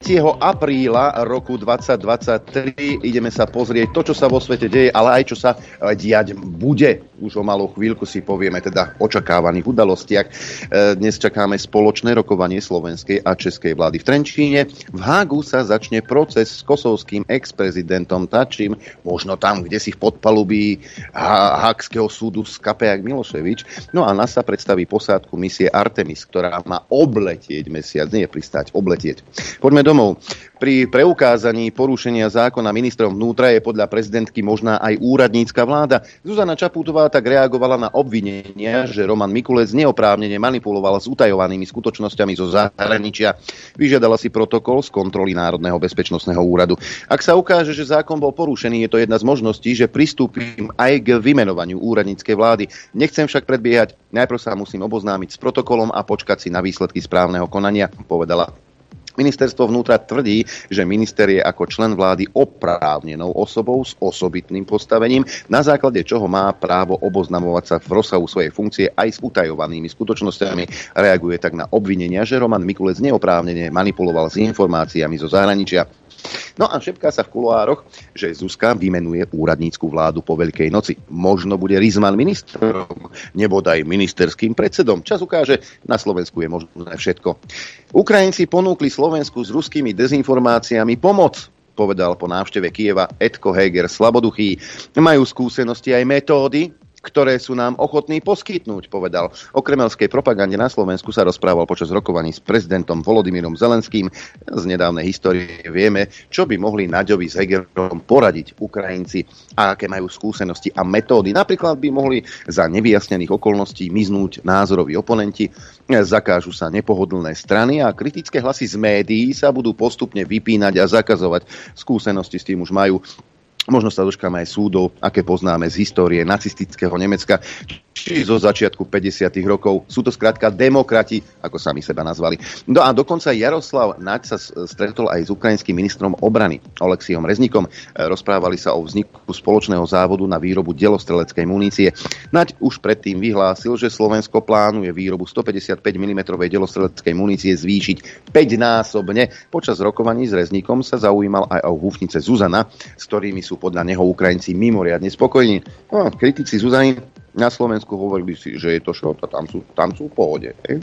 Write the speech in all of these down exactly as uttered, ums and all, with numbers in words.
tretieho apríla roku dvetisícdvadsaťtri. Ideme sa pozrieť to, čo sa vo svete deje, ale aj čo sa diať bude. Už o malú chvíľku si povieme teda o očakávaných udalostiach. Dnes čakáme spoločné rokovanie slovenskej a českej vlády v Trenčíne. V Hágu sa začne proces s kosovským ex-prezidentom Tačím, možno tam, kde si v podpalubí Hákského súdu Skapejak Miloševič. No a nás sa predstaví posádku misie Artemis, ktorá má obletieť mesiac, nie pristať, obletieť. Poďme domov. Pri preukázaní porušenia zákona ministrom vnútra je podľa prezidentky možná aj úradnícka vláda. Zuzana Čaputová tak reagovala na obvinenia, že Roman Mikulec neoprávnene manipuloval s utajovanými skutočnosťami zo zahraničia. Vyžiadala si protokol z kontroly Národného bezpečnostného úradu. Ak sa ukáže, že zákon bol porušený, je to jedna z možností, že pristúpim aj k vymenovaniu úradníckej vlády. Nechcem však predbiehať, najprv sa musím oboznámiť s protokolom a počkať si na výsledky správneho konania, povedala. Ministerstvo vnútra tvrdí, že minister je ako člen vlády oprávnenou osobou s osobitným postavením, na základe čoho má právo oboznamovať sa v rozsahu svojej funkcie aj s utajovanými skutočnosťami. Reaguje tak na obvinenia, že Roman Mikulec neoprávnene manipuloval s informáciami zo zahraničia. No a šepká sa v kuloároch, že Zuzka vymenuje úradnícku vládu po Veľkej noci. Možno bude Rizman ministrom, nebodaj ministerským predsedom. Čas ukáže, na Slovensku je možné všetko. Ukrajinci ponúkli Slovensku s ruskými dezinformáciami pomoc, povedal po návšteve Kyjeva Edko Heger Slaboduchý. Majú skúsenosti aj metódy, ktoré sú nám ochotní poskytnúť, povedal. O kremelskej propagande na Slovensku sa rozprával počas rokovaní s prezidentom Volodymyrom Zelenským. Z nedávnej histórie vieme, čo by mohli Naďovi s Hegerom poradiť Ukrajinci a aké majú skúsenosti a metódy. Napríklad by mohli za nevyjasnených okolností miznúť názoroví oponenti, zakážu sa nepohodlné strany a kritické hlasy z médií sa budú postupne vypínať a zakazovať. Skúsenosti s tým už majú. Možno sa dočkáme aj súdov, aké poznáme z histórie nacistického Nemecka, či zo začiatku päťdesiatych rokov. Sú to skrátka demokrati, ako sami seba nazvali. No a dokonca Jaroslav Naď sa stretol aj s ukrajinským ministrom obrany Oleksijom Reznikom. Rozprávali sa o vzniku spoločného závodu na výrobu delostreleckej munície. Naď už predtým vyhlásil, že Slovensko plánuje výrobu stopäťdesiatpäť milimetrov delostreleckej munície zvýšiť päťnásobne. Počas rokovaní s Reznikom sa zaujímal aj o húfnice Zuzana, s ktorými sú podľa neho Ukrajinci mimoriadne spokojní. No, kritici Zuzany na Slovensku hovorili si, že je to šrot a tam sú, tam sú v pohode. Hej?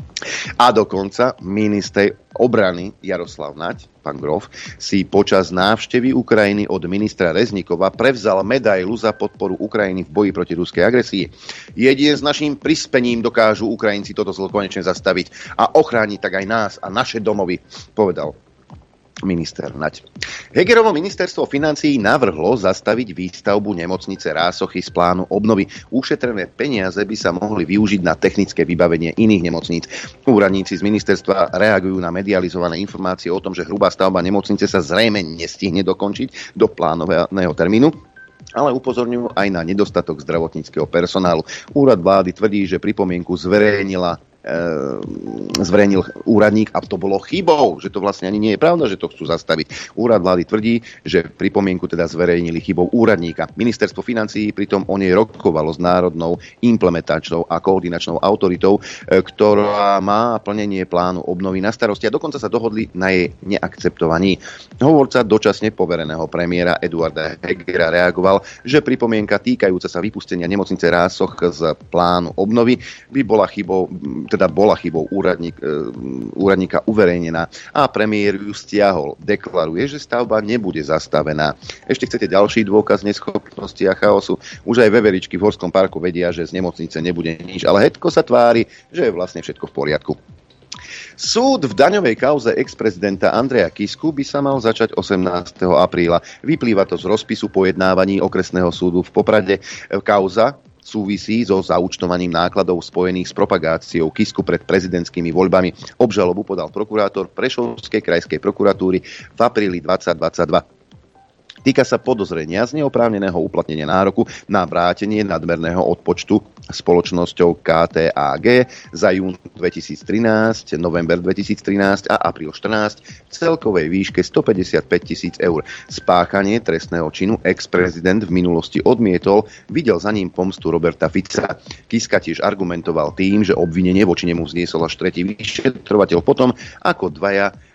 A dokonca minister obrany Jaroslav Naď, pán Grof, si počas návštevy Ukrajiny od ministra Reznikova prevzal medailu za podporu Ukrajiny v boji proti ruskej agresii. Jedine s naším prispením dokážu Ukrajinci toto zlo konečne zastaviť a ochrániť tak aj nás a naše domovy, povedal minister Naď. Hegerovo ministerstvo financií navrhlo zastaviť výstavbu nemocnice Rásochy z plánu obnovy. Ušetrené peniaze by sa mohli využiť na technické vybavenie iných nemocníc. Úradníci z ministerstva reagujú na medializované informácie o tom, že hrubá stavba nemocnice sa zrejme nestihne dokončiť do plánového termínu, ale upozorňujú aj na nedostatok zdravotníckeho personálu. Úrad vlády tvrdí, že pripomienku zverejnila zverejnil úradník a to bolo chybou, že to vlastne ani nie je pravda, že to chcú zastaviť. Úrad vlády tvrdí, že pripomienku teda zverejnili chybou úradníka. Ministerstvo financií pritom o nej rokovalo s Národnou implementačnou a koordinačnou autoritou, ktorá má plnenie plánu obnovy na starosti a dokonca sa dohodli na jej neakceptovaní. Hovorca dočasne povereného premiéra Eduarda Hegera reagoval, že pripomienka týkajúca sa vypustenia nemocnice Rásoch z plánu obnovy by bola chybou teda bola chybou úradník, úradníka uverejnená a premiér ju stiahol. Deklaruje, že stavba nebude zastavená. Ešte chcete ďalší dôkaz neschopnosti a chaosu? Už aj veveričky v Horskom parku vedia, že z nemocnice nebude nič, ale Hedko sa tvári, že je vlastne všetko v poriadku. Súd v daňovej kauze ex-prezidenta Andreja Kisku by sa mal začať osemnásteho apríla. Vyplýva to z rozpisu pojednávaní okresného súdu v Poprade. Kauza súvisí so zaúčtovaním nákladov spojených s propagáciou Kisku pred prezidentskými voľbami. Obžalobu podal prokurátor Prešovskej krajskej prokuratúry v apríli dvetisícdvadsaťdva. Týka sa podozrenia z neoprávneného uplatnenia nároku na vrátenie nadmerného odpočtu spoločnosťou ká té á gé za jún dvetisíctrinásť, november dvetisíctrinásť a apríl štrnásť v celkovej výške stopäťdesiatpäť tisíc eur. Spáchanie trestného činu ex-prezident v minulosti odmietol, videl za ním pomstu Roberta Fica. Kiska tiež argumentoval tým, že obvinenie voči nemu vzniesol až tretí vyšetrovateľ potom, ako dvaja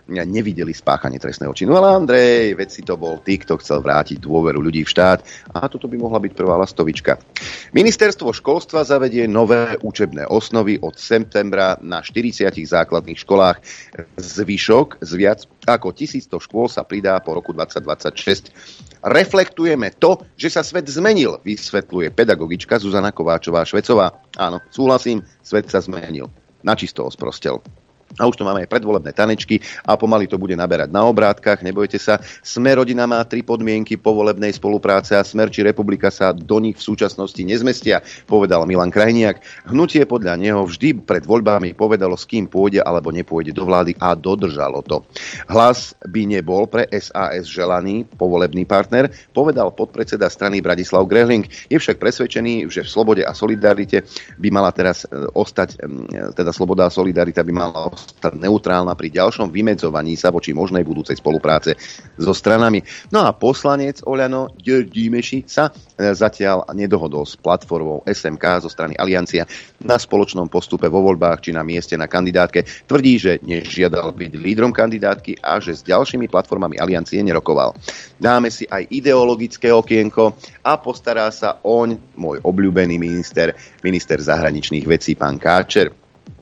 nevideli spáchanie trestného činu. Ale Andrej, veď si to bol ty, kto chcel vrátiť dôveru ľudí v štát. A toto by mohla byť prvá lastovička. Ministerstvo školstva zavedie nové učebné osnovy od septembra na štyridsiatich základných školách. Zvyšok z viac ako tisícsto škôl sa pridá po roku dvadsať dvadsaťšesť. Reflektujeme to, že sa svet zmenil, vysvetľuje pedagogička Zuzana Kováčová-Švecová. Áno, súhlasím, svet sa zmenil. Načisto ho sprostel. A už tu máme aj predvolebné tanečky a pomaly to bude naberať na obrátkach. Nebojte sa, Smer rodina má tri podmienky povolebnej spolupráce a Smer či Republika sa do nich v súčasnosti nezmestia, povedal Milan Krajniak. Hnutie podľa neho vždy pred voľbami povedalo, s kým pôjde alebo nepôjde do vlády a dodržalo to. Hlas by nebol pre es a es želaný povolebný partner, povedal podpredseda strany Bradislav Grehling. Je však presvedčený, že v slobode a solidarite by mala teraz ostať, teda sloboda a solidarita by mala ostať neutrálna pri ďalšom vymedzovaní sa voči možnej budúcej spolupráce so stranami. No a poslanec Oľano György Dimeši sa zatiaľ nedohodol s platformou es em ká zo strany Aliancia na spoločnom postupe vo voľbách či na mieste na kandidátke. Tvrdí, že nežiadal byť lídrom kandidátky a že s ďalšími platformami Aliancie nerokoval. Dáme si aj ideologické okienko a postará sa oň, môj obľúbený minister, minister zahraničných vecí, pán Káčer.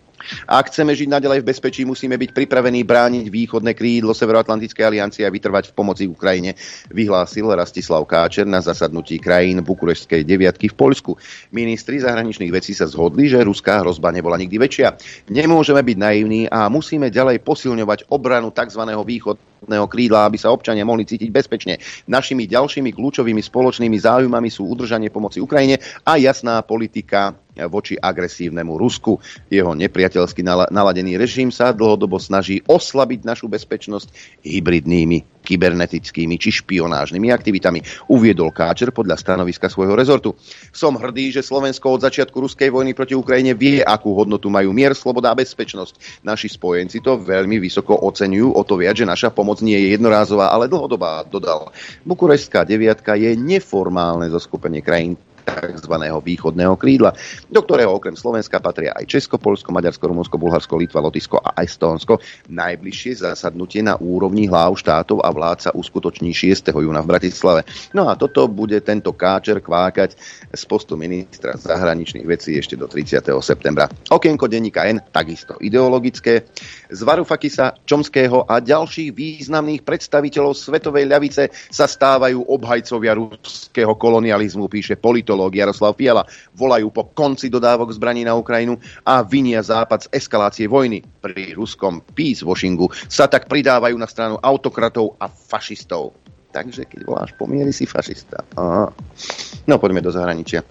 Ak chceme žiť naďalej v bezpečí, musíme byť pripravení brániť východné krídlo Severoatlantickej aliancie a vytrvať v pomoci Ukrajine, vyhlásil Rastislav Káčer na zasadnutí krajín Bukurešťskej deviatky v Poľsku. Ministri zahraničných vecí sa zhodli, že ruská hrozba nebola nikdy väčšia. Nemôžeme byť naivní a musíme ďalej posilňovať obranu tzv. Východného krídla, aby sa občania mohli cítiť bezpečne. Našimi ďalšími kľúčovými spoločnými záujmami sú udržanie pomoci Ukrajine a jasná politika voči agresívnemu Rusku. Jeho nepriateľsky naladený režim sa dlhodobo snaží oslabiť našu bezpečnosť hybridnými, kybernetickými či špionážnymi aktivitami, uviedol Káčer podľa stanoviska svojho rezortu. Som hrdý, že Slovensko od začiatku ruskej vojny proti Ukrajine vie, akú hodnotu majú mier, sloboda a bezpečnosť. Naši spojenci to veľmi vysoko oceňujú, o to viac, že naša pomoc nie je jednorázová, ale dlhodobá, dodal. Bukurešťská deviatka je neformálne zoskupenie krajín tzv. Východného krídla, do ktorého okrem Slovenska patria aj Česko, Poľsko, Maďarsko, Rumunsko, Bulharsko, Litva, Lotyšsko a Estónsko. Najbližšie zasadnutie na úrovni hlav štátov a vlád sa uskutoční šiesteho júna v Bratislave. No a toto bude tento Káčer kvákať z postu ministra zahraničných vecí ešte do tridsiateho septembra. Okienko denníka N, takisto ideologické. Z Varufakisa, Čomského a ďalších významných predstaviteľov svetovej ľavice sa stávajú obhajcovia ruského kolonializmu, píše politológ Jaroslav Fiala. Volajú po konci dodávok zbraní na Ukrajinu a vinia Západ z eskalácie vojny. Pri ruskom peace-washingu sa tak pridávajú na stranu autokratov a fašistov. Takže keď voláš po mieri, si fašista. Aha. No poďme do zahraničia.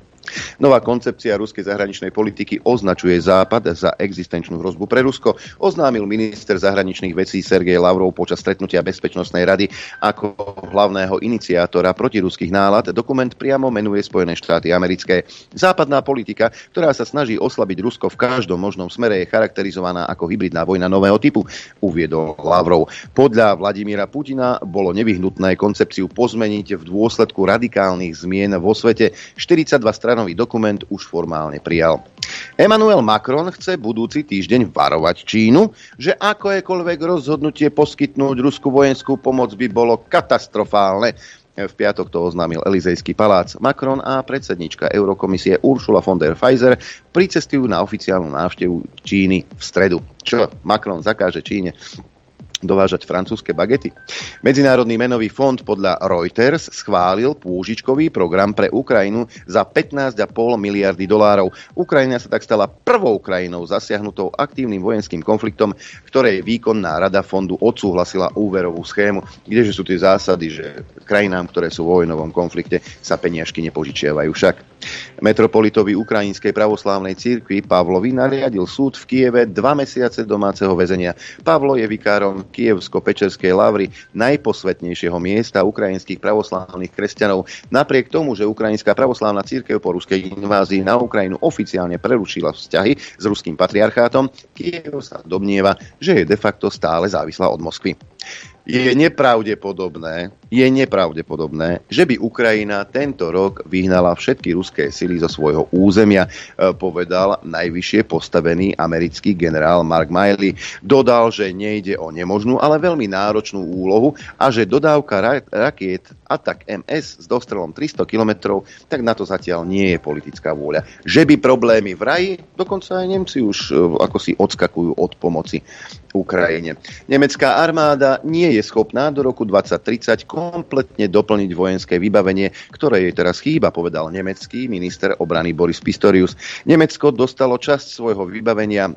Nová koncepcia ruskej zahraničnej politiky označuje Západ za existenčnú hrozbu pre Rusko, oznámil minister zahraničných vecí Sergej Lavrov počas stretnutia Bezpečnostnej rady. Ako hlavného iniciátora protiruských nálad dokument priamo menuje Spojené štáty americké. Západná politika, ktorá sa snaží oslabiť Rusko v každom možnom smere, je charakterizovaná ako hybridná vojna nového typu, uviedol Lavrov. Podľa Vladimíra Putina bolo nevyhnutné koncepciu pozmeniť v dôsledku radikálnych zmien vo svete. štyridsaťdva strán nový dokument už formálne prijal. Emmanuel Macron chce budúci týždeň varovať Čínu, že akokoľvek rozhodnutie poskytnúť ruskú vojenskú pomoc by bolo katastrofálne. V piatok to oznámil Elizejský palác. Macron a predsednička Eurokomisie Ursula von der Leyen pricestujú na oficiálnu návštevu Číny v stredu. Čo Macron zakáže Číne dovážať francúzske bagety? Medzinárodný menový fond podľa Reuters schválil pôžičkový program pre Ukrajinu za pätnásť celá päť miliardy dolárov. Ukrajina sa tak stala prvou krajinou zasiahnutou aktívnym vojenským konfliktom, ktorej výkonná rada fondu odsúhlasila úverovú schému. Kdeže sú tie zásady, že krajinám, ktoré sú vo vojnovom konflikte, sa peniažky nepožičiavajú však. Metropolitovi Ukrajinskej pravoslávnej cirkvi Pavlovi nariadil súd v Kieve dva mesiace domáceho väzenia. Pavlo je vikárom Kievsko-Pečerskej lavry, najposvetnejšieho miesta ukrajinských pravoslávnych kresťanov. Napriek tomu, že Ukrajinská pravoslávna cirkev po ruskej invázii na Ukrajinu oficiálne prerušila vzťahy s ruským patriarchátom, Kiev sa domnieva, že je de facto stále závislá od Moskvy. Je nepravdepodobné, je nepravdepodobné, že by Ukrajina tento rok vyhnala všetky ruské sily zo svojho územia, povedal najvyššie postavený americký generál Mark Milley. Dodal, že nejde o nemožnú, ale veľmi náročnú úlohu a že dodávka ra- rakiet Atak em es s dostrelom tristo kilometrov, tak na to zatiaľ nie je politická vôľa. Že by problémy v raji, dokonca aj Nemci už ako si odskakujú od pomoci Ukrajine. Nemecká armáda nie je schopná do roku dvadsať tridsať kompletne doplniť vojenské vybavenie, ktoré jej teraz chýba, povedal nemecký minister obrany Boris Pistorius. Nemecko dostalo časť svojho vybavenia, e,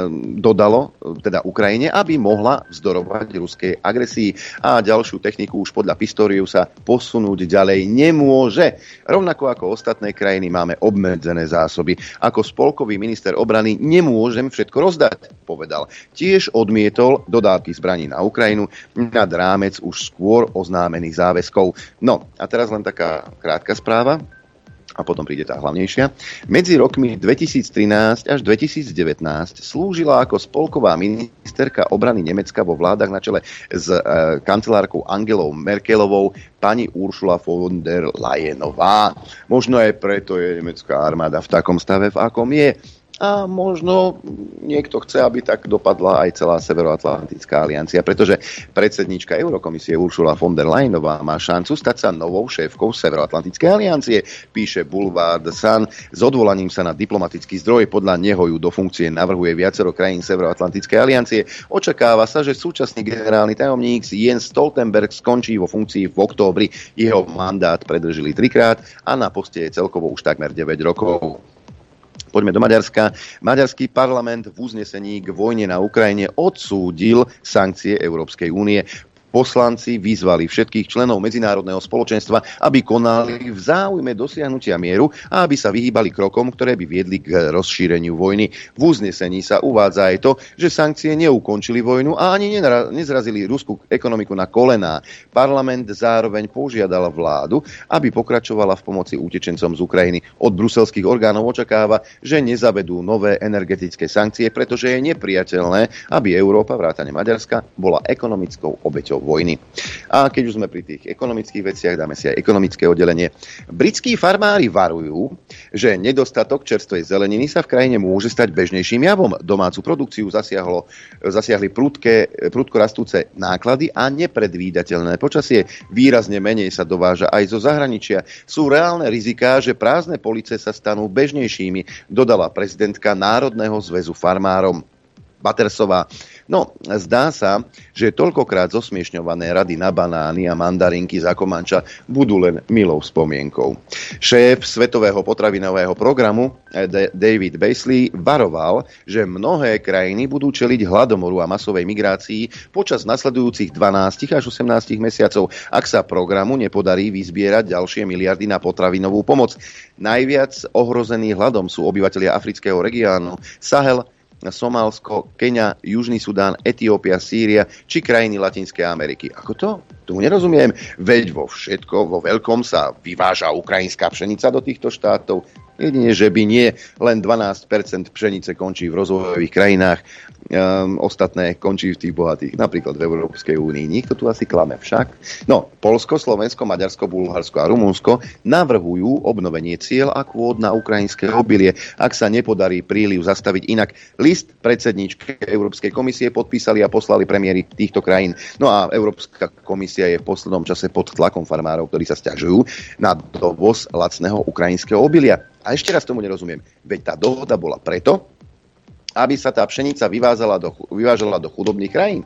dodalo teda Ukrajine, aby mohla vzdorovať ruskej agresii a ďalšiu techniku už podľa Pistoriusa posunúť ďalej nemôže. Rovnako ako ostatné krajiny máme obmedzené zásoby. Ako spolkový minister obrany nemôžem všetko rozdať, povedal. Tiež odmietol dodávky zbraní na Ukrajinu nad rámec už skôr oznámených záväzkov. No a teraz len taká krátka správa a potom príde tá hlavnejšia. Medzi rokmi dvetisíctrinásť až dvetisícdevätnásť slúžila ako spolková ministerka obrany Nemecka vo vládach na čele s e, kancelárkou Angelou Merkelovou pani Ursula von der Leyenová. Možno aj preto je nemecká armáda v takom stave, v akom je. A možno niekto chce, aby tak dopadla aj celá Severoatlantická aliancia, pretože predsednička Eurokomisie Ursula von der Leyenová má šancu stať sa novou šéfkou Severoatlantickej aliancie, píše Boulevard Sun s odvolaním sa na diplomatický zdroj. Podľa neho ju do funkcie navrhuje viacero krajín Severoatlantickej aliancie. Očakáva sa, že súčasný generálny tajomník Jens Stoltenberg skončí vo funkcii v októbri. Jeho mandát predržili trikrát a na poste je celkovo už takmer deväť rokov. Poďme do Maďarska. Maďarský parlament v uznesení k vojne na Ukrajine odsúdil sankcie Európskej únie. Poslanci vyzvali všetkých členov medzinárodného spoločenstva, aby konali v záujme dosiahnutia mieru a aby sa vyhýbali krokom, ktoré by viedli k rozšíreniu vojny. V uznesení sa uvádza aj to, že sankcie neukončili vojnu a ani nezrazili ruskú ekonomiku na kolená. Parlament zároveň požiadal vládu, aby pokračovala v pomoci utečencom z Ukrajiny. Od bruselských orgánov očakáva, že nezavedú nové energetické sankcie, pretože je nepriateľné, aby Európa vrátane Maďarska bola ekonomickou obeťou vojny. A keď už sme pri tých ekonomických veciach, dáme si aj ekonomické oddelenie. Britskí farmári varujú, že nedostatok čerstvej zeleniny sa v krajine môže stať bežnejším javom. Domácu produkciu zasiahlo, zasiahli prudké, prudko rastúce náklady a nepredvídateľné počasie. Výrazne menej sa dováža aj zo zahraničia. Sú reálne riziká, že prázdne police sa stanú bežnejšími, dodala prezidentka Národného zväzu farmárom Batersová. No, zdá sa, že toľkokrát zosmiešňované rady na banány a mandarinky za Komanča budú len milou spomienkou. Šéf Svetového potravinového programu David Beasley varoval, že mnohé krajiny budú čeliť hladomoru a masovej migrácii počas nasledujúcich dvanásť až osemnásť mesiacov, ak sa programu nepodarí vyzbierať ďalšie miliardy na potravinovú pomoc. Najviac ohrození hladom sú obyvatelia afrického regiónu Sahel, Somálsko, Keňa, Južný Sudán, Etiópia, Sýria či krajiny Latinskej Ameriky. Ako to? Tomu nerozumiem. Veď vo všetko, vo veľkom sa vyváža ukrajinská pšenica do týchto štátov. Jedine, že by nie, len dvanásť percent pšenice končí v rozvojových krajinách, um, ostatné končí v tých bohatých, napríklad v Európskej únii. Nikto tu asi klame však. No, Poľsko, Slovensko, Maďarsko, Bulharsko a Rumunsko navrhujú obnovenie cieľ a kvót na ukrajinské obilie, ak sa nepodarí príliv zastaviť inak. List predsedníčke Európskej komisie podpísali a poslali premiéry týchto krajín. No a Európska komisia je v poslednom čase pod tlakom farmárov, ktorí sa sťažujú na dovoz lacného ukrajinského obilia. A ešte raz tomu nerozumiem. Veď tá dohoda bola preto, aby sa tá pšenica vyvážala do, vyvážala do chudobných krajín.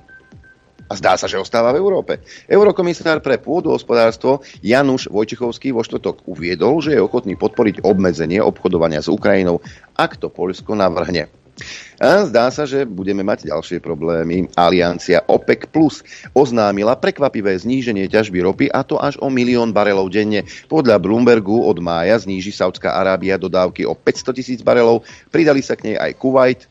A zdá sa, že ostáva v Európe. Eurokomisár pre pôdohospodárstvo Januš Vojčichovský vo štvrtok uviedol, že je ochotný podporiť obmedzenie obchodovania s Ukrajinou, ak to Poľsko navrhne. A zdá sa, že budeme mať ďalšie problémy. Aliancia OPEC Plus oznámila prekvapivé zníženie ťažby ropy, a to až o milión barelov denne. Podľa Bloombergu od mája zníži Saudská Arábia dodávky o päťsto tisíc barelov, pridali sa k nej aj Kuvajt,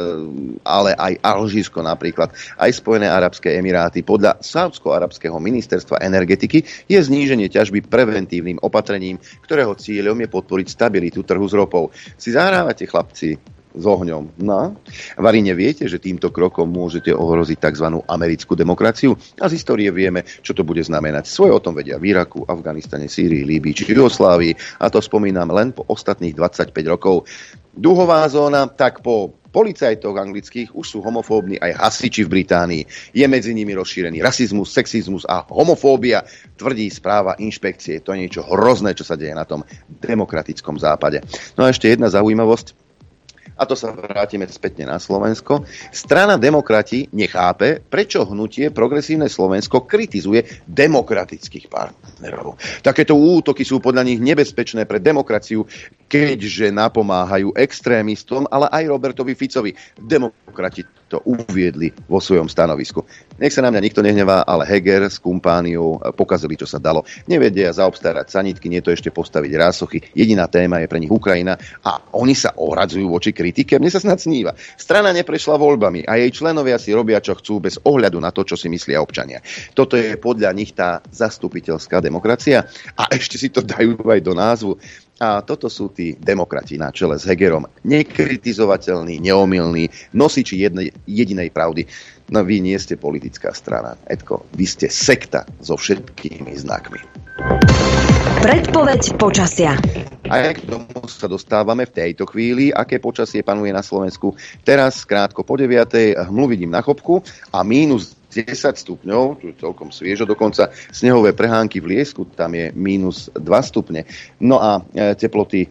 ale aj Alžírsko napríklad, aj Spojené arabské emiráty. Podľa Saúdsko-arabského ministerstva energetiky je zníženie ťažby preventívnym opatrením, ktorého cieľom je podporiť stabilitu trhu s ropou. Si zahrávate, chlapci? s ohňom. No, vari neviete, že týmto krokom môžete ohroziť tzv. Americkú demokraciu? A z histórie vieme, čo to bude znamenať. Svoje o tom vedia v Iraku, Afganistane, Sýrii, Líbii či Jugoslávii. A to spomínam len po ostatných dvadsaťpäť rokov. Duhová zóna, tak po policajtoch anglických už sú homofóbni aj hasiči v Británii. Je medzi nimi rozšírený rasizmus, sexizmus a homofóbia, tvrdí správa inšpekcie. To je niečo hrozné, čo sa deje na tom demokratickom západe. No a ešte jedna zaujímavosť. A to sa vrátime spätne na Slovensko. Strana Demokrati nechápe, prečo hnutie Progresívne Slovensko kritizuje demokratických partnerov. Takéto útoky sú podľa nich nebezpečné pre demokraciu, keďže napomáhajú extrémistom, ale aj Robertovi Ficovi. Demokrati to uviedli vo svojom stanovisku. Nech sa na mňa nikto nehnevá, ale Heger s kumpániou pokazili, čo sa dalo. Nevedia zaobstarať sanitky, nie to ešte postaviť rásochy. Jediná téma je pre nich Ukrajina a oni sa ohradzujú voči kritike. Mne sa snad sníva. Strana neprešla voľbami a jej členovia si robia, čo chcú, bez ohľadu na to, čo si myslia občania. Toto je podľa nich tá zastupiteľská demokracia a ešte si to dajú aj do názvu. A toto sú tí demokrati na čele s Hegerom. Nekritizovateľní, neomylní, nosiči jednej, jedinej pravdy. No vy nie ste politická strana. Edko, vy ste sekta so všetkými znakmi. Predpoveď počasia. A k tomu sa dostávame v tejto chvíli, aké počasie panuje na Slovensku. Teraz krátko po deviatej hmlu vidím na Chopku a mínus desať stupňov, tu je celkom sviežo, dokonca snehové prehánky v Liesku, tam je mínus dva stupne. No a e, teploty e,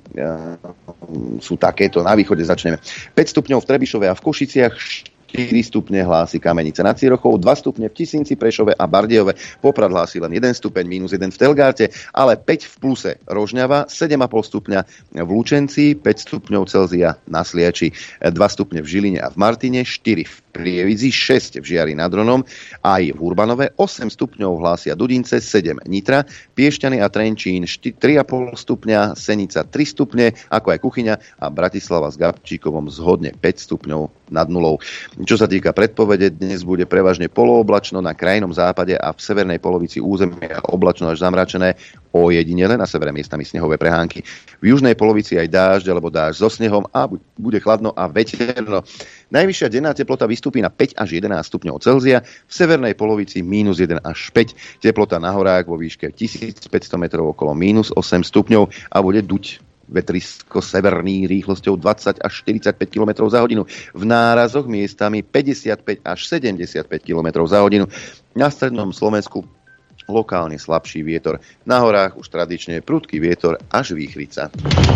sú takéto, na východe začneme. päť stupňov v Trebišove a v Košiciach, štyri stupne hlási Kamenica nad Cirochou, dva stupne v Tisínci, Prešove a Bardejove, Poprad hlási len jeden stupeň, mínus jeden v Telgáte, ale päť v Pluse Rožňava, sedem a pol stupňa v Lučenci, päť stupňov Celzia na Sliači, dva stupne v Žiline a v Martine, štyri v Prievidzi, šesť v Žiari nad Hronom, aj v Urbanove, osem stupňov hlásia Dudince, sedem Nitra, Piešťany a Trenčín, tri a pol stupňa, Senica tri stupne, ako aj Kuchyňa a Bratislava s Gabčíkovom zhodne päť stupňov nad nulou. Čo sa týka predpovede, dnes bude prevažne polooblačno na krajnom západe a v severnej polovici územia oblačno až zamračené, ojedinele na severe miestami snehové prehánky. V južnej polovici aj dážď alebo dážď so snehom a bude chladno a veterno. Najvyššia denná teplota vystúpi na päť až jedenásť stupňov Celzia, v severnej polovici mínus jeden až päť, teplota na horách vo výške tisícpäťsto metrov okolo mínus osem stupňov a bude duť vetrisko-severný rýchlosťou dvadsať až štyridsaťpäť kilometrov za hodinu. V nárazoch miestami päťdesiatpäť až sedemdesiatpäť kilometrov za hodinu. Na strednom Slovensku lokálne slabší vietor. Na horách už tradične prudký vietor až výchrica.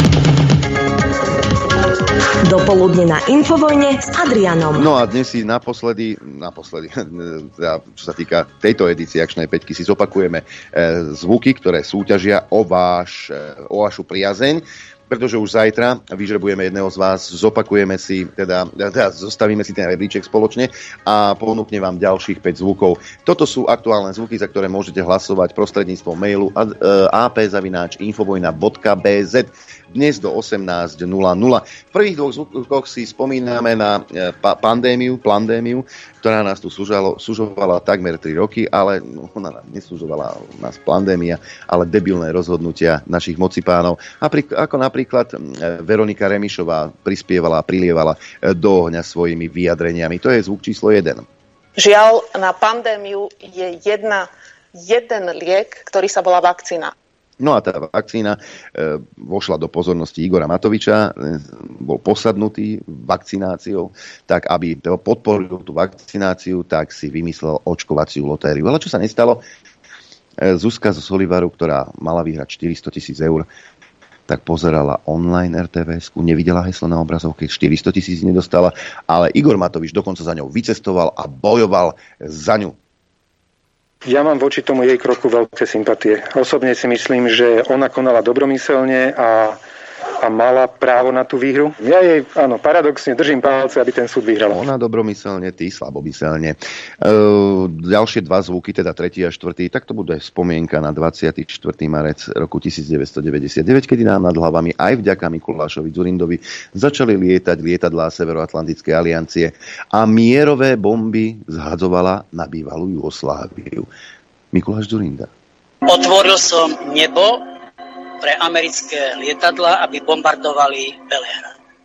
Dopoludne na Infovojne s Adrianom. No a dnes si naposledy, naposledy, čo sa týka tejto edície Akčnej päťky, si zopakujeme e, zvuky, ktoré súťažia o, váš, e, o vašu priazeň, pretože už zajtra vyžrebujeme jedného z vás, zopakujeme si, teda, teda zostavíme si ten rebríček spoločne a ponúkne vám ďalších päť zvukov. Toto sú aktuálne zvuky, za ktoré môžete hlasovať prostredníctvom mailu á pé zavináč infovojna bodka bé zet dnes do osemnásť nula nula. V prvých dvoch zvukoch si spomíname na pa- pandémiu, plandémiu, ktorá nás tu sužalo, sužovala takmer tri roky, ale no, ona nesúžovala nás pandémia, ale debilné rozhodnutia našich mocipánov. Apri- ako napríklad Veronika Remišová prispievala a prilievala do ohňa svojimi vyjadreniami. To je zvuk číslo jeden. Žiaľ, na pandémiu je jedna, jeden liek, ktorý sa volá vakcína. No a tá vakcína e, vošla do pozornosti Igora Matoviča, e, bol posadnutý vakcináciou, tak aby podporil tú vakcináciu, tak si vymyslel očkovaciu lotériu. Ale čo sa nestalo? E, Zuzka zo Solivaru, ktorá mala vyhrať štyristo tisíc eur, tak pozerala online er té vé esku, nevidela heslo na obrazovke, štyristo tisíc nedostala, ale Igor Matovič dokonca za ňou vycestoval a bojoval za ňu. Ja mám voči tomu jej kroku veľké sympatie. Osobne si myslím, že ona konala dobromyselne a, a mala právo na tú výhru. Ja jej, áno, paradoxne držím palce, aby ten súd vyhral. Ona dobromyselne, ty slabomyselne. E, ďalšie dva zvuky, teda tretí a štvrtý, tak to bude spomienka na dvadsiateho štvrtého marec roku devätnásťstodeväťdesiatdeväť, kedy nám nad hlavami aj vďaka Mikulášovi Dzurindovi začali lietať lietadlá Severoatlantickej aliancie a mierové bomby zhadzovala na bývalú Jugosláviu. Mikuláš Dzurinda. Otvoril som nebo pre americké lietadlá, aby bombardovali Belehrad.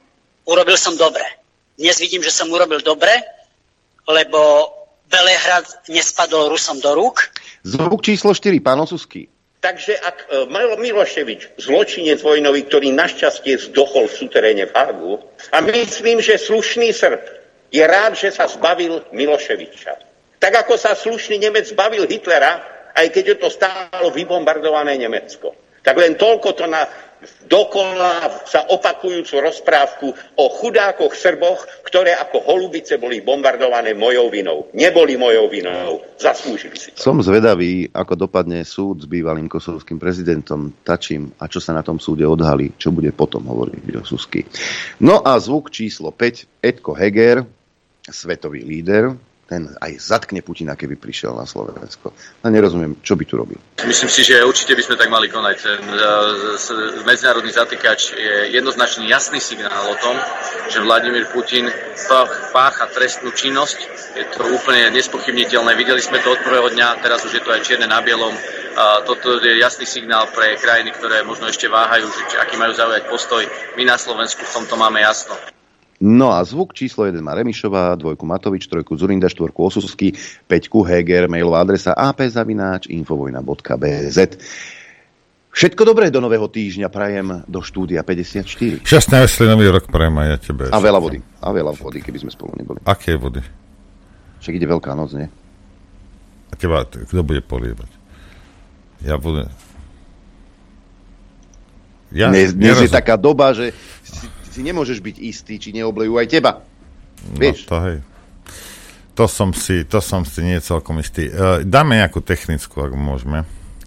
urobil som dobre. Dnes vidím, že som urobil dobre, lebo Belehrad nespadol Rusom do rúk. Zvuk číslo štyri, pán Osusky. Takže ak Miloševič, zločinec vojnový, ktorý našťastie zdochol v suteréne v Hágu, a myslím, že slušný Srb je rád, že sa zbavil Miloševiča. Tak ako sa slušný Nemec zbavil Hitlera, aj keď je to stálo vybombardované Nemecko. Tak len toľko to na dokola sa opakujúcu rozprávku o chudákoch Srboch, ktoré ako holubice boli bombardované mojou vinou. Neboli mojou vinou, zaslúžili si to. Som zvedavý, ako dopadne súd s bývalým kosovským prezidentom Tačím a čo sa na tom súde odhalí, čo bude potom hovoriť Osusky. No a zvuk číslo päť, Edko Heger, svetový líder, ten aj zatkne Putina, keby prišiel na Slovensko. A nerozumiem, čo by tu robil. Myslím si, že určite by sme tak mali konať. Ten uh, medzinárodný zatýkač je jednoznačný jasný signál o tom, že Vladimír Putin pácha trestnú činnosť. Je to úplne nespochybniteľné. Videli sme to od prvého dňa, teraz už je to aj čierne na bielom. Uh, toto je jasný signál pre krajiny, ktoré možno ešte váhajú, že aký majú zaujať postoj. My na Slovensku v tomto máme jasno. No a zvuk číslo jeden má Remišová, dvojku Matovič, trojku Zurinda, štvorku Osusky, päťku Heger, mailová adresa á pé zavináč infovojna bodka bé zet. Všetko dobré do nového týždňa prajem do štúdia päťdesiatštyri. Šťastný veselý nový rok prajem aj ja tebe. A veľa vody. A veľa vody, keby sme spolu neboli. Aké vody? Však ide Veľká noc, nie? A teba, kto bude polievať? Ja budem... Ja, dnes dnes je taká doba, že si, si nemôžeš byť istý, či neoblejú aj teba. Vieš? No to hej. To som si, to som si nie celkom istý. Uh, dáme nejakú technickú, ak môžeme.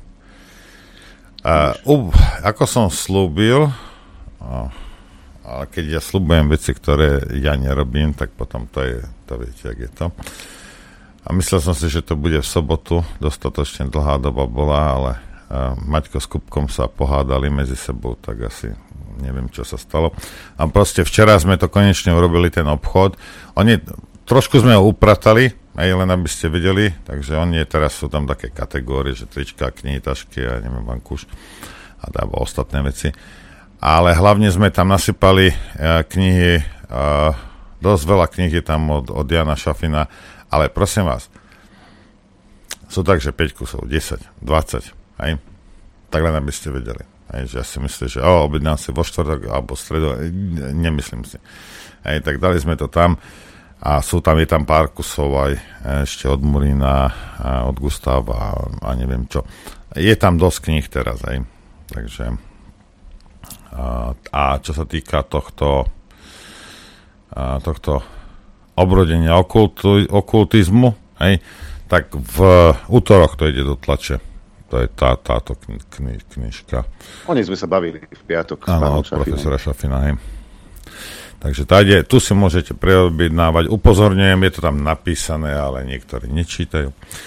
Uh, uh, ako som slúbil, uh, ale keď ja slúbujem veci, ktoré ja nerobím, tak potom to je, to viete, jak je to. A myslel som si, že to bude v sobotu, dostatočne dlhá doba bola, ale uh, Maťko s Kupkom sa pohádali medzi sebou, tak asi neviem, čo sa stalo. A proste včera sme to konečne urobili, ten obchod. Oni, trošku sme ho upratali, aj len aby ste videli, takže oni teraz sú tam také kategórie, že trička, knihy, tašky a neviem, vankúš a dáva ostatné veci. Ale hlavne sme tam nasypali uh, knihy, uh, dosť veľa kníh je tam od, od Jana Šafina, ale prosím vás, sú tak, že päť kusov, desať, dvadsať, hej? Tak len aby ste vedeli. Hej, že ja si myslím, že o, objednám si vo štvrtok alebo stredu, nemyslím si. Hej, tak dali sme to tam a sú tam, je tam pár kusov aj ešte od Murína, od Gustáva a neviem čo. Je tam dosť kníh teraz, hej. Takže a, a čo sa týka tohto a, tohto obrodenia okultu, okultizmu, hej, tak v útorok to ide do tlače. To je tá, táto kni, knižka. O nej sme sa bavili v piatok. Áno, od profesora Šafina. Hej. Takže táde, tu si môžete preobjednávať. Upozorňujem, je to tam napísané, ale niektorí nečítajú.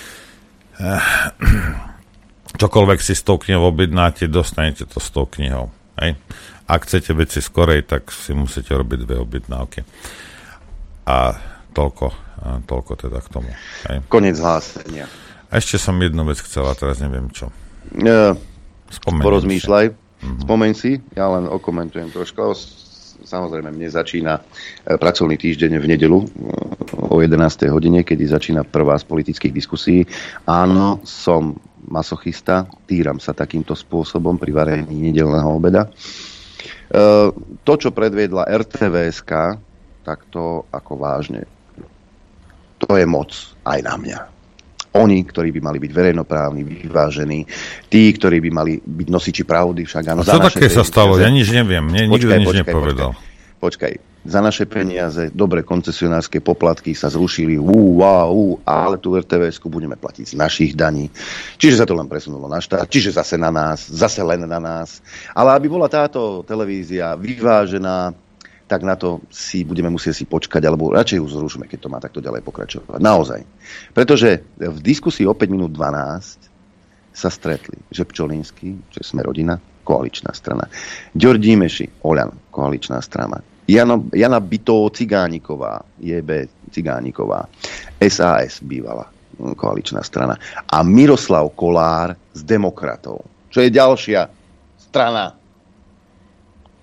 Čokoľvek si s tou knihou objednáte, dostanete to s tou knihou. Hej. Ak chcete veci skorej, tak si musíte robiť dve objednávky. A toľko, a toľko teda k tomu. Hej. Konec hlásenia. Ešte som jednu vec chcela, teraz neviem čo. Uh, Spomeniem porozmýšľaj, si. Mm-hmm. Spomeň si, ja len okomentujem troška. Samozrejme, mne začína pracovný týždeň v nedeľu o jedenástej hodine, kedy začína prvá z politických diskusí. Áno, som masochista, týram sa takýmto spôsobom pri varení nedeľného obeda. Uh, to, čo predviedla er té vé es ká, tak to ako vážne. To je moc aj na mňa. Oni, ktorí by mali byť verejnoprávni, vyvážení, tí, ktorí by mali byť nosiči pravdy, však áno. A čo také sa stalo? Ja nič neviem, mne nikto nič počkaj, nepovedal. Počkaj, počkaj, za naše peniaze, dobre koncesionárske poplatky sa zrušili, ú, á, ú, ale tú er té vé esku budeme platiť z našich daní. Čiže sa to len presunulo na štát, čiže zase na nás, zase len na nás. Ale aby bola táto televízia vyvážená, tak na to si budeme musieť si počkať, alebo radšej ju zrušme, keď to má takto ďalej pokračovať. Naozaj. Pretože v diskusii o päť minút dvanásť sa stretli, že Pčolínsky, že sme rodina, koaličná strana. Ďordi Meši, Oľan, koaličná strana. Jano, Jana Bitó Cigániková, jé bé Cigániková, es a es bývala koaličná strana. A Miroslav Kolár z Demokratov, čo je ďalšia strana.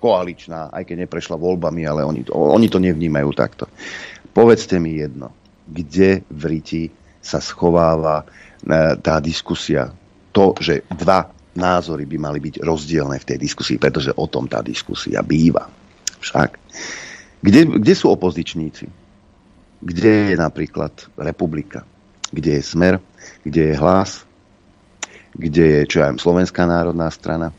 koaličná, aj keď neprešla voľbami, ale oni to, oni to nevnímajú takto. Povedzte mi jedno, kde v riti sa schováva tá diskusia, to, že dva názory by mali byť rozdielne v tej diskusii, pretože o tom tá diskusia býva. Však. Kde, kde sú opozičníci? Kde je napríklad Republika? Kde je Smer? Kde je Hlas? Kde je, čo ja viem, Slovenská národná strana?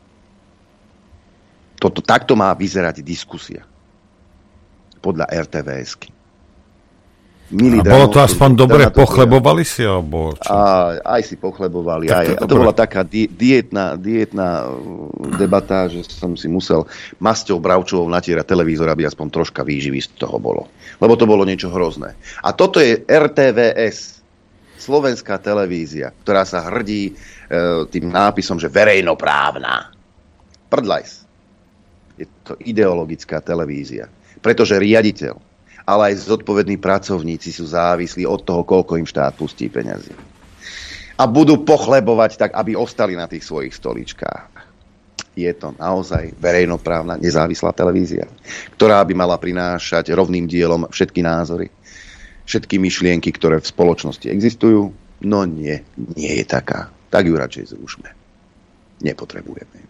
Toto, takto má vyzerať diskusia. Podľa er té vé esky. Milí a bolo to aspoň dobre, pochlebovali si? Alebo čo? A, aj si pochlebovali. Aj, to, to bola taká di, dietná, dietná debata, že som si musel masťou bravčovou natierať televízor, aby aspoň troška výživy z toho bolo. Lebo to bolo niečo hrozné. A toto je er té vé es, slovenská televízia, ktorá sa hrdí e, tým nápisom, že verejnoprávna. Prdlajs. Je to ideologická televízia. Pretože riaditeľ, ale aj zodpovední pracovníci sú závislí od toho, koľko im štát pustí peňazí. A budú pochlebovať tak, aby ostali na tých svojich stoličkách. Je to naozaj verejnoprávna, nezávislá televízia, ktorá by mala prinášať rovným dielom všetky názory, všetky myšlienky, ktoré v spoločnosti existujú. No nie, nie je taká. Tak ju radšej zrušme. Nepotrebujeme.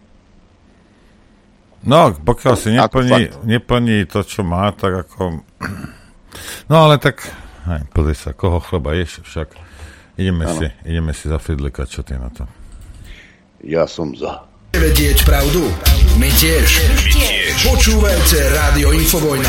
No, pokiaľ si neplní, neplní to, čo má, tak ako... No, ale tak... Aj, pozri sa, koho chleba ješ, však ideme si, ideme si za Fidlika, čo ty na to? Ja som za. Vedieť pravdu? My tiež. My tiež. Počúvajte Rádio Infovojna.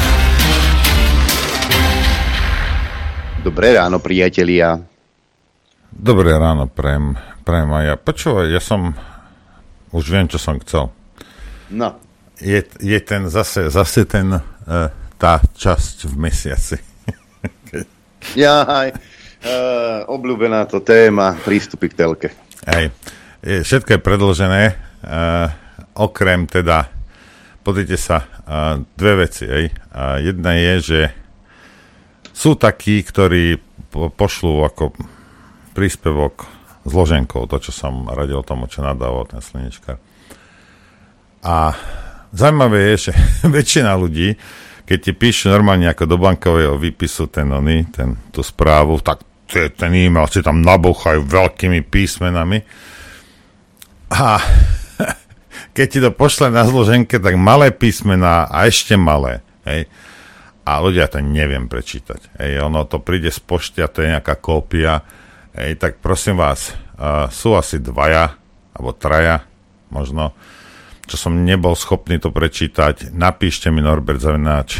Dobré ráno, priatelia. Dobré ráno, prajem, prajem aj ja. Počúvaj, ja som... Už viem, čo som chcel. No. Je, je ten zase, zase ten, uh, tá časť v mesiaci. Jaj, uh, obľúbená to téma, prístupy k telke. Hej, je, všetko je predĺžené, uh, okrem teda, pozrite sa, uh, dve veci. Hej. Uh, jedna je, že sú takí, ktorí po, pošlú ako príspevok s loženkou, to, čo som radil tomu, čo nadával ten slnečkár. A zaujímavé je, že väčšina ľudí, keď ti píšu normálne ako do bankového výpisu ten oný, ten, tú správu, tak ten e-mail si tam nabúchajú veľkými písmenami. A keď ti to pošle na zloženke, tak malé písmená a ešte malé. Hej. A ľudia to neviem prečítať. Hej. Ono to príde z pošty a to je nejaká kópia. Hej. Tak prosím vás, uh, sú asi dvaja, alebo traja, možno, čo som nebol schopný to prečítať, napíšte mi Norbert Zavináč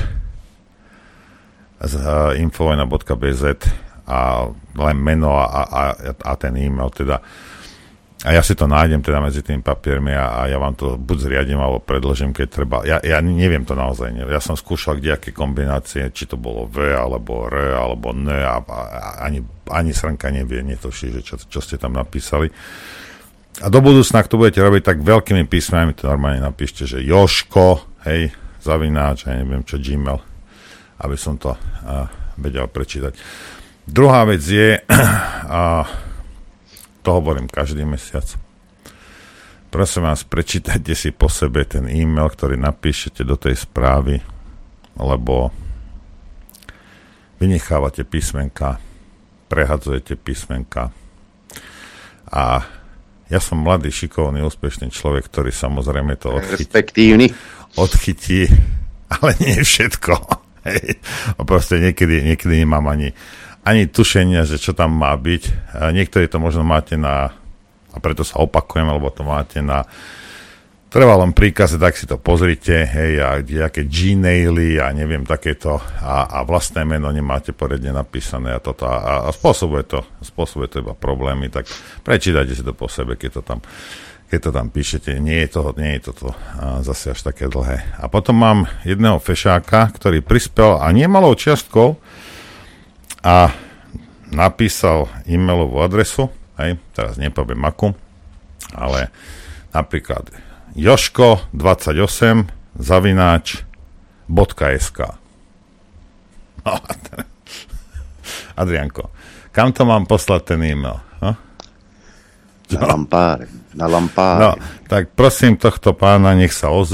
z uh, infovojna bodka bé zet a len meno a, a, a ten e-mail teda. A ja si to nájdem teda medzi tými papiermi a, a ja vám to buď zriadím alebo predložím, keď treba. Ja, ja neviem to naozaj. Ne. Ja som skúšal kdejaké kombinácie, či to bolo V, alebo R, alebo N a, a ani, ani srnka nevie, netuší, že čo, čo ste tam napísali. A do budúcna, ak to budete robiť, tak veľkými písmami to normálne napíšte, že Joško, hej, Zavináč, ja neviem čo, Gmail, aby som to uh, vedel prečítať. Druhá vec je, uh, to hovorím každý mesiac, prosím vás, prečítajte si po sebe ten e-mail, ktorý napíšete do tej správy, lebo vynechávate písmenka, prehadzujete písmenka a ja som mladý, šikovný, úspešný človek, ktorý samozrejme to odchytí, odchytí, ale nie všetko. Hej. A proste niekedy, niekedy nemám ani, ani tušenia, že čo tam má byť. A niektorí to možno máte na, a preto sa opakujem, lebo to máte na trvalom príkaze, tak si to pozrite, hej, a nejaké Gmaily a neviem takéto a, a vlastné meno nemáte poriadne napísané a toto a, a spôsobuje to, spôsobuje to iba problémy, tak prečítajte si to po sebe, keď to tam, keď to tam píšete, nie je to, nie je to, to a, zase až také dlhé. A potom mám jedného fešáka, ktorý prispel a nie malou čiastkou a napísal e-mailovú adresu, hej, teraz nepoviem akú, ale napríklad Joško dvadsaťosem zavináč bodka es ká. No, Adrianko, kam to mám poslať ten e-mail? No? Na lampáre. Na lampáre. No, tak prosím tohto pána, nech sa ozve,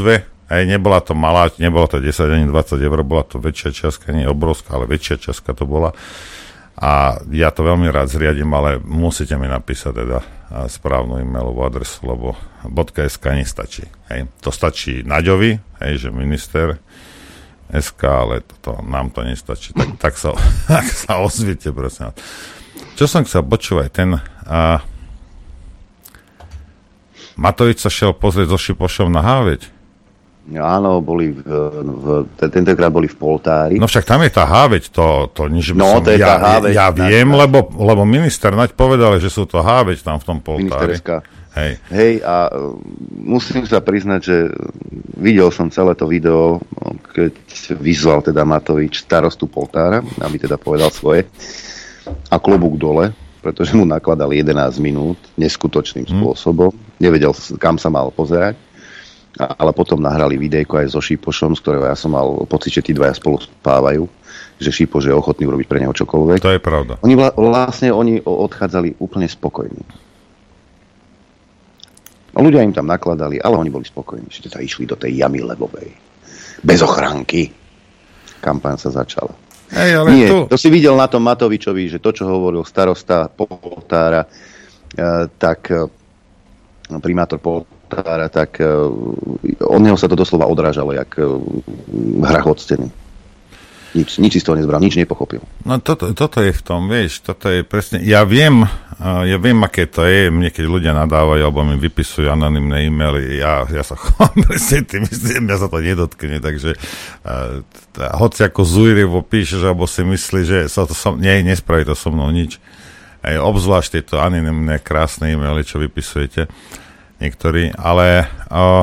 Hej, nebola to malá, nebola to desať ani dvadsať eur, bola to väčšia čiastka, nie obrovská, ale väčšia čiastka to bola. A ja to veľmi rád zriadím, ale musíte mi napísať teda správnu e-mailovú adresu, lebo .sk nestačí. Hej. To stačí Naďovi, hej, že minister es ká, ale toto, nám to nestačí. Tak, tak, sa, tak sa ozviete, prosím. Čo som chcel počúvať, ten a, Matovič sa šiel pozrieť so Šipošom na Háveď. Áno, boli v, v, tentokrát boli v Poltári. No však tam je tá Háveď, to, to nič by no, som... to je ja, tá Háveď. Ja viem, tá, lebo, lebo minister Naď povedal, že sú to Háveď tam v tom Poltári. Ministerská. Hej. Hej, a musím sa priznať, že videl som celé to video, keď vyzval teda Matovič starostu Poltára, aby teda povedal svoje. A klobúk dole, pretože mu nakladali jedenásť minút neskutočným hmm. spôsobom. Nevedel, kam sa mal pozerať. Ale potom nahrali videjko aj so Šipošom, z ktorého ja som mal pocit, že tí dvaja spolu spávajú, že Šipoš je ochotný urobiť pre neho čokoľvek. To je pravda. Oni vla, vlastne oni odchádzali úplne spokojní. Ľudia im tam nakladali, ale oni boli spokojní, že teda išli do tej jamy levovej. Bez ochránky. Kampaň sa začala. Hej, ale Nie, tu... to si videl na tom Matovičovi, že to, čo hovoril starosta Poltára, eh, tak eh, primátor Poltára, tak uh, od neho sa to doslova odrážalo, jak uh, hrách od steny. Nič, nič si z toho nezbral, nič nepochopil. No toto, toto je v tom, vieš, toto je presne, ja viem, uh, ja viem, aké to je, mne keď ľudia nadávajú, alebo mi vypisujú anonymné e-maily, ja, ja sa chovám presne tým, myslím, ja sa to nedotkne, takže uh, tá, hoci ako zúrivo píšeš, alebo si myslí, že sa to som, nie, nespraví to so mnou nič. Aj obzvlášť tieto anonymné krásne e-maily, čo vypisujete niektorí, ale o,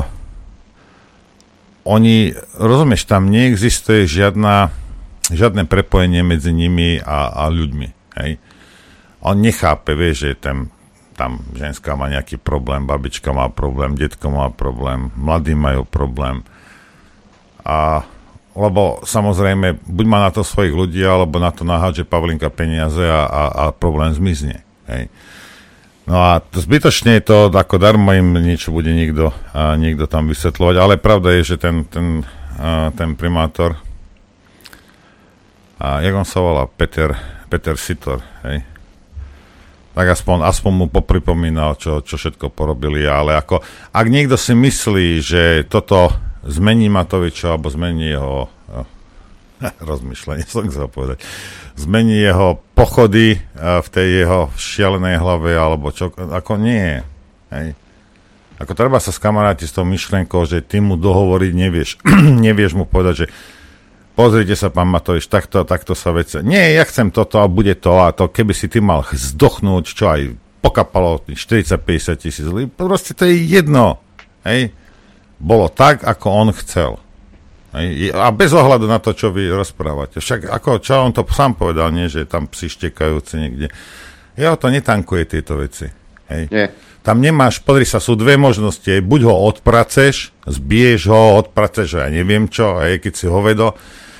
oni, rozumieš, tam neexistuje žiadna, žiadne prepojenie medzi nimi a, a ľuďmi, hej. On nechápe, vieš, že ten, tam ženská má nejaký problém, babička má problém, detko má problém, mladí majú problém. A lebo samozrejme, buď má na to svojich ľudí, alebo na to nahádže Pavlinka peniaze a, a, a problém zmizne, hej. No a zbytočne je to, ako darmo im niečo bude niekto, a niekto tam vysvetľovať, ale pravda je, že ten, ten, a, ten primátor, a jak on sa volá, Peter, Peter Sitor, hej, tak aspoň, aspoň mu popripomínal, čo, čo všetko porobili, ale ako, ak niekto si myslí, že toto zmení Matoviča, alebo zmení jeho rozmýšľanie, som chcel povedať, zmení jeho pochody v tej jeho šialenej hlave, alebo čo, ako nie. Hej. Ako treba sa skamarátiť s tou myšlienkou, že ty mu dohovoriť nevieš. Nevieš mu povedať, že pozrite sa, pán Matovič, takto, takto sa vece. Nie, ja chcem toto a bude to a to, keby si ty mal zdochnúť, čo aj pokapalo štyridsať päťdesiat tisíc ľudí, proste to je jedno. Hej. Bolo tak, ako on chcel. A bez ohľadu na to, čo vy rozprávate. Však ako, čo on to sám povedal, nie, že tam psi štekajúci niekde. Jeho to netankuje tieto veci. Hej. Nie. Tam nemáš, podri sa, sú dve možnosti. Buď ho odpraceš, zbiješ ho, odpraceš, ja neviem čo, hej, keď si hovedo,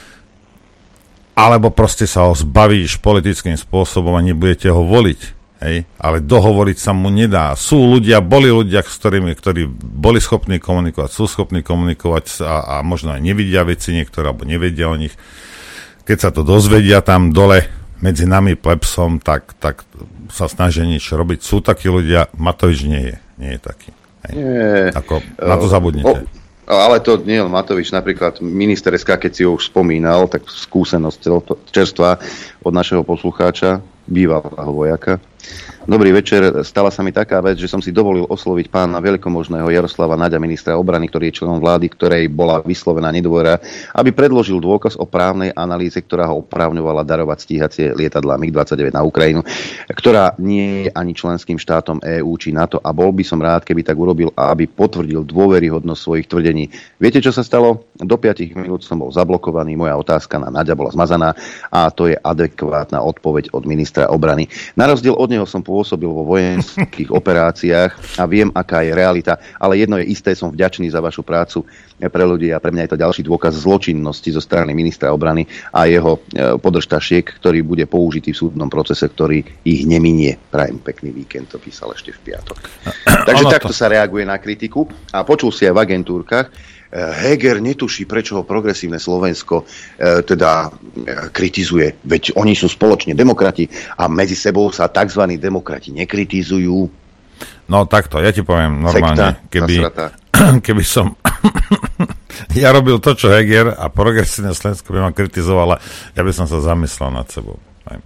alebo proste sa ho zbavíš politickým spôsobom a nebudete ho voliť. Hej, ale dohovoriť sa mu nedá. Sú ľudia, boli ľudia, s ktorými, ktorí boli schopní komunikovať, sú schopní komunikovať a, a možno aj nevidia veci niektoré, alebo nevedia o nich. Keď sa to dozvedia tam dole medzi nami plebsom, tak, tak sa snažia niečo robiť. Sú takí ľudia, Matovič nie je. Nie je taký. Hej. Nie. Ako, na to zabudnite. O, ale to nie len Matovič, napríklad minister es ká, keď si ho už spomínal, tak skúsenosť čerstvá od našeho poslucháča, bývalého vojaka. Dobrý večer, stala sa mi taká vec, že som si dovolil osloviť pána veľkomožného Jaroslava Naďa, ministra obrany, ktorý je členom vlády, ktorej bola vyslovená nedôvera, aby predložil dôkaz o právnej analýze, ktorá ho oprávňovala darovať stíhacie lietadlá mig dvadsaťdeväť na Ukrajinu, ktorá nie je ani členským štátom EÚ či NATO, a bol by som rád, keby tak urobil a aby potvrdil dôveryhodnosť svojich tvrdení. Viete, čo sa stalo? Do piatich minút som bol zablokovaný, moja otázka na Naďa bola zmazaná a to je adekvátna odpoveď od ministra obrany. Na rozdiel od neho som pôsobil vo vojenských operáciách a viem, aká je realita, ale jedno je isté, som vďačný za vašu prácu pre ľudí a pre mňa je to ďalší dôkaz zločinnosti zo strany ministra obrany a jeho podržtašiek, ktorý bude použitý v súdnom procese, ktorý ich neminie. Prajem pekný víkend, to písal ešte v piatok. Takže takto sa reaguje na kritiku a počul si aj v agentúrkach, Heger netuší, prečo ho progresívne Slovensko e, teda e, kritizuje. Veď oni sú spoločne demokrati a medzi sebou sa tzv. Demokrati nekritizujú. No takto, ja ti poviem normálne, Sekta, keby, keby som ja robil to, čo Heger a progresívne Slovensko by ma kritizovala, ja by som sa zamyslel nad sebou.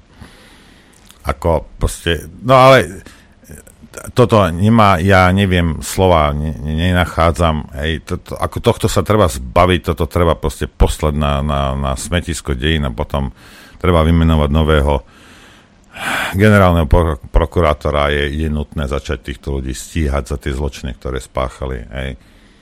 Ako proste, no ale toto nemá, ja neviem, slova ne, nenachádzam, hej, toto, ako tohto sa treba zbaviť, toto treba proste poslať na, na, na smetisko dejín a potom treba vymenovať nového generálneho prokurátora. Je, je nutné začať týchto ľudí stíhať za tie zločiny, ktoré spáchali, hej.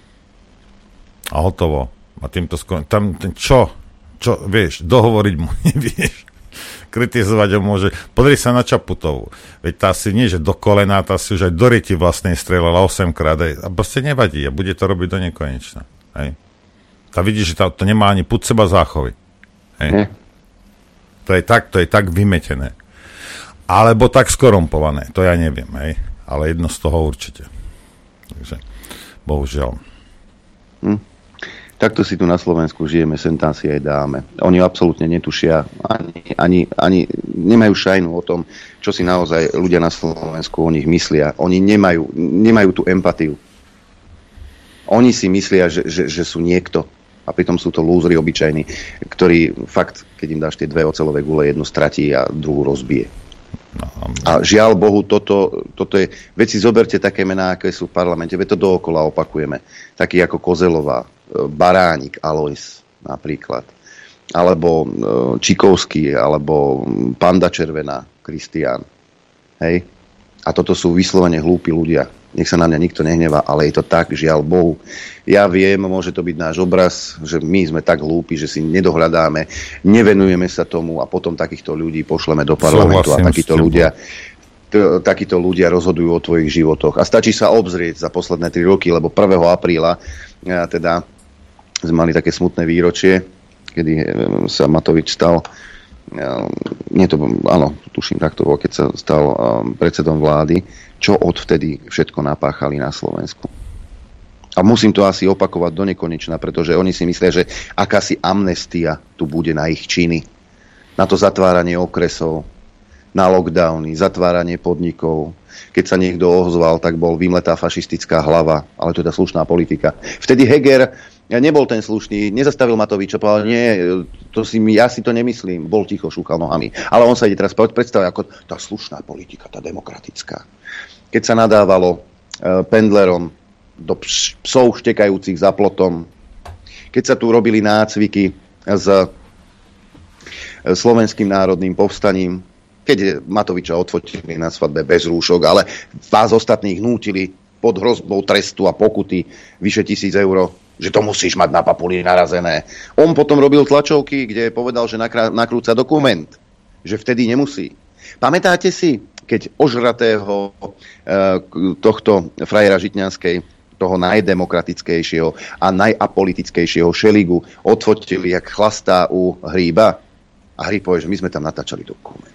A hotovo. A týmto skon... Tam, ten čo? Čo, vieš, dohovoriť mu nevieš. Kritizovať ho môže. Pozri sa na Čaputovú. Veď tá si nie, že do kolena, tá si už aj do ryti vlastnej strelala osemkrát. A proste nevadí. A bude to robiť do nekonečna. Hej. Tá vidí, že tá, to nemá ani pud seba záchovy. Hej. Hm. To je tak, to je tak vymetené. Alebo tak skorumpované. To ja neviem. Hej. Ale jedno z toho určite. Takže, bohužiaľ. Hm. Takto si tu na Slovensku žijeme, sem tam si aj dáme. Oni absolútne netušia, ani, ani, ani nemajú šajnu o tom, čo si naozaj ľudia na Slovensku o nich myslia. Oni nemajú, nemajú tú empatiu. Oni si myslia, že, že, že sú niekto. A pritom sú to lúzri obyčajní, ktorí fakt, keď im dáš tie dve oceľové gule, jednu stratí a druhú rozbije. A žiaľ Bohu, toto, toto je... Veď si zoberte také mená, aké sú v parlamente, veď to dookola opakujeme. Takí ako Kozelová, Baránik, Alojs napríklad, alebo Čikovský, alebo Panda Červená, Kristián. Hej? A toto sú vyslovene hlúpi ľudia. Nech sa na mňa nikto nehnevá, ale je to tak, žiaľ Bohu. Ja viem, môže to byť náš obraz, že my sme tak hlúpi, že si nedohľadáme, nevenujeme sa tomu a potom takýchto ľudí pošleme do parlamentu a takíto ľudia, t- takíto ľudia rozhodujú o tvojich životoch. A stačí sa obzrieť za posledné tri roky, lebo prvého apríla teda sme mali také smutné výročie, kedy sa Matovič stal, nie to, áno, tuším, tak to bolo, keď sa stal predsedom vlády, čo odvtedy všetko napáchali na Slovensku. A musím to asi opakovať do nekonečna, pretože oni si myslia, že akási amnestia tu bude na ich činy. Na to zatváranie okresov, na lockdowny, zatváranie podnikov. Keď sa niekto ozval, tak bol vymletá fašistická hlava, ale to je tá slušná politika. Vtedy Heger nebol ten slušný, nezastavil Matoviča, povedal, nie, to si, ja si to nemyslím, bol ticho, šúkal nohami. Ale on sa ide teraz predstaviť ako tá slušná politika, tá demokratická. Keď sa nadávalo e, pendlerom do psov štekajúcich za plotom, keď sa tu robili nácviky s e, Slovenským národným povstaním, keď Matoviča odfotili na svadbe bez rúšok, ale vás ostatných nútili pod hrozbou trestu a pokuty vyše tisíc eur, že to musíš mať na papuli narazené. On potom robil tlačovky, kde povedal, že nakrá- nakrúca dokument, že vtedy nemusí. Pamätáte si, keď ožratého e, tohto frajera Žitňanskej, toho najdemokratickejšieho a najapolitickejšieho Šeligu odfotili, jak chlastá u Hríba? A Hríb povie, že my sme tam natáčali dokument.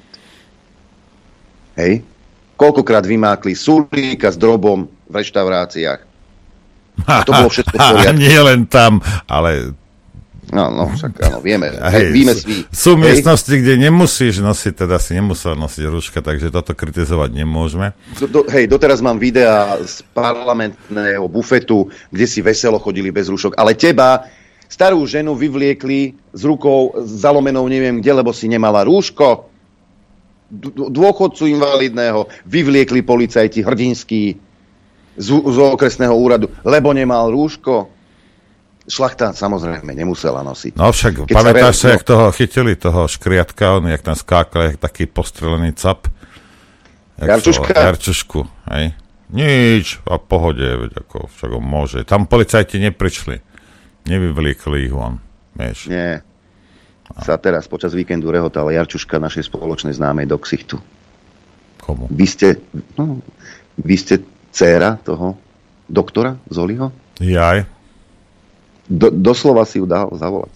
Hej? Koľkokrát vymákli Sulíka s Drobom v reštauráciách. A to bolo všetko v poriadku. Nie len tam, ale... No, no, však áno, vieme. Hej, vieme sú, svý. sú miestnosti, kde nemusíš nosiť, teda si nemusel nosiť rúška, takže toto kritizovať nemôžeme. Do, do, hej, doteraz mám videá z parlamentného bufetu, kde si veselo chodili bez rúšok, ale teba, starú ženu, vyvliekli s rukou zalomenou neviem kde, lebo si nemala rúško. Dôchodcu invalidného vyvliekli policajti hrdinský z, z okresného úradu, lebo nemal rúško. Šlachta samozrejme nemusela nosiť. No však, keď pamätáš sa, jak toho chytili, toho škriatka, on jak tam skákal, jak taký postrelený cap. Jarčuška? Jarčušku, hej. Nič, a pohode, veď ako, však on môže. Tam policajti neprišli. Nevyvliekli ich von, vieš. Nie. Sa teraz počas víkendu rehotal Jarčuška našej spoločnej známej do ksichtu. Komu? Vy ste, no, vy ste dcéra toho doktora Zoliho? Jaj. Do, doslova si ju dal zavolať.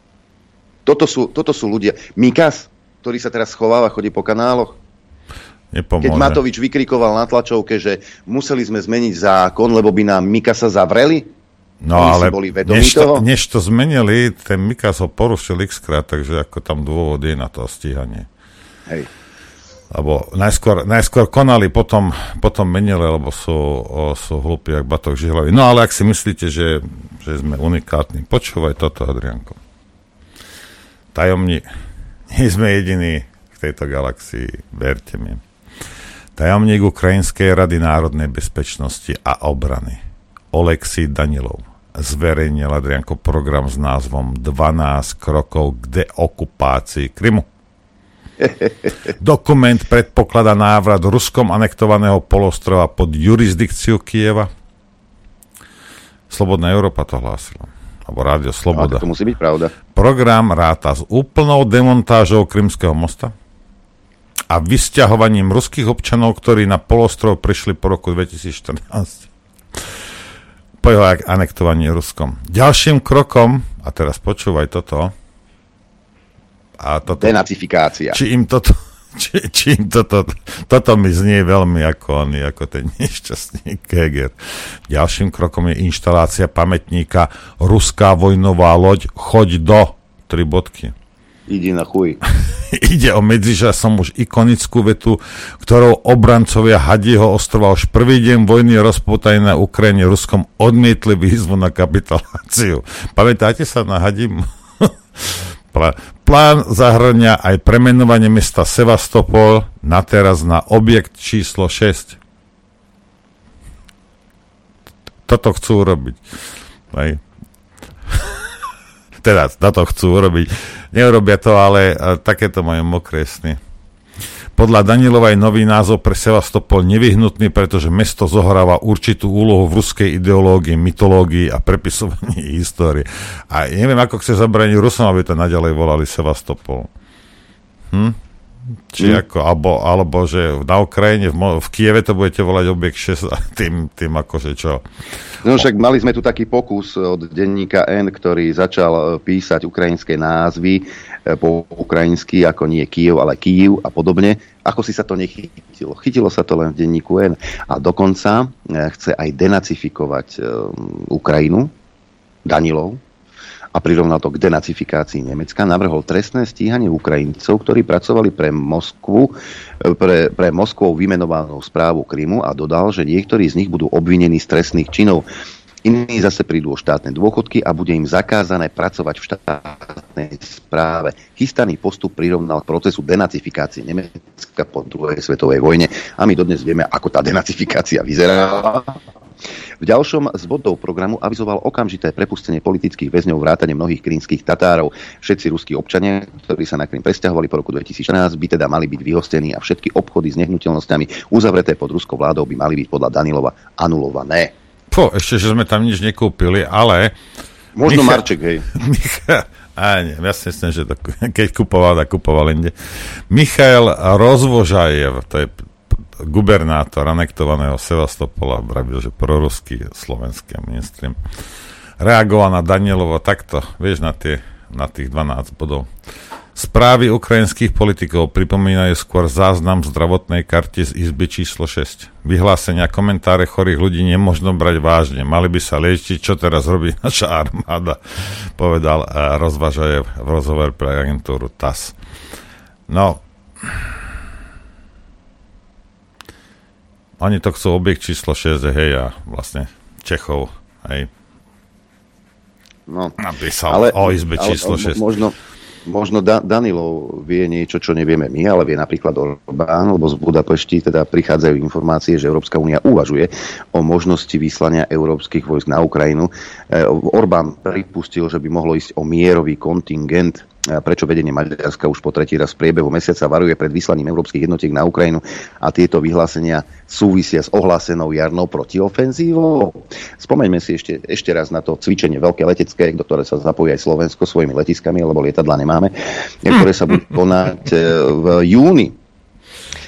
Toto sú, toto sú ľudia. Mikas, ktorý sa teraz schováva, chodí po kanáloch. nepomôže. Keď Matovič vykrikoval na tlačovke, že museli sme zmeniť zákon, lebo by nám Mikasa zavreli. No Oni ale boli vedomí než, to, toho? než to zmenili, ten Mikas ho porušil x-krát, takže ako tam dôvod je na to stíhanie. Hej. Lebo najskôr, najskôr konali, potom, potom menili, lebo sú, o, sú hlupí, jak batok žihlavý. No ale ak si myslíte, že, že sme unikátni, počúvaj toto, Adriánko. Tajomník, nie sme jediní v tejto galaxii, verte mi. Tajomník Ukrajinskej rady národnej bezpečnosti a obrany Oleksij Danilov zverejnil, Adriánko, program s názvom dvanásť krokov k deokupácii Krymu. Dokument predpokladá návrat Ruskom anektovaného polostrova pod jurisdikciu Kyjeva. Slobodná Európa to hlásila. Alebo Rádio Sloboda. No, to musí byť pravda. Program ráta s úplnou demontážou Krymského mosta a vysťahovaním ruských občanov, ktorí na polostrov prišli po roku dvetisícštrnásť. Po jeho anektovaní Ruskom. Ďalším krokom, a teraz počúvaj toto, a toto, denacifikácia. Či im toto, či, či im toto, toto mi znie veľmi ako on, ako ten nešťastný Keger. Ďalším krokom je inštalácia pamätníka Ruská vojnová loď, choď do, tri bodky. Ide na chuj. Ide o medzičasom už ikonickú vetu, ktorou obrancovia Hadieho ostrova už prvý deň vojny rozpútanej na Ukrajine Ruskom odmietli výzvu na kapituláciu. Pamätáte sa na Hadím? Plán zahrňa aj premenovanie mesta Sevastopol na teraz na objekt číslo šesť. Toto chcú urobiť. Hej. Teda, toto chcú urobiť. Neurobia to, ale takéto majú mokré sny. Podľa Danilova je nový názov pre Sevastopol nevyhnutný, pretože mesto zohráva určitú úlohu v ruskej ideológii, mytológii a prepisovaní histórie. A neviem, ako chce zabrániť Rusom, aby to naďalej volali Sevastopol. Hm? Či mm. ako, alebo, alebo, že na Ukrajine, v, v Kieve to budete volať objekt šesť a tým, tým akože čo? No však mali sme tu taký pokus od denníka N, ktorý začal písať ukrajinské názvy po ukrajinsky, ako nie Kyjev, ale Kyjiv a podobne. Ako si sa to nechytilo? Chytilo sa to len v denníku N. A dokonca chce aj denacifikovať Ukrajinu, Danilov, a prirovnal to k denacifikácii Nemecka, navrhol trestné stíhanie Ukrajincov, ktorí pracovali pre Moskvu, pre, pre Moskvou vymenovanú správu Krymu a dodal, že niektorí z nich budú obvinení z trestných činov. Iní zase prídu o štátne dôchodky a bude im zakázané pracovať v štátnej správe. Chystaný postup prirovnal k procesu denacifikácie Nemecka po druhej svetovej vojne a my dodnes vieme, ako tá denacifikácia vyzerala. V ďalšom z bodov programu avizoval okamžité prepustenie politických väzňov vrátane mnohých krymských Tatárov. Všetci ruskí občania, ktorí sa na Krym presťahovali po roku dvetisícštrnásť, by teda mali byť vyhostení a všetky obchody s nehnuteľnosťami uzavreté pod ruskou vládou by mali byť podľa Danilova anulované. Po, ešte, že sme tam nič nekúpili, ale... Micha... Možno Marček, hej. Micha... Á, nie, ja si myslím, že to, keď kupoval, tak kupoval inde. Michail Rozvožajev, to je gubernátor anektovaného Sevastopola, vravil, že proruský slovenský mainstream, reagoval na Danielova takto, vieš, na, tie, na tých dvanásť bodov. Správy ukrajinských politikov pripomínajú skôr záznam zdravotnej karty z izby číslo šesť. Vyhlásenia a komentáre chorých ľudí nemožno brať vážne. Mali by sa liečiť, čo teraz robí naša armáda, povedal Rozvažajev v rozhovore pre agentúru TASS. No, oni to chcú objekt číslo šesť, hej, a vlastne Čechov, hej, no, napísal ale, o izbe ale, číslo šesť. Možno, možno da, Danilov vie niečo, čo nevieme my, ale vie napríklad Orbán, lebo z Budapešti teda prichádzajú informácie, že Európska únia uvažuje o možnosti vyslania európskych vojsk na Ukrajinu. Orbán pripustil, že by mohlo ísť o mierový kontingent, prečo vedenie Maďarska už po tretí raz v priebehu mesiaca varuje pred vyslaním európskych jednotiek na Ukrajinu a tieto vyhlásenia súvisia s ohlásenou jarnou protiofenzívou. Spomeňme si ešte, ešte raz na to cvičenie veľké letecké, do ktoré sa zapojí aj Slovensko svojimi letiskami, lebo lietadla nemáme, ktoré sa budú konať v júni.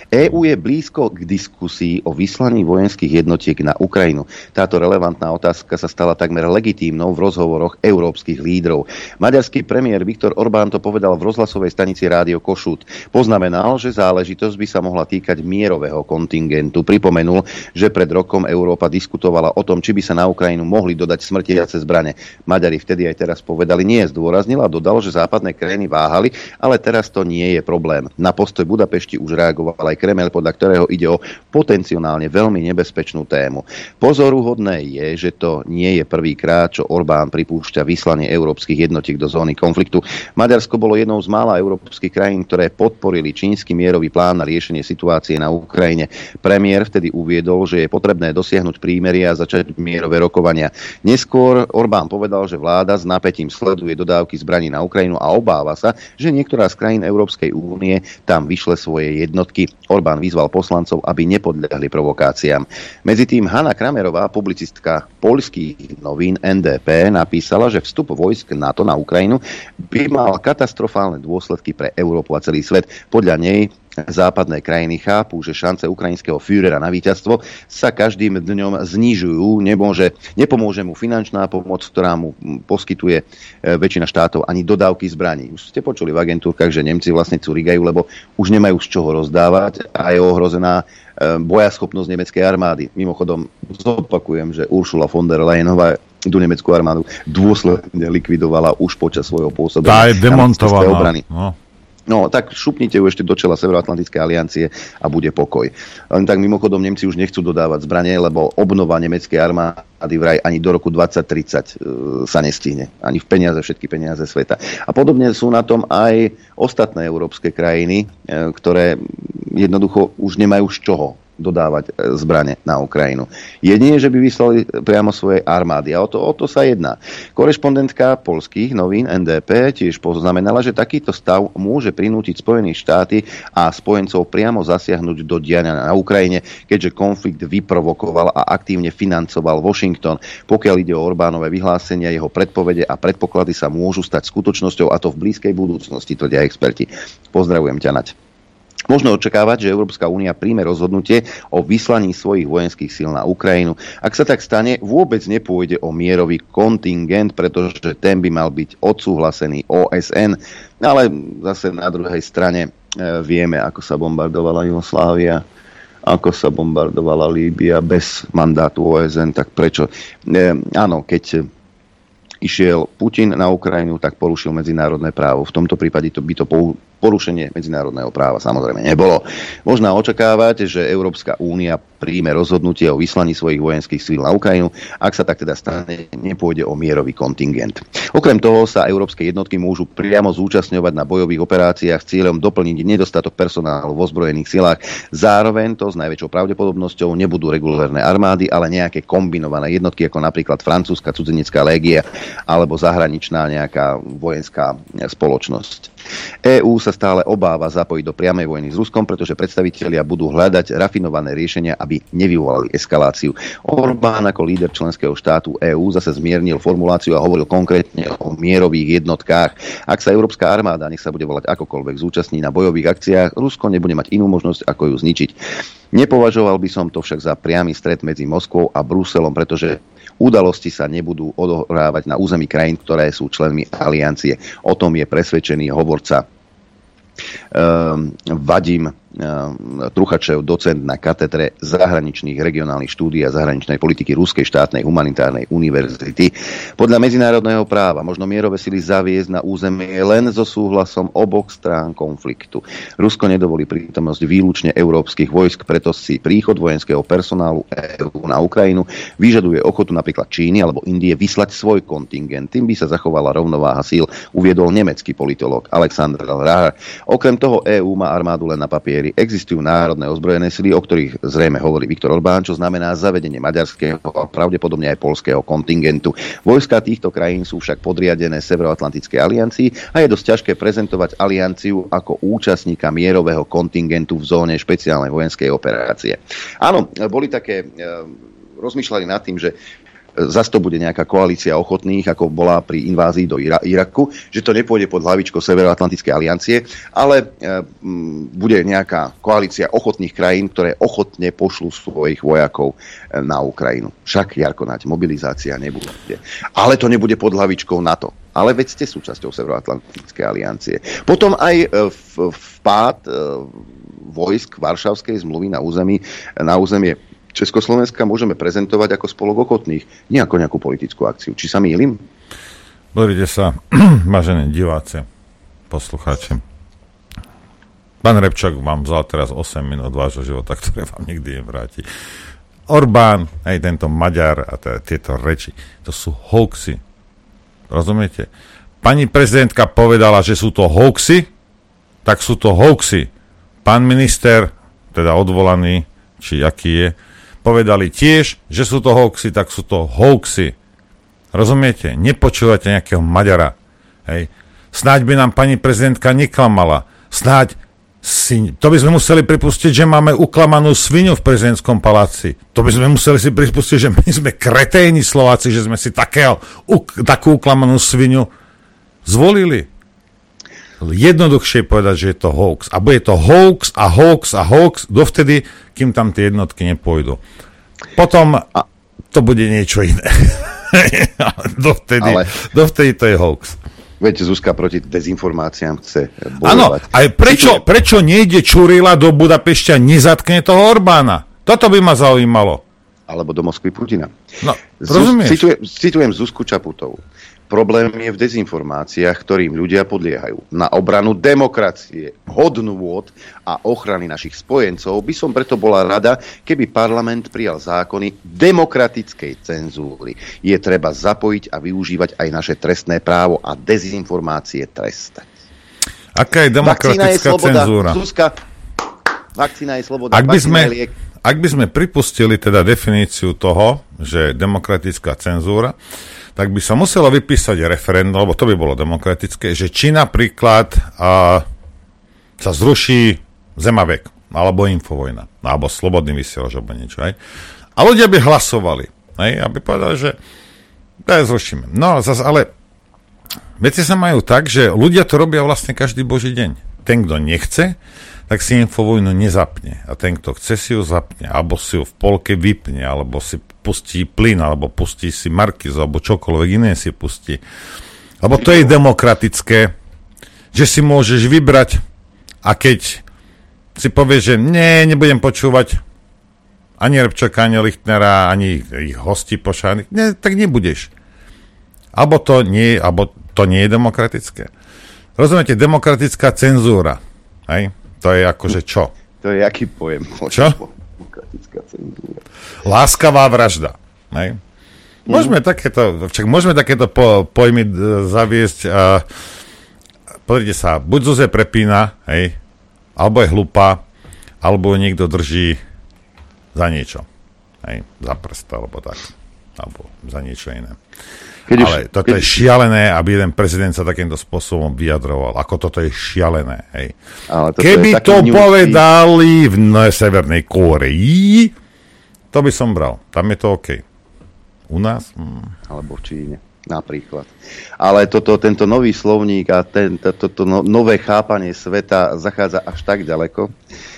EÚ je blízko k diskusii o vyslaní vojenských jednotiek na Ukrajinu. Táto relevantná otázka sa stala takmer legitímnou v rozhovoroch európskych lídrov. Maďarský premiér Viktor Orbán to povedal v rozhlasovej stanici Rádio Kossuth. Poznamenal, že záležitosť by sa mohla týkať mierového kontingentu. Pripomenul, že pred rokom Európa diskutovala o tom, či by sa na Ukrajinu mohli dodať smrtiace zbrane. Maďari vtedy aj teraz povedali nie, zdôraznil a dodal, že západné krajiny váhali, ale teraz to nie je problém. Na postoj Budapešti už reagoval aj Kremeľ, podľa ktorého ide o potenciálne veľmi nebezpečnú tému. Pozoruhodné je, že to nie je prvýkrát, čo Orbán pripúšťa vyslanie európskych jednotiek do zóny konfliktu. Maďarsko bolo jednou z mála európskych krajín, ktoré podporili čínsky mierový plán na riešenie situácie na Ukrajine. Premiér vtedy uviedol, že je potrebné dosiahnuť prímerie a začať mierové rokovania. Neskôr Orbán povedal, že vláda s napätím sleduje dodávky zbraní na Ukrajinu a obáva sa, že niektorá z krajín Európskej únie tam vyšle svoje jednotky. Orbán vyzval poslancov, aby nepodľahli provokáciám. Medzitým Hanna Kramerová, publicistka poľských novín en dé pé, napísala, že vstup vojsk NATO na Ukrajinu by mal katastrofálne dôsledky pre Európu a celý svet. Podľa nej západné krajiny chápu, že šance ukrajinského Führera na víťazstvo sa každým dňom znižujú. Nemôže, nepomôže mu finančná pomoc, ktorá mu poskytuje väčšina štátov, ani dodávky zbraní. Už ste počuli v agentúrkach, že Nemci vlastne curigajú, lebo už nemajú z čoho rozdávať a je ohrozená bojaschopnosť nemeckej armády. Mimochodom, zopakujem, že Ursula von der Leyenová tú nemeckú armádu dôsledne likvidovala už počas svojho pôsobenia. Tá je demontovaná. No. No, tak šupnite ju ešte do čela Severoatlantickej aliancie a bude pokoj. Len tak mimochodom Nemci už nechcú dodávať zbranie, lebo obnova nemeckej armády vraj ani do roku dvadsať tridsať e, sa nestihne. Ani v peniaze, všetky peniaze sveta. A podobne sú na tom aj ostatné európske krajiny, e, ktoré jednoducho už nemajú z čoho dodávať zbrane na Ukrajinu. Jedine, že by vyslali priamo svoje armády. A o to, o to sa jedná. Korešpondentka poľských novín en dé pé tiež poznamenala, že takýto stav môže prinútiť Spojené štáty a spojencov priamo zasiahnuť do diania na Ukrajine, keďže konflikt vyprovokoval a aktívne financoval Washington. Pokiaľ ide o Orbánové vyhlásenia, jeho predpovede a predpoklady sa môžu stať skutočnosťou, a to v blízkej budúcnosti, tvrdia experti. Pozdravujem ťa, Naď. Možno očakávať, že Európska únia príjme rozhodnutie o vyslaní svojich vojenských síl na Ukrajinu. Ak sa tak stane, vôbec nepôjde o mierový kontingent, pretože ten by mal byť odsúhlasený ó es en. Ale zase na druhej strane e, vieme, ako sa bombardovala Jugoslávia, ako sa bombardovala Líbia bez mandátu ó es en, tak prečo? E, áno, keď išiel Putin na Ukrajinu, tak porušil medzinárodné právo. V tomto prípade to by to porušenie medzinárodného práva samozrejme nebolo. Možno očakávať, že Európska únia príjme rozhodnutie o vyslaní svojich vojenských síl na Ukrajinu. Ak sa tak teda stane, nepôjde o mierový kontingent. Okrem toho sa európske jednotky môžu priamo zúčastňovať na bojových operáciách s cieľom doplniť nedostatok personálu v ozbrojených silách. Zároveň to s najväčšou pravdepodobnosťou nebudú regulárne armády, ale nejaké kombinované jednotky, ako napríklad francúzska cudzinecká légia alebo zahraničná nejaká vojenská spoločnosť. EÚ sa stále obáva zapojiť do priamej vojny s Ruskom, pretože predstavitelia budú hľadať rafinované riešenia, aby nevyvolali eskaláciu. Orbán ako líder členského štátu EÚ zase zmiernil formuláciu a hovoril konkrétne o mierových jednotkách. Ak sa európska armáda, nech sa bude volať akokoľvek, zúčastní na bojových akciách, Rusko nebude mať inú možnosť, ako ju zničiť. Nepovažoval by som to však za priamy stret medzi Moskvou a Bruselom, pretože udalosti sa nebudú odohrávať na území krajín, ktoré sú členmi aliancie. O tom je presvedčený hovorca um, Vadim Truchačev, docent na katedre zahraničných regionálnych štúdií a zahraničnej politiky Ruskej štátnej humanitárnej univerzity. Podľa medzinárodného práva možno mierové sily zaviesť na územie len so súhlasom oboch strán konfliktu. Rusko nedovolí prítomnosť výlučne európskych vojsk, preto si príchod vojenského personálu EÚ na Ukrajinu vyžaduje ochotu napríklad Číny alebo Indie vyslať svoj kontingent. Tým by sa zachovala rovnováha síl, uviedol nemecký politológ Alexander Rahr. Okrem toho EÚ má armádu len na papieri. Existujú národné ozbrojené sily, o ktorých zrejme hovorí Viktor Orbán, čo znamená zavedenie maďarského a pravdepodobne aj poľského kontingentu. Vojská týchto krajín sú však podriadené Severoatlantickej aliancii a je dosť ťažké prezentovať alianciu ako účastníka mierového kontingentu v zóne špeciálnej vojenskej operácie. Áno, boli také, rozmýšľali nad tým, že zase to bude nejaká koalícia ochotných, ako bola pri invázii do Ira- Iraku, že to nepôjde pod hlavičkou Severoatlantickej aliancie, ale e, m, bude nejaká koalícia ochotných krajín, ktoré ochotne pošlú svojich vojakov e, na Ukrajinu. Však, Jarko Naď, mobilizácia nebude. Ale to nebude pod hlavičkou NATO. Ale veď ste súčasťou Severoatlantickej aliancie. Potom aj vpád vojsk Varšavskej zmluvy na území, na územie Československa môžeme prezentovať ako spolok ochotných, nie ako nejakú politickú akciu. Či sa mýlim? Pozrite sa, vážení diváci, poslucháči. Pán Repčák vám vzal teraz osem minút vášho života, ktoré vám nikdy nevráti. Orbán, aj tento Maďar a t- tieto reči, to sú hoaxy. Rozumiete? Pani prezidentka povedala, že sú to hoaxy, tak sú to hoaxy. Pán minister, teda odvolaný, či aký je, povedali tiež, že sú to hoaxy, tak sú to hoaxy. Rozumiete? Nepočúvate nejakého Maďara. Hej. Snáď by nám pani prezidentka neklamala. Snáď si, to by sme museli pripustiť, že máme uklamanú svinu v prezidentskom paláci. To by sme museli si pripustiť, že my sme kreténi Slováci, že sme si takého, uk, takú uklamanú svinu zvolili. Jednoduchšie povedať, že je to hoax. A bude to hoax a hoax a hoax dovtedy, kým tam tie jednotky nepôjdu. Potom to bude niečo iné. dovtedy, Ale... dovtedy to je hoax. Veď Zuzka proti dezinformáciám chce bojovať. Áno, aj prečo, prečo nejde Čurila do Budapešťa a nezatkne toho Orbána? Toto by ma zaujímalo. Alebo do Moskvy Putina. No, Zuz, citujem, citujem Zuzku Čaputovú. Problém je v dezinformáciách, ktorým ľudia podliehajú. Na obranu demokracie, hodnôt a ochrany našich spojencov by som preto bola rada, keby parlament prijal zákony demokratickej cenzúry. Je treba zapojiť a využívať aj naše trestné právo a dezinformácie trestať. Aká je demokratická je sloboda, cenzúra? Zuzka, vakcína je sloboda. Ak by sme, ak by sme pripustili teda definíciu toho, že demokratická cenzúra, tak by sa muselo vypísať referendum, lebo to by bolo demokratické, že či napríklad a, sa zruší Zemavek, alebo Infovojna, alebo Slobodný vysielač, alebo niečo. Aj? A ľudia by hlasovali, aj? Aby povedali, že to zrušíme. No, zase, ale veci sa majú tak, že ľudia to robia vlastne každý boží deň. Ten, kto nechce, tak si Infovojnu nezapne. A ten, kto chce, si ju zapne. Alebo si ju v polke vypne, alebo si pustí plyn, alebo pustí si Markizu, alebo čokoľvek iné si pustí. Lebo to je demokratické, že si môžeš vybrať a keď si povieš, že nie, nebudem počúvať ani Repčaka, ani Lichtnera, ani ich hostí pošánych, ne, tak nebudeš. Alebo to nie, alebo to nie je demokratické. Rozumiete, demokratická cenzúra. Hej? To je akože čo? To je aký pojem? Čo? Demokratická cenzúra. Láskavá vražda. Hej? Môžeme, mm. takéto, však môžeme takéto po, pojmy uh, zaviesť. Uh, pozrite sa, buď Zuze prepína, hej, alebo je hlupá, alebo niekto drží za niečo. Hej, za prst, alebo tak. Alebo za niečo iné. Keď Ale už, toto keď... je šialené, aby jeden prezident sa takýmto spôsobom vyjadroval. Ako toto je šialené. Hej. Ale keby to ňúčky. Povedali v no, Severnej Kórei, to by som bral. Tam je to OK. U nás? Mm. Alebo v Číne, napríklad. Ale toto, tento nový slovník a ten, toto to no, nové chápanie sveta zachádza až tak ďaleko,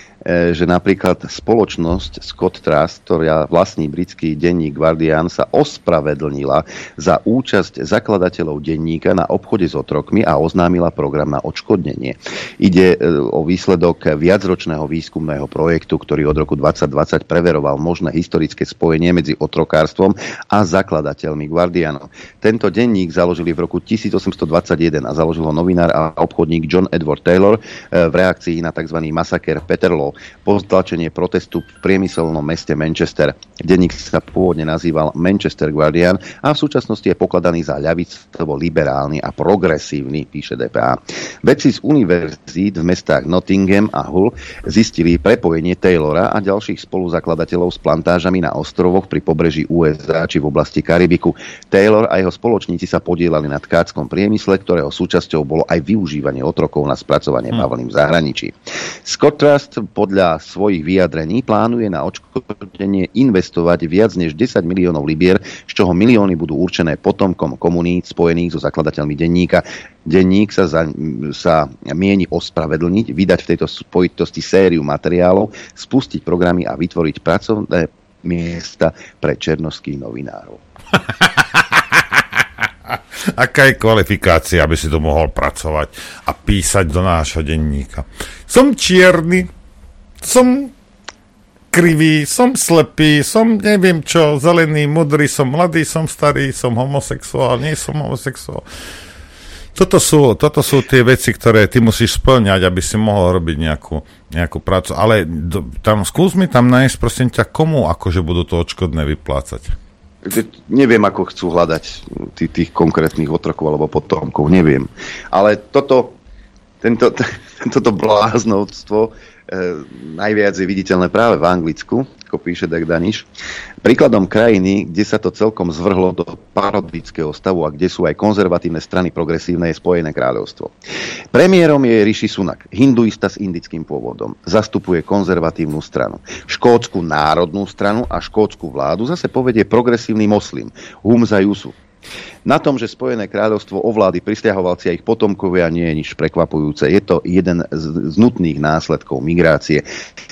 že napríklad spoločnosť Scott Trust, ktorá vlastní britský denník Guardian, sa ospravedlnila za účasť zakladateľov denníka na obchode s otrokmi a oznámila program na odškodnenie. Ide o výsledok viacročného výskumného projektu, ktorý od roku dvadsať dvadsať preveroval možné historické spojenie medzi otrokárstvom a zakladateľmi Guardianu. Tento denník založili v roku tisícosemstodvadsaťjeden a založil ho novinár a obchodník John Edward Taylor v reakcii na tzv. Masaker Peterloo po stlačenie protestu v priemyselnom meste Manchester. Denník sa pôvodne nazýval Manchester Guardian a v súčasnosti je pokladaný za ľavicovo liberálny a progresívny, píše dé pé á. Vedci z univerzít v mestách Nottingham a Hull zistili prepojenie Taylora a ďalších spoluzakladateľov s plantážami na ostrovoch pri pobreží ú es á či v oblasti Karibiku. Taylor a jeho spoločníci sa podielali na tkáčskom priemysle, ktorého súčasťou bolo aj využívanie otrokov na spracovanie bavlny v zahraničí. Scott Trust podľa svojich vyjadrení plánuje na odškodnenie investovať viac než desať miliónov libier, z čoho milióny budú určené potomkom komunít spojených so zakladateľmi denníka. Denník sa, za, sa mieni ospravedlniť, vydať v tejto spojitosti sériu materiálov, spustiť programy a vytvoriť pracovné miesta pre černovských novinárov. Aká je kvalifikácia, aby si to mohol pracovať a písať do nášho denníka? Som čierny, som krivý, som slepý, som neviem čo, zelený, modrý, som mladý, som starý, som homosexuál, nie som homosexuál. Toto sú, toto sú tie veci, ktoré ty musíš spĺňať, aby si mohol robiť nejakú, nejakú prácu. Ale do, tam, skús mi tam nájsť, prosím ťa, komu akože budú to odškodné vyplácať? Neviem, ako chcú hľadať tých, tých konkrétnych otrokov alebo potomkov, neviem. Ale toto, tento, toto bláznovstvo e, najviac je viditeľné práve v Anglicku, ako píše Dag Daniš. Príkladom krajiny, kde sa to celkom zvrhlo do parodického stavu a kde sú aj konzervatívne strany progresívne, je Spojené kráľovstvo. Premiérom je Rishi Sunak, hinduista s indickým pôvodom. Zastupuje konzervatívnu stranu. Škótsku národnú stranu a škótsku vládu zase povedie progresívny moslim Humza Yusuf. Na tom, že Spojené kráľovstvo ovlády prisťahovalci a ich potomkovia, nie je nič prekvapujúce. Je to jeden z, z nutných následkov migrácie.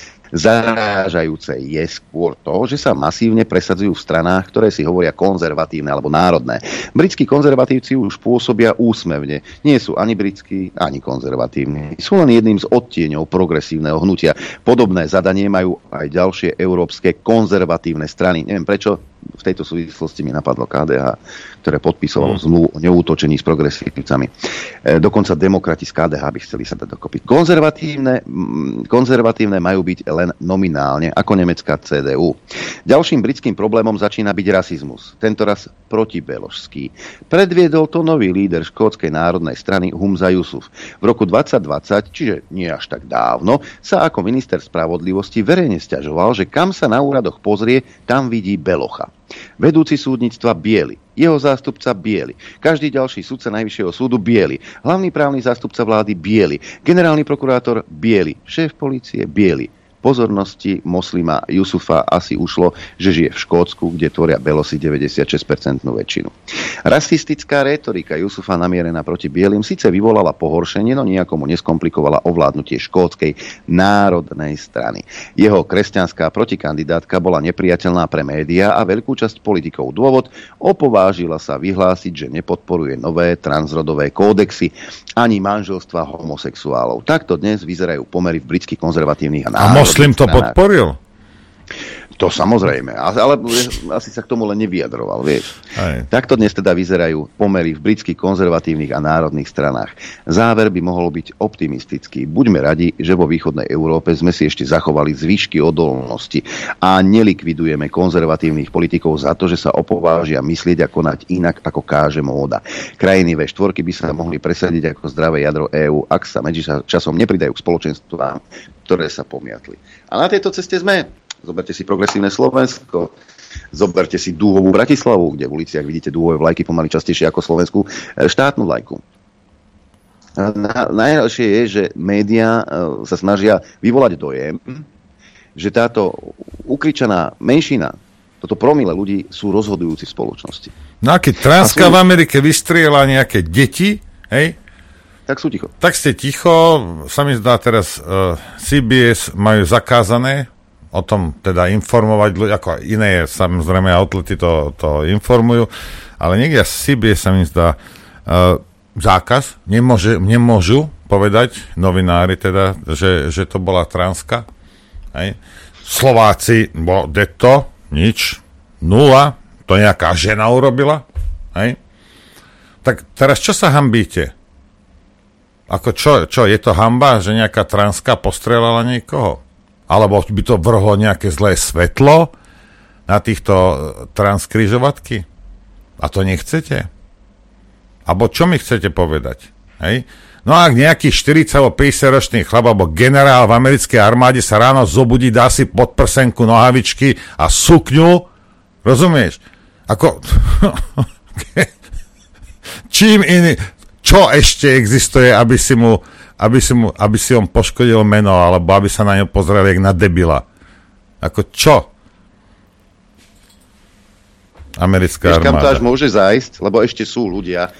Zarážajúce je skôr to, že sa masívne presadzujú v stranách, ktoré si hovoria konzervatívne alebo národné. Britskí konzervatívci už pôsobia úsmevne. Nie sú ani britskí, ani konzervatívni. Sú len jedným z odtieňov progresívneho hnutia. Podobné zadanie majú aj ďalšie európske konzervatívne strany. Neviem prečo, v tejto súvislosti mi napadlo ká dé há, ktoré podpísalo zmluvu o neútočení s progresívcami. E, dokonca demokrati z ká dé há by chceli sa dať dokopy. Konzervatívne, konzervatívne majú byť len nominálne, ako nemecká cé dé ú. Ďalším britským problémom začína byť rasizmus. Tentoraz protibeložský. Predviedol to nový líder škótskej národnej strany Humza Yusuf. V roku dvadsať dvadsať, čiže nie až tak dávno, sa ako minister spravodlivosti verejne sťažoval, že kam sa na úradoch pozrie, tam vidí belocha. Vedúci súdnictva biely, jeho zástupca biely, každý ďalší sudca najvyššieho súdu biely, hlavný právny zástupca vlády biely, generálny prokurátor biely, šéf polície biely. Pozornosti moslima Yusufa asi ušlo, že žije v Škótsku, kde tvoria belosi deväťdesiatšesť percent väčšinu. Rasistická rétorika Yusufa namierená proti bielým síce vyvolala pohoršenie, no nejako mu neskomplikovala ovládnutie škótskej národnej strany. Jeho kresťanská protikandidátka bola nepriateľná pre médiá a veľkú časť politikov. Dôvod: opovážila sa vyhlásiť, že nepodporuje nové transrodové kódexy ani manželstva homosexuálov. Takto dnes vyzerajú pomery v britských konzervatívnych a národných. Moslim to podporil? To samozrejme, ale asi sa k tomu len nevyjadroval, vieš. Aj. Takto dnes teda vyzerajú pomery v britských konzervatívnych a národných stranách. Záver by mohol byť optimistický. Buďme radi, že vo východnej Európe sme si ešte zachovali zvyšky odolnosti a nelikvidujeme konzervatívnych politikov za to, že sa opovážia myslieť a konať inak, ako káže móda. Krajiny vé štyri by sa mohli presadiť ako zdravé jadro EÚ, ak sa medzi časom nepridajú k spoločenstvám, ktoré sa pomiatli. A na tejto ceste sme. Zoberte si progresívne Slovensko, zoberte si dúhovú Bratislavu, kde v uliciach vidíte dúhové vlajky pomaly častejšie ako slovenskú štátnu vlajku. Na, najhoršie je, že médiá sa snažia vyvolať dojem, že táto ukričaná menšina, toto promile ľudí sú rozhodujúci v spoločnosti. No a keď Transka sú... v Amerike vystriela nejaké deti, hej, tak sú ticho. Tak ste ticho, sa mi zdá teraz uh, C B S majú zakázané o tom teda informovať ľudí, ako iné samozrejme outlety to, to informujú, ale niekde C B S sa mi zdá uh, zákaz, nemôže, nemôžu povedať novinári teda, že, že to bola Transka. Hej. Slováci, bo deto, nič, nula, to nejaká žena urobila. Hej. Tak teraz čo sa hanbíte? Ako čo, čo, je to hanba, že nejaká Transka postrelala niekoho? Alebo by to vrhlo nejaké zlé svetlo na týchto transkrižovatky? A to nechcete? Alebo čo mi chcete povedať? Hej? No a ak nejaký štyridsať alebo päťdesiat ročný chlap alebo generál v americkej armáde sa ráno zobudí, dá si pod prsenku nohavičky a sukňu, rozumieš? Ako... Čím iný... Čo ešte existuje, aby si mu aby si, mu, aby si on poškodil meno, alebo aby sa na ňo pozreli jak na debila. Ako čo? Americká armáda. Kam to až môže zájsť, lebo ešte sú ľudia,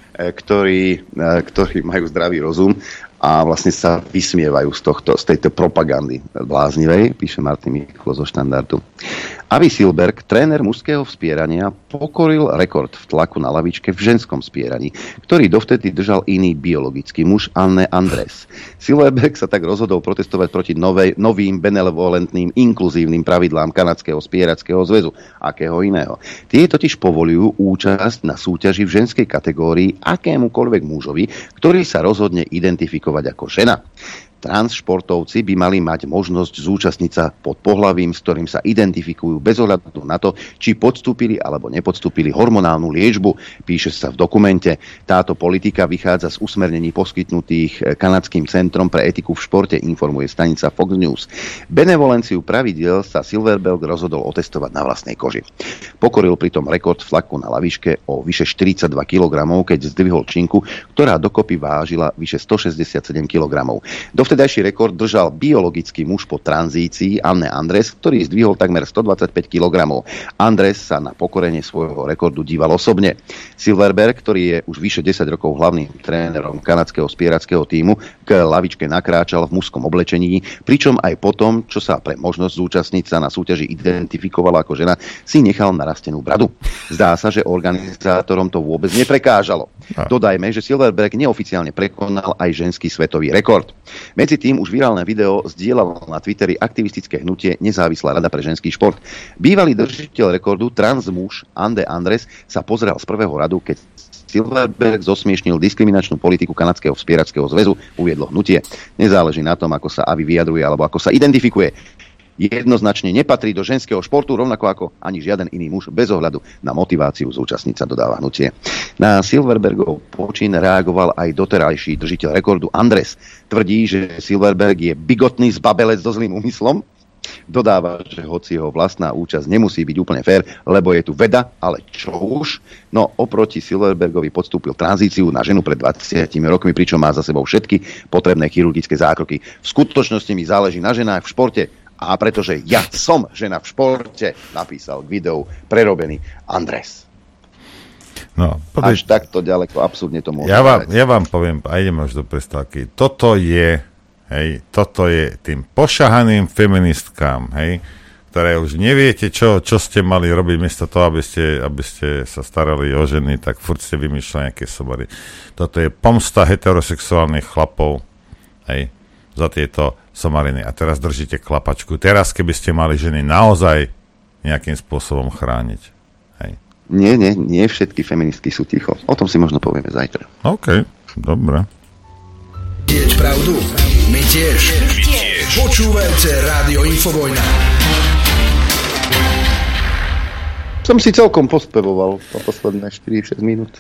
ktorí, ktorí majú zdravý rozum a vlastne sa vysmievajú z, tohto, z tejto propagandy bláznivej, píše Martin Miklo zo Štandardu. Avi Silberg, tréner mužského vspierania, pokoril rekord v tlaku na lavičke v ženskom spieraní, ktorý dovtedy držal iný biologický muž Anne Andres. Silberg sa tak rozhodol protestovať proti novej, novým benevolentným inkluzívnym pravidlám kanadského spierackého zväzu. Akého iného? Tie totiž povolujú účasť na súťaži v ženskej kategórii akémukoľvek mužovi, ktorý sa rozhodne identifikovať ako žena. Transšportovci by mali mať možnosť zúčastniť sa pod pohlavím, s ktorým sa identifikujú bez ohľadu na to, či podstúpili alebo nepodstúpili hormonálnu liečbu, píše sa v dokumente. Táto politika vychádza z usmernení poskytnutých Kanadským centrom pre etiku v športe, informuje stanica Fox News. Benevolenciu pravidiel sa Silverberg rozhodol otestovať na vlastnej koži. Pokoril pritom rekord v tlaku na lavičke o vyše štyridsaťdva kilogramov, keď zdvihol činku, ktorá dokopy vážila vyše stošesťdesiatsedem kilogramov. Dovtedajší rekord držal biologický muž po tranzícii Anne Andres, ktorý zdvihol takmer stodvadsaťpäť kilogramov. Andres sa na pokorenie svojho rekordu díval osobne. Silverberg, ktorý je už vyše desať rokov hlavným trénerom kanadského spierackého tímu, k lavičke nakráčal v mužskom oblečení, pričom aj potom, čo sa pre možnosť zúčastniť sa na súťaži identifikoval ako žena, si nechal narastenú bradu. Zdá sa, že organizátorom to vôbec neprekážalo. Dodajme, že Silverberg neoficiálne prekonal aj ženský svetový rekord. Medzi tým už virálne video zdieľalo na Twitteri aktivistické hnutie Nezávislá rada pre ženský šport. Bývalý držiteľ rekordu transmuž Anne Andres sa pozrel z prvého radu, keď Silverberg zosmiešnil diskriminačnú politiku kanadského vspierackého zväzu, uviedlo hnutie. Nezáleží na tom, ako sa Avi vyjadruje alebo ako sa identifikuje. Jednoznačne nepatrí do ženského športu, rovnako ako ani žiaden iný muž, bez ohľadu na motiváciu zúčastniť sa, dodáva hnutie. Na Silverbergov počin reagoval aj doterajší držiteľ rekordu Andres. Tvrdí, že Silverberg je bigotný zbabelec so zlým úmyslom. Dodáva, že hoci jeho vlastná účasť nemusí byť úplne fér, lebo je tu veda, ale čo už? No oproti Silverbergovi podstúpil tranzíciu na ženu pred dvadsiatimi rokmi, pričom má za sebou všetky potrebné chirurgické zákroky. V skutočnosti mi záleží na ženách v športe, a pretože ja som žena v športe, napísal k videu prerobený Andres. No, až takto ďaleko absurdne to môže. Ja vám, ja vám poviem, a ideme už do prestávky. Toto je, hej, toto je tým pošahaným feministkám, hej, ktoré už neviete, čo, čo ste mali robiť, miesto toho, aby ste, aby ste sa starali o ženy, tak furt ste vymýšľali nejaké sobory. Toto je pomsta heterosexuálnych chlapov, hej, za tieto somariny. A teraz držíte klapačku. Teraz, keby ste mali ženy naozaj nejakým spôsobom chrániť. Hej. Nie, nie, nie všetky feministky sú ticho. O tom si možno povieme zajtra. OK, dobre. Tiež pravdu. My tiež. My tiež. Počúvajte Rádio Infovojna. Som si celkom pospevoval po posledné štyri šesť minút.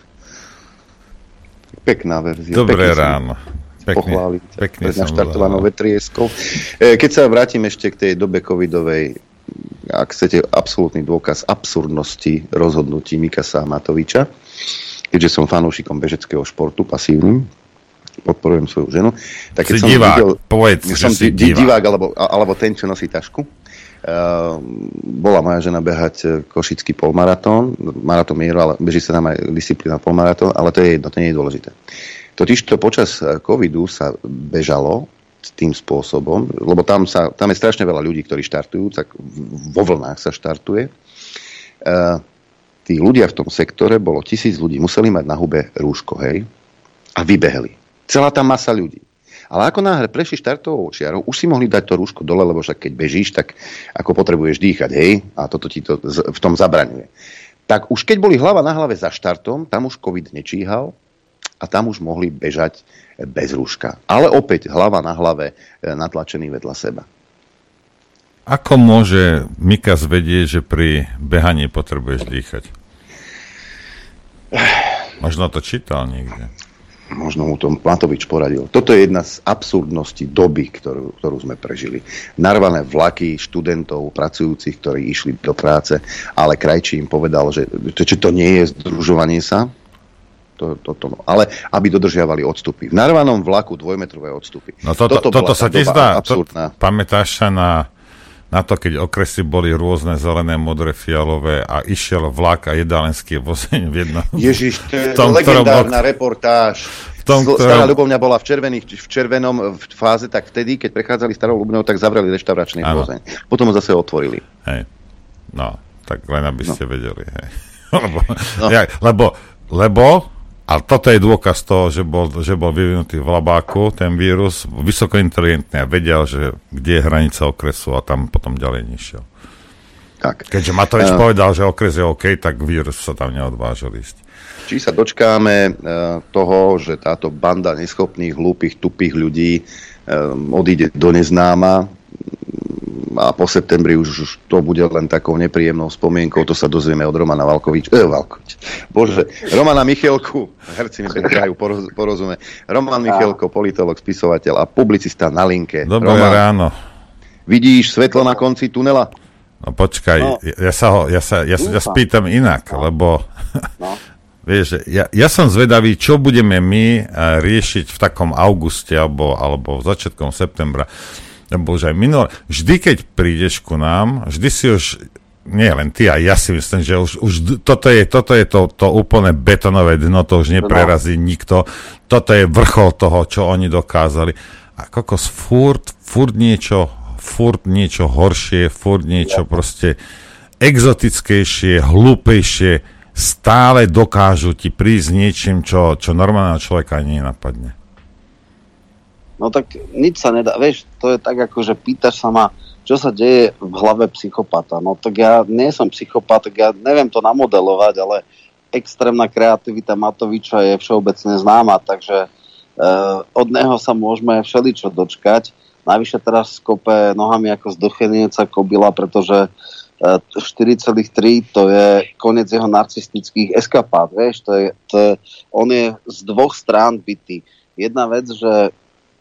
Pekná verzia. Dobré ráno. Pochváliť pred naštartovanou vetrieskou. Keď sa vrátim ešte k tej dobe covidovej, ak chcete absolútny dôkaz absurdnosti rozhodnutí Mikasa Matoviča, keďže som fanúšikom bežeckého športu, pasívnym, podporujem svoju ženu, tak keď si som divák, videl, povedz, som že si divák, divák alebo, alebo ten, čo nosí tašku, Uh, bola moja žena behať košický polmaratón, maratón mieru, ale beží sa tam aj disciplína polmaratón, ale to je jedno, to nie je dôležité. Totižto počas covidu sa bežalo tým spôsobom, lebo tam, sa, tam je strašne veľa ľudí, ktorí štartujú, tak vo vlnách sa štartuje. Uh, tí ľudia v tom sektore, bolo tisíc ľudí, museli mať na hube rúško, hej, a vybehli. Celá tá masa ľudí. Ale ako náhle prešli štartovou čiarou, už si mohli dať to rúško dole, lebo však keď bežíš, tak ako potrebuješ dýchať, hej, a toto ti to v tom zabraňuje. Tak už keď boli hlava na hlave za štartom, tam už COVID nečíhal a tam už mohli bežať bez rúška. Ale opäť hlava na hlave natlačený vedľa seba. Ako môže Mikas vedieť, že pri behaní potrebuješ dýchať? Možno to čítal niekde. Možno mu to Matovič poradil. Toto je jedna z absurdností doby, ktorú, ktorú sme prežili. Narvané vlaky študentov, pracujúcich, ktorí išli do práce, ale Krajčí im povedal, že, že to nie je združovanie sa. To, to, to, no. Ale aby dodržiavali odstupy. V narvanom vlaku dvojmetrové odstupy. No toto, toto, toto sa tiež zdá. To, pamätáš sa na, na to, keď okresy boli rôzne, zelené, modré, fialové a išiel vlak a jedálenský vozeň v jednom... Ježiš, to je tom, legendárna ktorom... reportáž. Tom, ktorom... Stará Ľubovňa bola v, červených, v červenom v fáze, tak vtedy, keď prechádzali Starou Ľubovňou, tak zavreli reštauračný vozeň. Potom ho zase otvorili. Hej. No, tak len aby ste no. vedeli. Hej. lebo, no. ja, lebo, lebo a toto je dôkaz toho, že bol, že bol vyvinutý v labáku ten vírus, vysokointeligentný a vedel, že kde je hranica okresu a tam potom ďalej nešiel. Tak. Keďže Matovič uh, povedal, že okres je OK, tak vírus sa tam neodvážil ísť. Či sa dočkáme uh, toho, že táto banda neschopných, hlúpych, tupých ľudí um, odíde do neznáma a po septembri už, už to bude len takou nepríjemnou spomienkou, to sa dozvieme od Romana Valkovič, eh, Valkovič, bože, Romana Michelku, herci mi pridajú poroz, porozume, Roman Michelko, politolog, spisovateľ a publicista na linke. Dobré Roman, ráno. Vidíš svetlo na konci tunela? No počkaj, no. ja sa ho, ja sa, ja sa ja spýtam inak, no. lebo no. vieš, ja, ja som zvedavý, čo budeme my riešiť v takom auguste alebo, alebo v začiatkom septembra. Lebo už aj minulé, vždy keď prídeš ku nám, vždy si už, nie len ty, aj ja si myslím, že už, už toto je, toto je to, to úplne betonové dno, to už neprerazí no. nikto, toto je vrchol toho, čo oni dokázali. A kokos, furt, furt niečo, furt niečo horšie, furt niečo ja. proste exotickejšie, hlúpejšie, stále dokážu ti prísť niečím, čo, čo normálneho človeka ani nenapadne. No tak nič sa nedá, vieš, to je tak ako, že pýtaš sa ma, čo sa deje v hlave psychopata. No tak ja nie som psychopat, tak ja neviem to namodelovať, ale extrémna kreativita Matoviča je všeobecne známa, takže e, od neho sa môžeme všeličo dočkať. Navyše teraz kope nohami ako zdochenejúca kobila, pretože e, štyri celé tri to je koniec jeho narcistických eskapád, vieš, to je, to je, on je z dvoch strán bitý. Jedna vec, že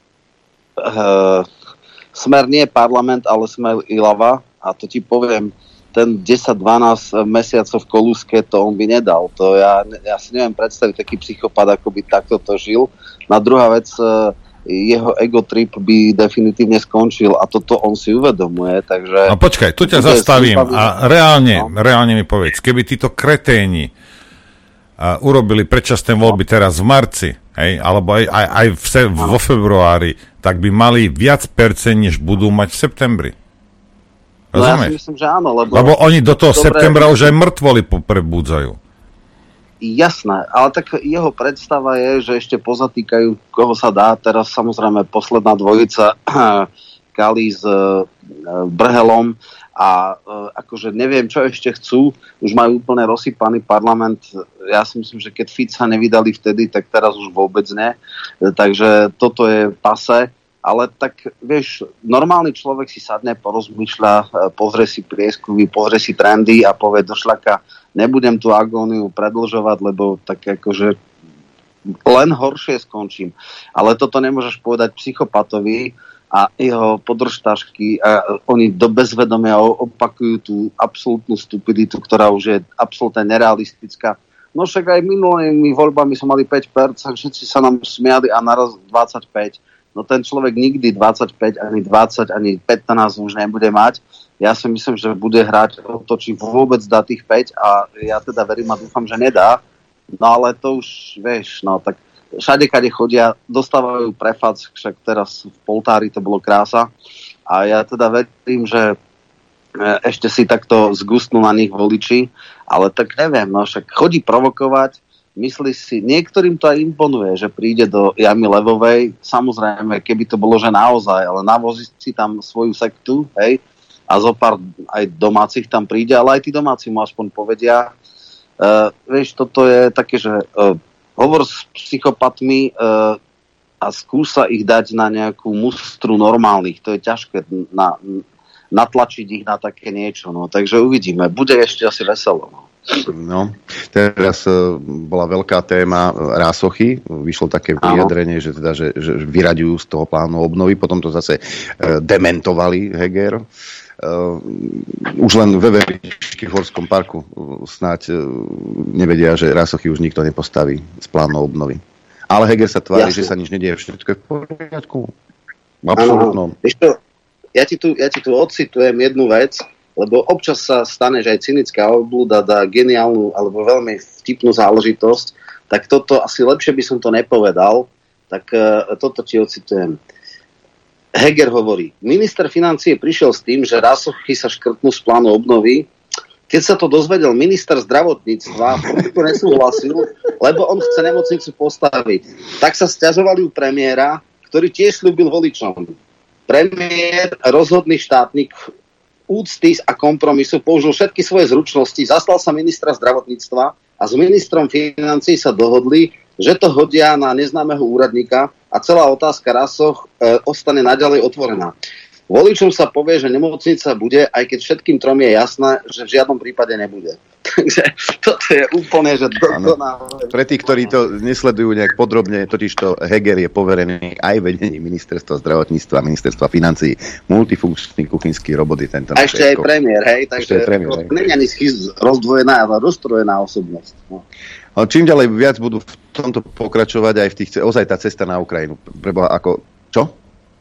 Uh, Smer nie je parlament, ale Smer Ilava a to ti poviem, ten desať dvanásť mesiacov v kolúske to on by nedal. To ja, ja si neviem predstaviť taký psychopat, ako by takto to žil. Na druhá vec, uh, jeho ego trip by definitívne skončil a toto on si uvedomuje, takže... No počkaj, tu ťa zastavím a reálne, no. reálne mi povedz, keby títo kreténi uh, urobili predčasné voľby no. teraz v marci, hej, alebo aj, aj, aj v se, no. vo februári, tak by mali viac percent, než budú mať v septembri. Rozumieš? No ja si myslím, že áno, lebo... Lebo oni do toho dobre, septembra už aj mŕtvoli prebúdzajú. Jasné, ale tak jeho predstava je, že ešte pozatýkajú, koho sa dá. Teraz samozrejme posledná dvojica Kali s Brhelom a akože neviem, čo ešte chcú. Už majú úplne rozsypaný parlament. Ja si myslím, že keď Fica nevydali vtedy, tak teraz už vôbec ne. Takže toto je pase. Ale tak, vieš, normálny človek si sadne, porozmýšľa, pozrie si prieskumy, pozrie si trendy a povie do šľaka, nebudem tú agóniu predĺžovať, lebo tak akože len horšie skončím. Ale toto nemôžeš povedať psychopatovi a jeho podržtašky a oni do bezvedomia opakujú tú absolútnu stupiditu, ktorá už je absolútne nerealistická. No však aj minulými voľbami sme mali päť percent, všetci sa nám smiali a naraz dvadsaťpäť. No ten človek nikdy dvadsaťpäť, ani dvadsať, ani pätnásť už nebude mať. Ja si myslím, že bude hrať o to, či vôbec dá tých päť a ja teda verím a dúfam, že nedá. No ale to už, vieš, no tak všade, kade chodia, dostávajú prefac, však teraz v Poltári to bolo krása. A ja teda verím, že ešte si takto zgustnú na nich voliči, ale tak neviem, no však chodí provokovať, myslí si, niektorým to aj imponuje, že príde do Jamy Levovej, samozrejme, keby to bolo, že naozaj, ale navozí si tam svoju sektu, hej, a zo pár aj domácich tam príde, ale aj tí domáci mu aspoň povedia. Uh, vieš, toto je také, že uh, hovor s psychopatmi uh, a skúsa ich dať na nejakú mustru normálnych. To je ťažké na, natlačiť ich na také niečo. No. Takže uvidíme. Bude ešte asi veselo. No. No, teraz uh, bola veľká téma Rásochy. Vyšlo také vyjadrenie, že, teda, že, že vyraďujú z toho plánu obnovy. Potom to zase uh, dementovali Heger. Uh, už len ve v Horskom parku snáď nevedia, že Rasochy už nikto nepostaví z plánu obnovy. Ale Heger sa tvári, Jasne. že sa nič nedieje, všetko je v poriadku. Absolútno. Ja ti tu, ja ti tu ocitujem jednu vec, lebo občas sa stane, že aj cynická obľúda dá geniálnu alebo veľmi vtipnú záležitosť, tak toto asi lepšie by som to nepovedal, tak uh, toto ti ocitujem. Heger hovorí, minister financií prišiel s tým, že Rasochy sa škrtnú z plánu obnovy. Keď sa to dozvedel minister zdravotníctva, to nesúhlasil, lebo on chce nemocnicu postaviť. Tak sa sťažovali u premiéra, ktorý tiež sľúbil voličom. Premiér, rozhodný štátnik, úcty a kompromisu použil všetky svoje zručnosti, zaslal sa ministra zdravotníctva a s ministrom financií sa dohodli, že to hodia na neznámeho úradníka a celá otázka Rasoch e, ostane naďalej otvorená. Voličom sa povie, že nemocnica bude, aj keď všetkým trom je jasné, že v žiadnom prípade nebude. Takže toto je úplne, že dokonalé. Pre tých, ktorí to nesledujú nejak podrobne, totižto Heger je poverený aj vedením ministerstva zdravotníctva, ministerstva financií, multifunkčný kuchynský robot je tento. A ešte aj premiér, hej, takže to nie je ani rozdvojená, ale rozstrojená osobnosť. No. Čím ďalej viac budú v tomto pokračovať aj v tých, ozaj tá cesta na Ukrajinu. Preboha, ako, čo?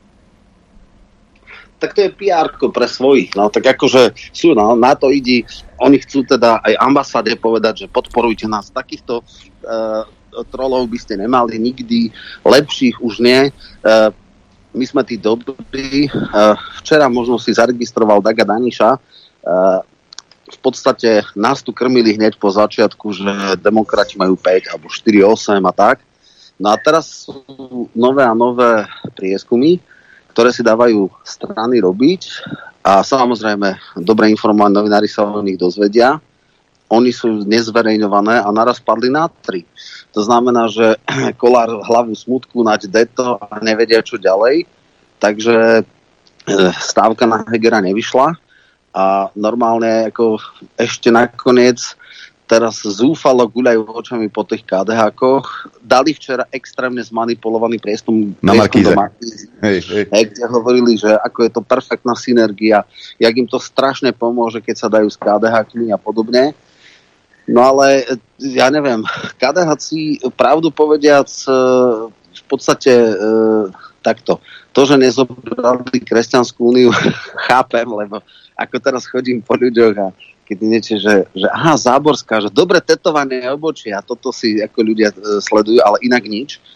Tak to je pé erko pre svojich. No, tak akože sú, no, na to ide, oni chcú teda aj ambasáde povedať, že podporujte nás. Takýchto uh, trolov by ste nemali nikdy, lepších už nie. Uh, my sme tí dobrí. Uh, včera možno si zaregistroval Daga Daniša. Uh, v podstate nás tu krmili hneď po začiatku, že demokrati majú päť alebo štyri osem a tak. No a teraz sú nové a nové prieskumy, ktoré si dávajú strany robiť a samozrejme dobre informovaní novinári sa o nich dozvedia. Oni sú nezverejňované a naraz padli na tri. To znamená, že Kollár hlavu smutku nať deto a nevedia čo ďalej. Takže stávka na Hegera nevyšla a normálne ako ešte nakoniec teraz zúfalo guľajú očami po tých ká dé hákoch. Dali včera extrémne zmanipulovaný prieskum na Markíze, hej, hej. Kde hovorili, že ako je to perfektná synergia, jak im to strašne pomôže, keď sa dajú s ká dé hákmi a podobne. No ale ja neviem, ká dé háci pravdu povediac v podstate takto. To, že nezobrali Kresťanskú úniu, chápem, lebo ako teraz chodím po ľuďoch a keď niečo, že, že aha, Záborská, že dobre tetované obočie a toto si ako ľudia e, sledujú, ale inak nič. E,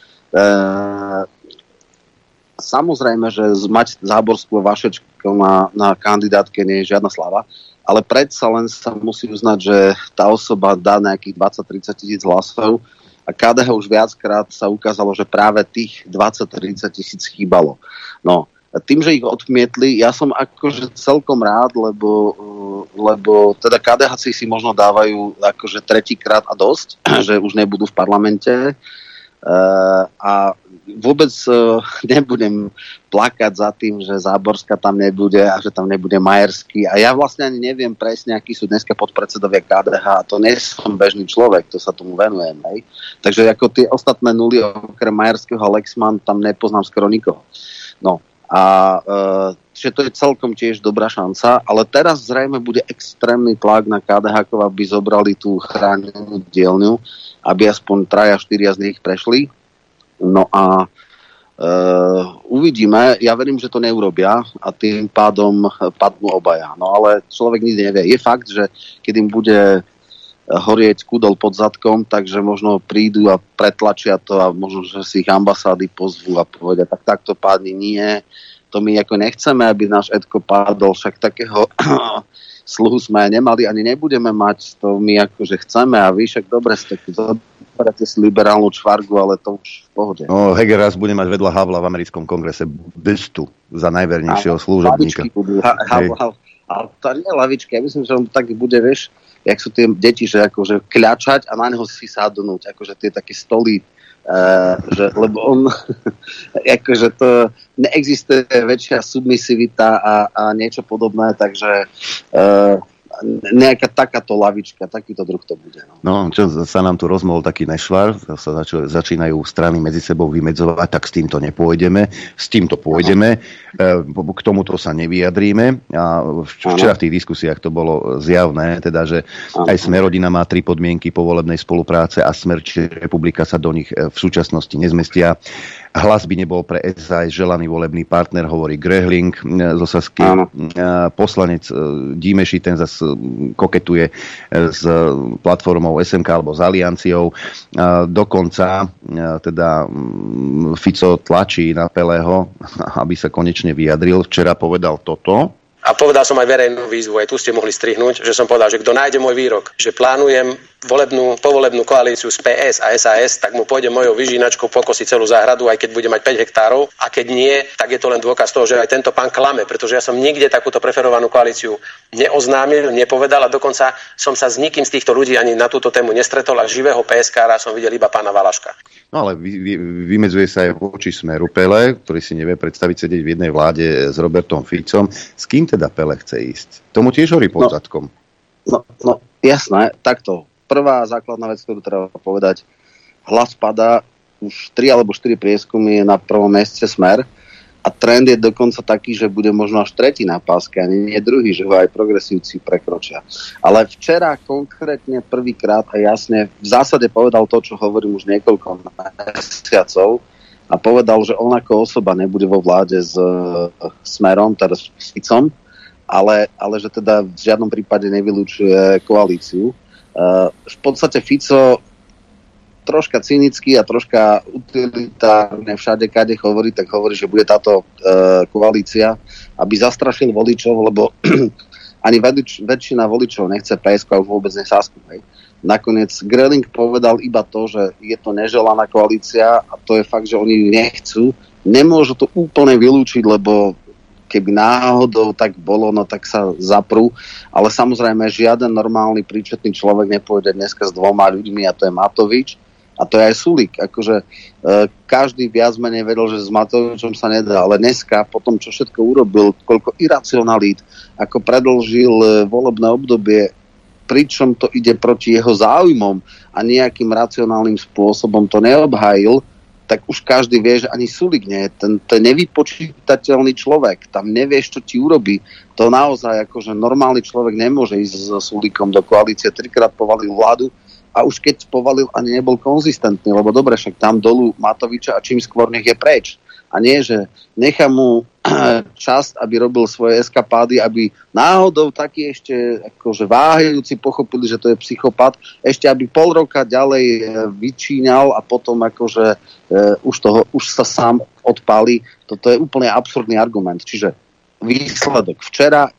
samozrejme, že mať Záborskú Vašečko na, na kandidátke nie je žiadna slava, ale predsa len sa musí uznať, že tá osoba dá nejakých dvadsať tridsať tisíc hlasov a ká dé há už viackrát sa ukázalo, že práve tých dvadsať tridsať tisíc chýbalo. No, tým, že ich odmietli, ja som akože celkom rád, lebo, lebo teda ká dé háci si možno dávajú akože tretíkrát a dosť, že už nebudú v parlamente uh, a vôbec uh, nebudem plakať za tým, že Záborská tam nebude a že tam nebude Majerský a ja vlastne ani neviem presne, akí sú dneska podpredsedovia ká dé há a to nie som bežný človek, to sa tomu venujem. Hej. Takže ako tie ostatné nuly okrem Majerského a Lexman tam nepoznám skoro nikoho. No. A e, že to je celkom tiež dobrá šanca, ale teraz zrejme bude extrémny tlak na ká dé hákov, aby zobrali tú chránenú dielňu, aby aspoň traja, štyria z nich prešli. No a e, uvidíme, ja verím, že to neurobia a tým pádom padnú obaja. No ale človek nikdy nevie. Je fakt, že keď im bude horieť kúdol pod zadkom, takže možno prídu a pretlačia to a možno, že si ich ambasády pozvú a povedia, tak takto pádni nie. To my ako nechceme, aby náš Edko pádol, však takého sluhu sme nemali, ani nebudeme mať, to my akože chceme a vy však dobre ste, zoberáte si liberálnu čvargu, ale to už v pohode. No, Heger raz bude mať vedľa Havla v americkom kongrese bustu za najvernejšieho služobníka. Ale to nie je lavičky, ja myslím, že on tak bude, vieš, jak sú tie deti, že akože kľačať a na neho si sadnúť, akože tie také stoly, uh, že, lebo on akože to neexistuje väčšia submisivita a, a niečo podobné, takže uh, nejaká takáto lavička, takýto druh to bude. No, no čo sa nám tu rozmohol taký nešvar, sa zač- začínajú strany medzi sebou vymedzovať, tak s týmto nepôjdeme, s týmto pôjdeme, Aha. k tomuto sa nevyjadríme. A včera v tých diskusiách to bolo zjavné, teda, že Aha. aj Smer-rodina má tri podmienky povolebnej spolupráce a Smer či Republika sa do nich v súčasnosti nezmestia. Hlas by nebol pre es a es želaný volebný partner, hovorí Grehling zo Sasky. Áno. Poslanec Dímeši, ten zase koketuje s platformou es em ká alebo s Alianciou. Dokonca teda Fico tlačí na Pelého, aby sa konečne vyjadril. Včera povedal toto. A povedal som aj verejnú výzvu, aj tu ste mohli strihnúť, že som povedal, že kto nájde môj výrok, že plánujem volebnú, povolebnú koalíciu s pé es a es a es, tak mu pôjde mojou vyžínačkou pokosiť celú záhradu, aj keď bude mať päť hektárov. A keď nie, tak je to len dôkaz toho, že aj tento pán klame, pretože ja som nikde takúto preferovanú koalíciu neoznámil, nepovedal a dokonca som sa s nikým z týchto ľudí ani na túto tému nestretol a živého pé es kára som videl iba pána Valaška. No ale vy, vy, vymedzuje sa aj voči Smeru Pele, ktorý si nevie predstaviť sedieť v jednej vláde s Robertom Ficom. S kým teda Pele chce ísť? Tomu tiež horí pod zadkom. No, no, jasné, takto. Prvá základná vec, ktorú treba povedať, Hlas padá, už tri alebo štyri prieskumy je na prvom mieste Smer a trend je dokonca taký, že bude možno až tretí na páske a nie druhý, že ho aj progresívci prekročia. Ale včera konkrétne prvýkrát a jasne v zásade povedal to, čo hovorím už niekoľko mesiacov a povedal, že on ako osoba nebude vo vláde s Smerom, teda s Ficom, ale, ale že teda v žiadnom prípade nevylučuje koalíciu. Uh, v podstate Fico troška cynicky a troška utilitárne všade, kade hovorí, tak hovorí, že bude táto uh, koalícia, aby zastrašil voličov, lebo ani väč- väčšina voličov nechce pé es a už vôbec nesásku. Hej. Nakoniec Grehling povedal iba to, že je to neželaná koalícia a to je fakt, že oni ju nechcú. Nemôžu to úplne vylúčiť, lebo keby náhodou tak bolo, no tak sa zaprú. Ale samozrejme, žiaden normálny príčetný človek nepôjde dneska s dvoma ľuďmi a to je Matovič a to je aj Sulík. Akože e, každý viac menej vedel, že s Matovičom sa nedá, ale dneska po tom, čo všetko urobil, koľko iracionalít, ako predĺžil e, volebné obdobie, pričom to ide proti jeho záujmom a nejakým racionálnym spôsobom to neobhájil, tak už každý vie, že ani Sulík nie je. Ten, ten nevypočítateľný človek. Tam nevieš, čo ti urobí. To naozaj, akože normálny človek nemôže ísť s Sulíkom do koalície. Trikrát povalil vládu a už keď povalil, ani nebol konzistentný, lebo dobre, však tam dolu Matoviča a čím skôr nech je preč. A nie, že nechá mu čas, aby robil svoje eskapády, aby náhodou takí ešte akože váhajúci pochopili, že to je psychopat, ešte aby pol roka ďalej vyčíňal a potom akože uh, už, toho, už sa sám odpálí. Toto je úplne absurdný argument. Čiže výsledok. Včera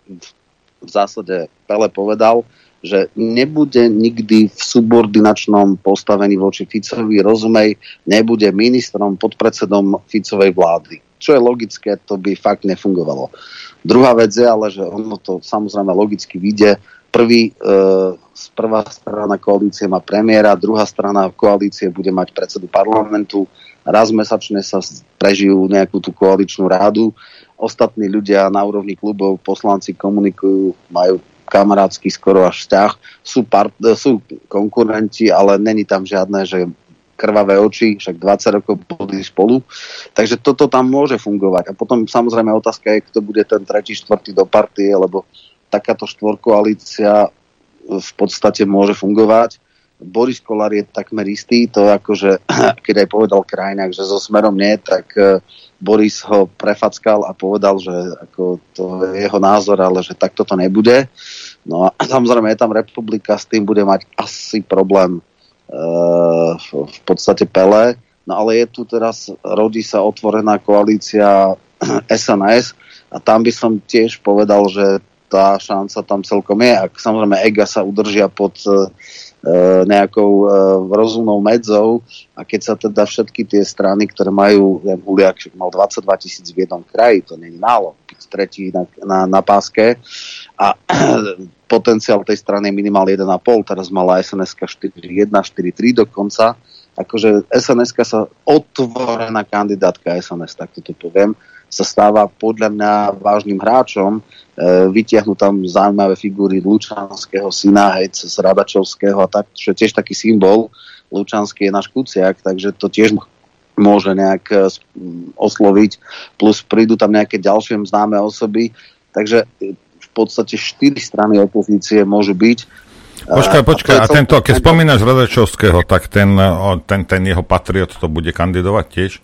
v zásade Pele povedal, že nebude nikdy v subordinačnom postavení voči Ficovi, rozumej, nebude ministrom, podpredsedom Ficovej vlády. Čo je logické, to by fakt nefungovalo. Druhá vec je, ale že ono to samozrejme logicky vyjde. Prvý, e, prvá strana koalície má premiéra, druhá strana koalície bude mať predsedu parlamentu. Raz mesačne sa prežijú nejakú tú koaličnú rádu. Ostatní ľudia na úrovni klubov, poslanci komunikujú, majú kamarátsky skoro až vzťah, sú, part, sú konkurenti, ale není tam žiadne, že krvavé oči, však dvadsať rokov boli spolu. Takže toto tam môže fungovať. A potom samozrejme otázka je, kto bude ten tretí, štvrtý do partie, lebo takáto štvorkoalícia v podstate môže fungovať. Boris Kollár je takmer istý, to akože, keď aj povedal Krajňák, že so Smerom nie, tak Boris ho prefackal a povedal, že ako to je jeho názor, ale že takto to nebude. No a samozrejme je tam Republika, s tým bude mať asi problém uh, v podstate Pele. No ale je tu teraz, rodí sa otvorená koalícia es en es a tam by som tiež povedal, že tá šanca tam celkom je. Ak samozrejme Ega sa udržia pod uh, nejakou uh, rozumnou medzou a keď sa teda všetky tie strany, ktoré majú, ja Huliak mal dvadsaťdva tisíc v jednom kraji, to nie je málo, byť tretí na, na, na páske a potenciál tej strany je minimál jeden a pol, teraz mala es en eska štyri jedna, štyri tri dokonca, akože es en eska sa otvorená kandidátka es en es, tak to poviem, sa stáva podľa mňa vážnym hráčom. E, vytiahnu tam zaujímavé figúry Lučanského syna, hej, cez Radačovského a tak, čo je tiež taký symbol. Lučanský je náš Kuciak, takže to tiež môže nejak osloviť. Plus prídu tam nejaké ďalšie známe osoby. Takže v podstate štyri strany opozície môžu byť. Počkaj, počkaj, a, a tento, keď spomínaš Radačovského, tak ten, ten, ten jeho patriot to bude kandidovať tiež?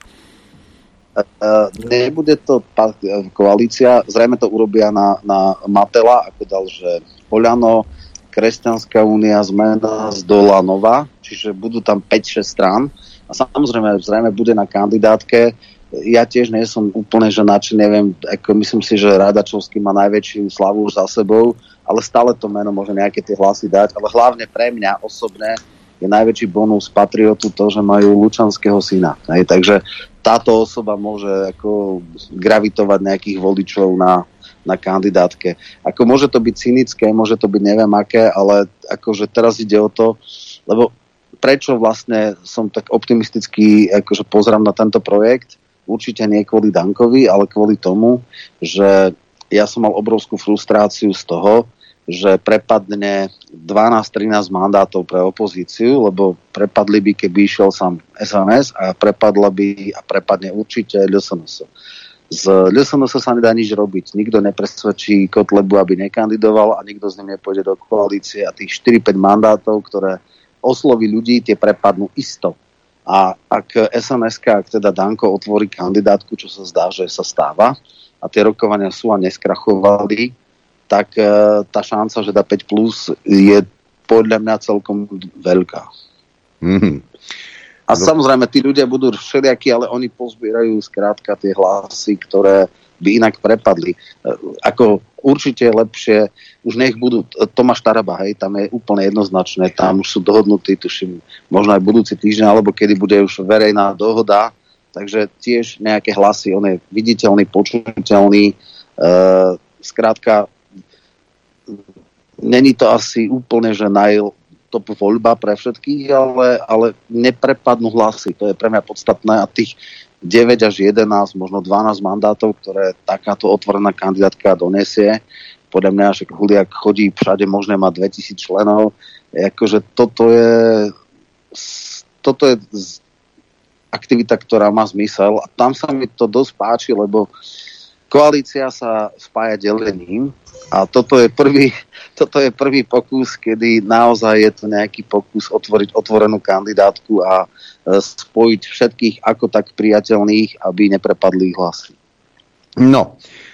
Nebude to koalícia, zrejme to urobia na, na Matela, ako dal, že Oľano, Kresťanská únia, Zmena, Zdola, Nová, čiže budú tam päť šesť strán a samozrejme zrejme bude na kandidátke. Ja tiež nie som úplne, že način, neviem, ako myslím si, že Radačovský má najväčšiu slavu už za sebou, ale stále to meno môže nejaké tie hlasy dať, ale hlavne pre mňa osobne je najväčší bonus Patriotu to, že majú Lučanského syna. Hej, takže táto osoba môže ako gravitovať nejakých voličov na, na kandidátke. Ako môže to byť cynické, môže to byť neviem aké, ale akože teraz ide o to, lebo prečo vlastne som tak optimisticky akože pozerám na tento projekt, určite nie kvôli Dankovi, ale kvôli tomu, že ja som mal obrovskú frustráciu z toho, že prepadne dvanásť trinásť mandátov pre opozíciu, lebo prepadli by, keby išiel sám es en es a prepadla by a prepadne určite el es en es. Z el es en es sa nedá nič robiť. Nikto nepresvedčí Kotlebu, aby nekandidoval a nikto z ním nepôjde do koalície a tých štyri päť mandátov, ktoré osloví ľudí, tie prepadnú isto. A ak es en es, ak teda Danko otvorí kandidátku, čo sa zdá, že sa stáva, a tie rokovania sú a neskrachovali, tak e, tá šanca, že dá päť plus, je podľa mňa celkom veľká. Mm-hmm. A no. Samozrejme, tí ľudia budú všelijakí, ale oni pozbierajú skrátka tie hlasy, ktoré by inak prepadli. E, ako určite lepšie, už nech budú, Tomáš Taraba, hej, tam je úplne jednoznačné, tam už sú dohodnutí, tuším, možno aj budúci týždeň, alebo kedy bude už verejná dohoda, takže tiež nejaké hlasy, on je viditeľný, počuteľný, e, skrátka není to asi úplne, že naj top voľba pre všetkých, ale, ale neprepadnú hlasy. To je pre mňa podstatné a tých deväť až jedenásť, možno dvanásť mandátov, ktoré takáto otvorená kandidátka donesie. Podľa mňa, že Huliak chodí všade možné, má dvetisíc členov. Akože toto je toto je aktivita, ktorá má zmysel a tam sa mi to dosť páči, lebo koalícia sa spája delením a toto je prvý, toto je prvý pokus, kedy naozaj je to nejaký pokus otvoriť otvorenú kandidátku a e, spojiť všetkých ako tak priateľných, aby neprepadli hlasy. No,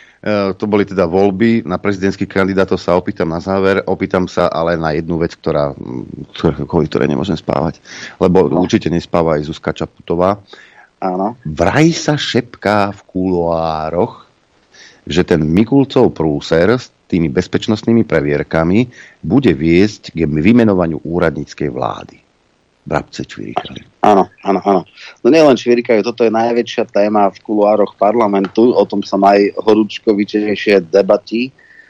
e, to boli teda voľby. Na prezidentských kandidátov sa opýtam na záver. Opýtam sa ale na jednu vec, ktorá, kvôli ktorej nemôžem spávať. Lebo no. určite nespáva aj Zuzka Čaputová. Áno. Vraj sa šepká v kuloároch, že ten Mikulcov prúser s tými bezpečnostnými previerkami bude viesť k vymenovaniu úradníckej vlády. Brabce čvirikajú. Áno, áno, áno. No nielen čvirikajú, toto je najväčšia téma v kuloároch parlamentu, o tom sa aj horúčkovičejšie debatí.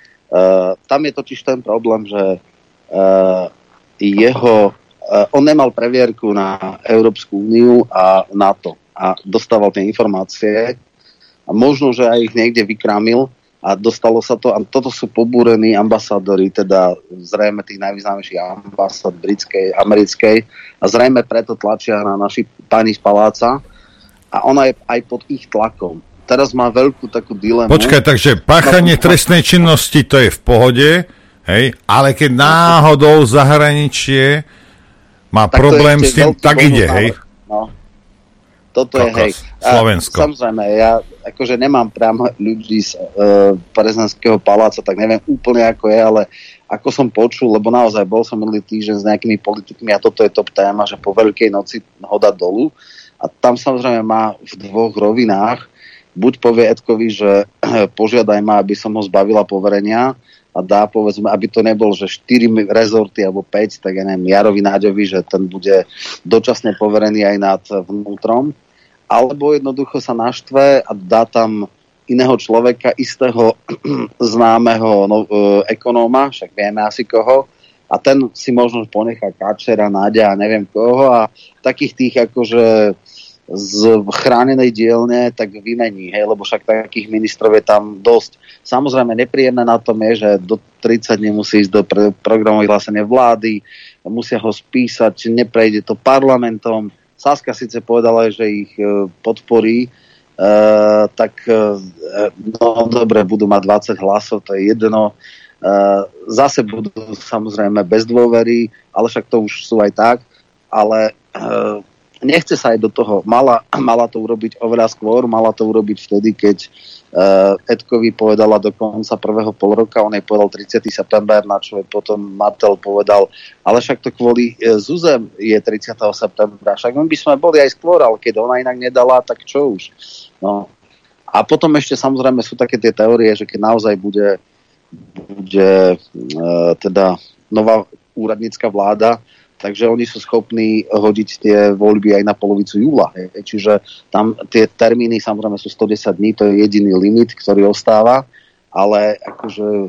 Uh, tam je totiž ten problém, že uh, jeho, uh, on nemal previerku na Európsku úniu a NATO a dostával tie informácie a možno, že aj ich niekde vykrámil a dostalo sa to, a toto sú pobúrení ambasádori, teda zrejme tých najvýznamnejších ambasád britskej, americkej a zrejme preto tlačia na naši pani z paláca a ona je aj pod ich tlakom. Teraz má veľkú takú dilemu. Počkaj, takže páchanie trestnej činnosti to je v pohode, hej, ale keď náhodou zahraničie má tak problém s tým, tak ide, hej. No. Toto Kokos, je, hej. Slovensko. A, samozrejme, ja akože nemám priamo ľudí z uh, prezidentského paláca, tak neviem úplne ako je, ale ako som počul, lebo naozaj bol som minulý týždeň s nejakými politikmi a toto je top téma, že po Veľkej noci hoda dolu a tam samozrejme má v dvoch rovinách. Buď povie Edkovi, že požiadaj ma, aby som ho zbavila poverenia a dá, povedzme, aby to nebol, že štyri rezorty alebo päť, tak ja neviem, Jarovi Náďovi, že ten bude dočasne poverený aj nad vnútrom. Alebo jednoducho sa naštve a dá tam iného človeka, istého známeho no, e, ekonóma, však vieme asi koho, a ten si možno ponechá Káčera, Náďa a neviem koho a takých tých akože z chránenej dielne, tak vymení, hej, lebo však takých ministrov je tam dosť. Samozrejme, nepríjemné na tom je, že do tridsať dní musí ísť do pre- programu vyhlásenia vlády, musia ho spísať, neprejde to parlamentom. Saska síce povedala, že ich e, podporí, e, tak e, no dobre, budú mať dvadsať hlasov, to je jedno. E, zase budú samozrejme bez dôvery, ale však to už sú aj tak, ale e, nechce sa aj do toho. Mala, mala to urobiť oveľa skôr, mala to urobiť vtedy, keď uh, Edkovi povedala do konca prvého pol roka, on jej povedal tridsiateho september, na čo potom Matel povedal, ale však to kvôli uh, Zuzem je tridsiateho septembra, však my by sme boli aj skôr, ale keď ona inak nedala, tak čo už. No. A potom ešte samozrejme sú také tie teórie, že keď naozaj bude, bude uh, teda nová úradnícka vláda, takže oni sú schopní hodiť tie voľby aj na polovicu júla. Hej. Čiže tam tie termíny samozrejme sú stodesať dní, to je jediný limit, ktorý ostáva, ale akože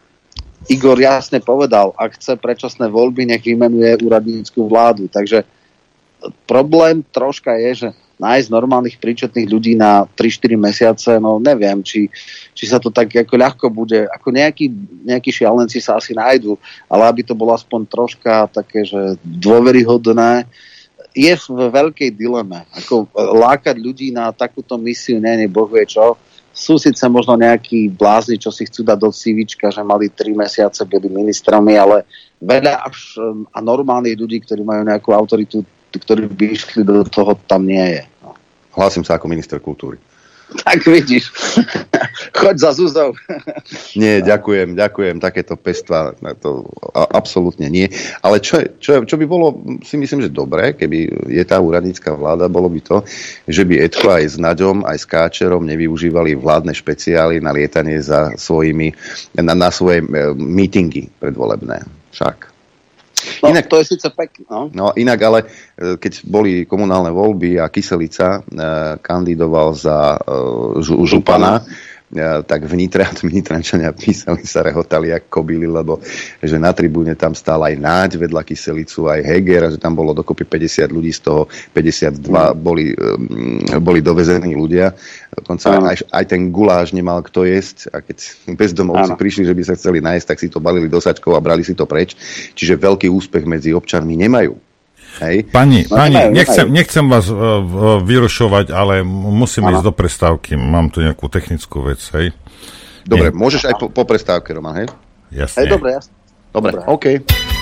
Igor jasne povedal, ak chce predčasné voľby, nech vymenuje úradnícku vládu. Takže problém troška je, že nájsť normálnych príčetných ľudí na tri štyri mesiace, no neviem, či, či sa to tak ako ľahko bude, ako nejakí, nejakí šialenci sa asi nájdu, ale aby to bolo aspoň troška také, že dôveryhodné, je v veľkej dileme. Ako lákať ľudí na takúto misiu, nie, nie, boh vie čo. Sú síce možno nejakí blázni, čo si chcú dať do cívička, že mali tri mesiace, byli ministrami, ale veľa až a normálnych ľudí, ktorí majú nejakú autoritu, ktorí by išli do toho, tam nie je. No. Hlásim sa ako minister kultúry. Tak vidíš. Choď za Zuzou. Nie, ďakujem, ďakujem. Takéto pestva, to absolútne nie. Ale čo, čo, čo by bolo, si myslím, že dobré, keby je tá úradnícka vláda, bolo by to, že by Edko aj s Naďom, aj s Káčerom nevyužívali vládne špeciály na lietanie za svojimi, na, na svoje mítingy predvolebné. Však. No, inak to je síce pekné. No. no inak, ale keď boli komunálne voľby a Kyselica e, kandidoval za e, žu, župana, e, tak v Nitre, Nitrančania písali sa rehotali jak kobily, lebo že na tribúne tam stál aj Náď vedľa Kyselicu, aj Heger, a že tam bolo dokopy päťdesiat ľudí, z toho päťdesiatdva mm. boli, e, boli dovezení ľudia. Dokonca aj, aj ten guláš nemal kto jesť a keď bezdomovci prišli, že by sa chceli nájsť, tak si to balili do sačkov a brali si to preč. Čiže veľký úspech medzi občanmi nemajú. Hej. Pani, no, pani nemajú, nechcem, nemajú. nechcem vás uh, vyrušovať, ale musím ano. ísť do prestávky. Mám tu nejakú technickú vec, hej? Dobre, Nie. môžeš aj po, po prestávke, Roman, hej? Jasne. Hej, dobre, jasne. Dobre, dobre. OK.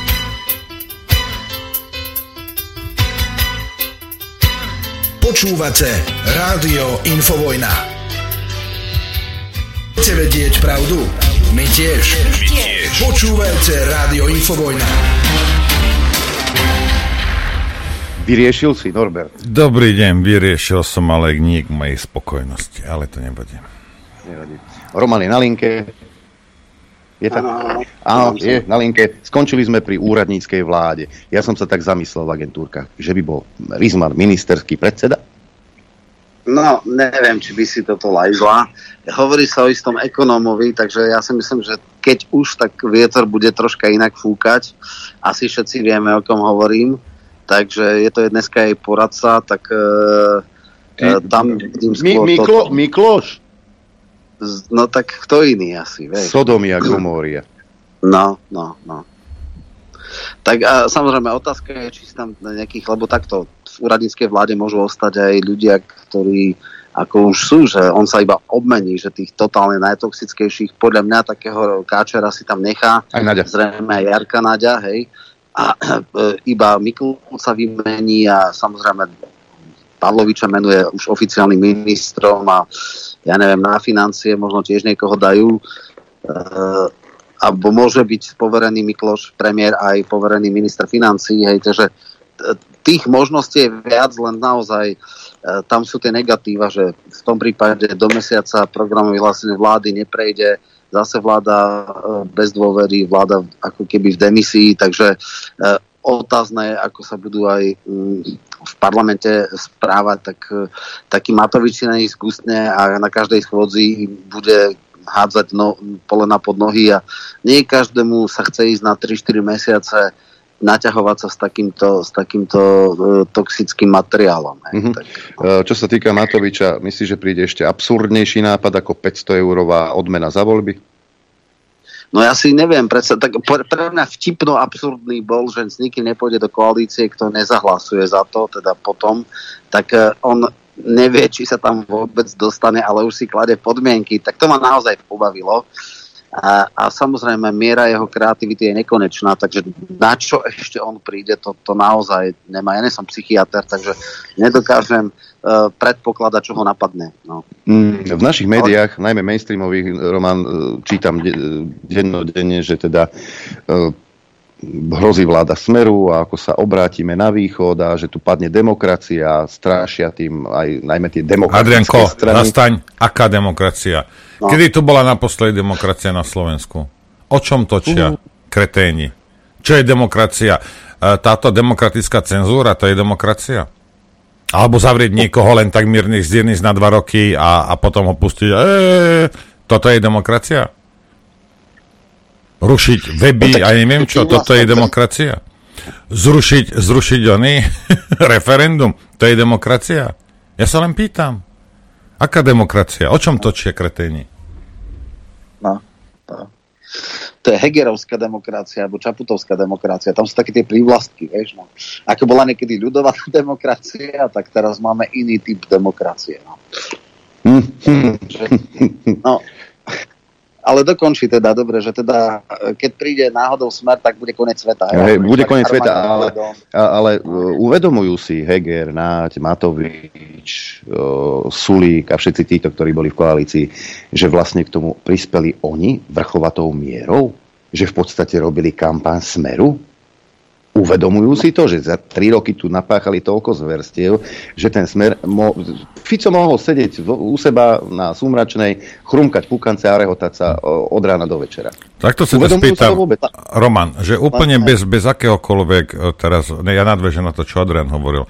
Počúvate Rádio Infovojna. Chcete vedieť pravdu? My tiež. My tiež. Počúvajte Rádio Infovojna. Vyriešil si, Norbert? Dobrý deň, vyriešil som, ale nie k mojej spokojnosti, ale to nevadí. Nevadí. Roman je na linke. Je tak? Áno, je na linke. Skončili sme pri úradníckej vláde. Ja som sa tak zamyslel v agentúrkach, že by bol Rizman ministerský predseda? No, neviem, či by si toto lajzla. Hovorí sa o istom ekonómovi, takže ja si myslím, že keď už, tak vietor bude troška inak fúkať. Asi všetci vieme, o kom hovorím. Takže je to dneska jej poradca, tak e, tam vidím skôr My, Miklo, toto. Mikloš? No tak kto iný asi, vieš. Sodomia, Gomória. No, no, no. Tak a samozrejme otázka je, či si tam nejakých, lebo takto v úradníckej vláde môžu ostať aj ľudia, ktorí ako už sú, že on sa iba obmení, že tých totálne najtoxickejších, podľa mňa takého Káčera si tam nechá. Aj Naďa. Zrejme aj Jarka Naďa, hej. A e, iba Mikl sa vymení a samozrejme Pavloviča menuje už oficiálnym ministrom a ja neviem, na financie možno tiež niekoho dajú. E, alebo môže byť poverený Mikloš premiér aj poverený minister financií. Hej, takže tých možností je viac, len naozaj e, tam sú tie negatíva, že v tom prípade do mesiaca programové vyhlásenie vlády neprejde, zase vláda e, bez dôvery, vláda ako keby v demisii, takže e, otázne, ako sa budú aj um, v parlamente správať, tak taký Matovič si na nich skúsne a na každej schôdzi bude hádzať no, polena pod nohy a nie každému sa chce ísť na tri štyri mesiace naťahovať sa s takýmto, s takýmto uh, toxickým materiálom. Mm-hmm. Tak, no. Čo sa týka Matoviča, myslíš, že príde ešte absurdnejší nápad ako päťsto eurová odmena za voľby? No ja si neviem, predsa, tak pre mňa vtipno absurdný bol, že s nikým nepôjde do koalície, kto nezahlasuje za to, teda potom, tak uh, on nevie, či sa tam vôbec dostane, ale už si klade podmienky, tak to ma naozaj pobavilo. A, a samozrejme miera jeho kreativity je nekonečná, takže na čo ešte on príde, to, to naozaj nemá. Ja nie som psychiatr, takže nedokážem uh, predpokladať, čo ho napadne. No. Mm, v našich médiách, najmä mainstreamových, Roman, čítam de- dennodenne, že teda uh, hrozí vláda Smeru a ako sa obrátime na východ a že tu padne demokracia, strášia tým aj najmä tie demokratické Adrianko, strany. zastaň, aká demokracia? No. Kedy tu bola naposledy demokracia na Slovensku? O čom točia kreténi? Čo je demokracia? Táto demokratická cenzúra, to je demokracia? Alebo zavrieť niekoho len tak miernych zdiernych na dva roky a, a potom ho pustiť? Eee, toto je demokracia? Rušiť weby a neviem čo, toto je demokracia? Zrušiť, zrušiť oný referendum, to je demokracia? Ja sa len pýtam. Aká demokracia? O čom točia kreténi? No, to, to je hegerovská demokracia, alebo čaputovská demokracia. Tam sú také tie prívlastky, vieš, no. Ako bola niekedy ľudová demokracia, tak teraz máme iný typ demokracie, no. No, ale dokončí teda, dobre, že teda, keď príde náhodou Smer, tak bude koniec sveta. Hej, bude koniec sveta, ale, ale uvedomujú si Heger, Náď, Matovič, Sulík a všetci títo, ktorí boli v koalícii, že vlastne k tomu prispeli oni vrchovatou mierou? Že v podstate robili kampaň Smeru? Uvedomujú si to, že za tri roky tu napáchali toľko zverstiev, že ten Smer... Mo- Fico mohol sedieť v, u seba na Súmračnej, chrumkať pukance a rehotať sa od rána do večera. Takto sa to spýtam, Roman, že úplne bez, bez akéhokoľvek, teraz, ne, ja nadvežem na to, čo Adrian hovoril,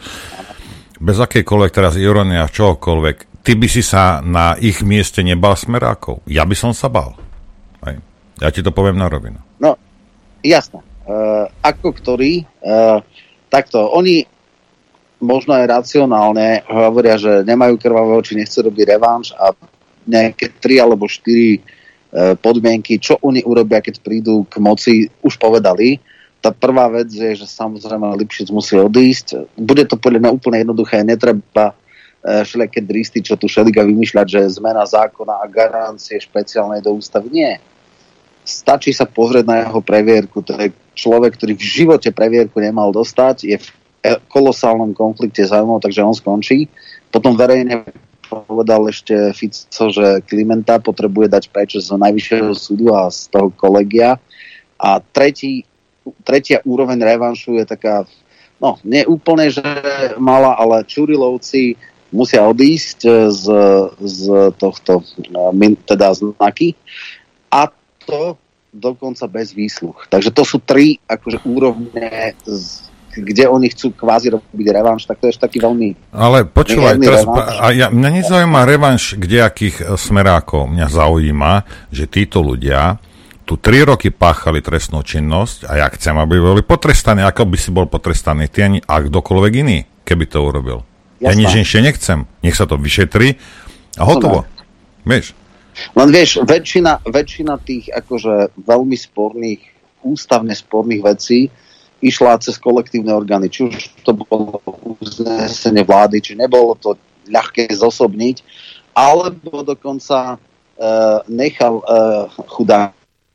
bez akékoľvek teraz ironia, čohokoľvek, ty by si sa na ich mieste nebal Smerákov? Ja by som sa bal. Aj. Ja ti to poviem na rovinu. No, jasné. Uh, ako ktorý, uh, takto, oni možno aj racionálne hovoria, že nemajú krvavé oči, nechcú robiť revanš a nejaké tri alebo štyri uh, podmienky, čo oni urobia, keď prídu k moci, už povedali. Tá prvá vec je, že samozrejme Lipšic musí odísť. Bude to podľa mňa úplne jednoduché, netreba uh, všelijaké dristy, čo tu Šeliga vymýšľať, že zmena zákona a garancie špeciálnej do ústavy. Nie. Stačí sa pozrieť na jeho previerku. To je človek, ktorý v živote previerku nemal dostať, je v kolosálnom konflikte záujmov, takže on skončí. Potom verejne povedal ešte Fico, že Klimenta potrebuje dať preč z najvyššieho súdu a z toho kolegia. A tretí, tretia úroveň revanšu je taká, no, nie úplne, že malá, ale Čurilovci musia odísť z, z tohto, teda z NAKY. A to dokonca bez výsluch. Takže to sú tri akože úrovne, kde oni chcú kvázi robiť revanš, tak to je taký veľmi... Ale počúvaj, teraz, a ja, mňa nezaujíma revanš kdejakých Smerákov. Mňa zaujíma, že títo ľudia tu tri roky páchali trestnú činnosť a ja chcem, aby boli potrestaní, ako by si bol potrestaný ty ani a kdokoľvek iný, keby to urobil. Jasná. Ja nič ešte nechcem. Nech sa to vyšetrí a hotovo. Vieš? Len vieš, väčšina, väčšina tých akože veľmi sporných, ústavne sporných vecí išla cez kolektívne orgány. Či už to bolo uznesenie vlády, či nebolo to ľahké zosobniť, alebo dokonca uh, nechal uh, chudá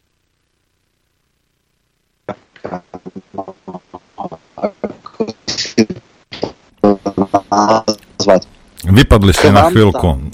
Vypadli ste na chvíľku.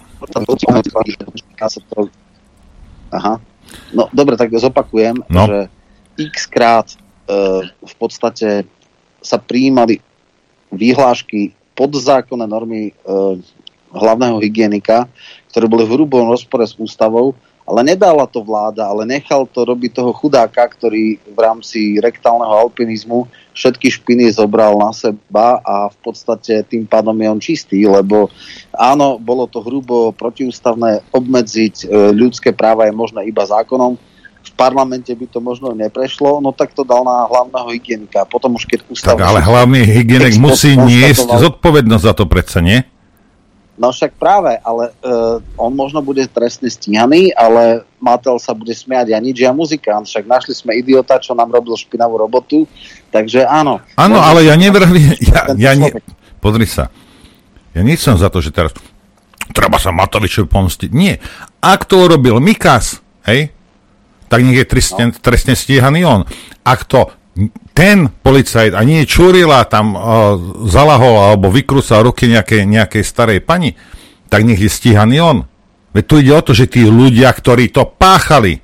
Aha. No dobre, tak zopakujem, no. že x krát e, v podstate sa prijímali vyhlášky podzákonné normy e, hlavného hygienika, ktoré boli v hrubom rozpore s ústavou, ale nedala to vláda, ale nechal to robiť toho chudáka, ktorý v rámci rektálneho alpinizmu všetky špiny zobral na seba a v podstate tým pádom je on čistý, lebo áno, bolo to hrubo protiústavné, obmedziť ľudské práva je možné iba zákonom, v parlamente by to možno neprešlo, no tak to dal na hlavného hygienika. Potom už keď ústavný... Tak ale hlavný hygienik musí niesť zodpovednosť za to predsa, nie? No však práve, ale uh, on možno bude trestne stíhaný, ale Matel sa bude smiať, ja nič, ja muzikant, však našli sme idiota, čo nám robil špinavú robotu, takže áno. Áno, ale ja nevravím, ja, ja ne... Pozri sa, ja nie som za to, že teraz treba sa Matovičovi pomstiť. Nie. Ak to urobil Mikas, hej, tak nech je trestne, no. trestne stíhaný on. Ak to ten policajt a nie Čurila tam uh, zalahol alebo vykrúsal ruky nejakej, nejakej starej pani, tak nech je stíhaný on. Veď tu ide o to, že tí ľudia, ktorí to páchali,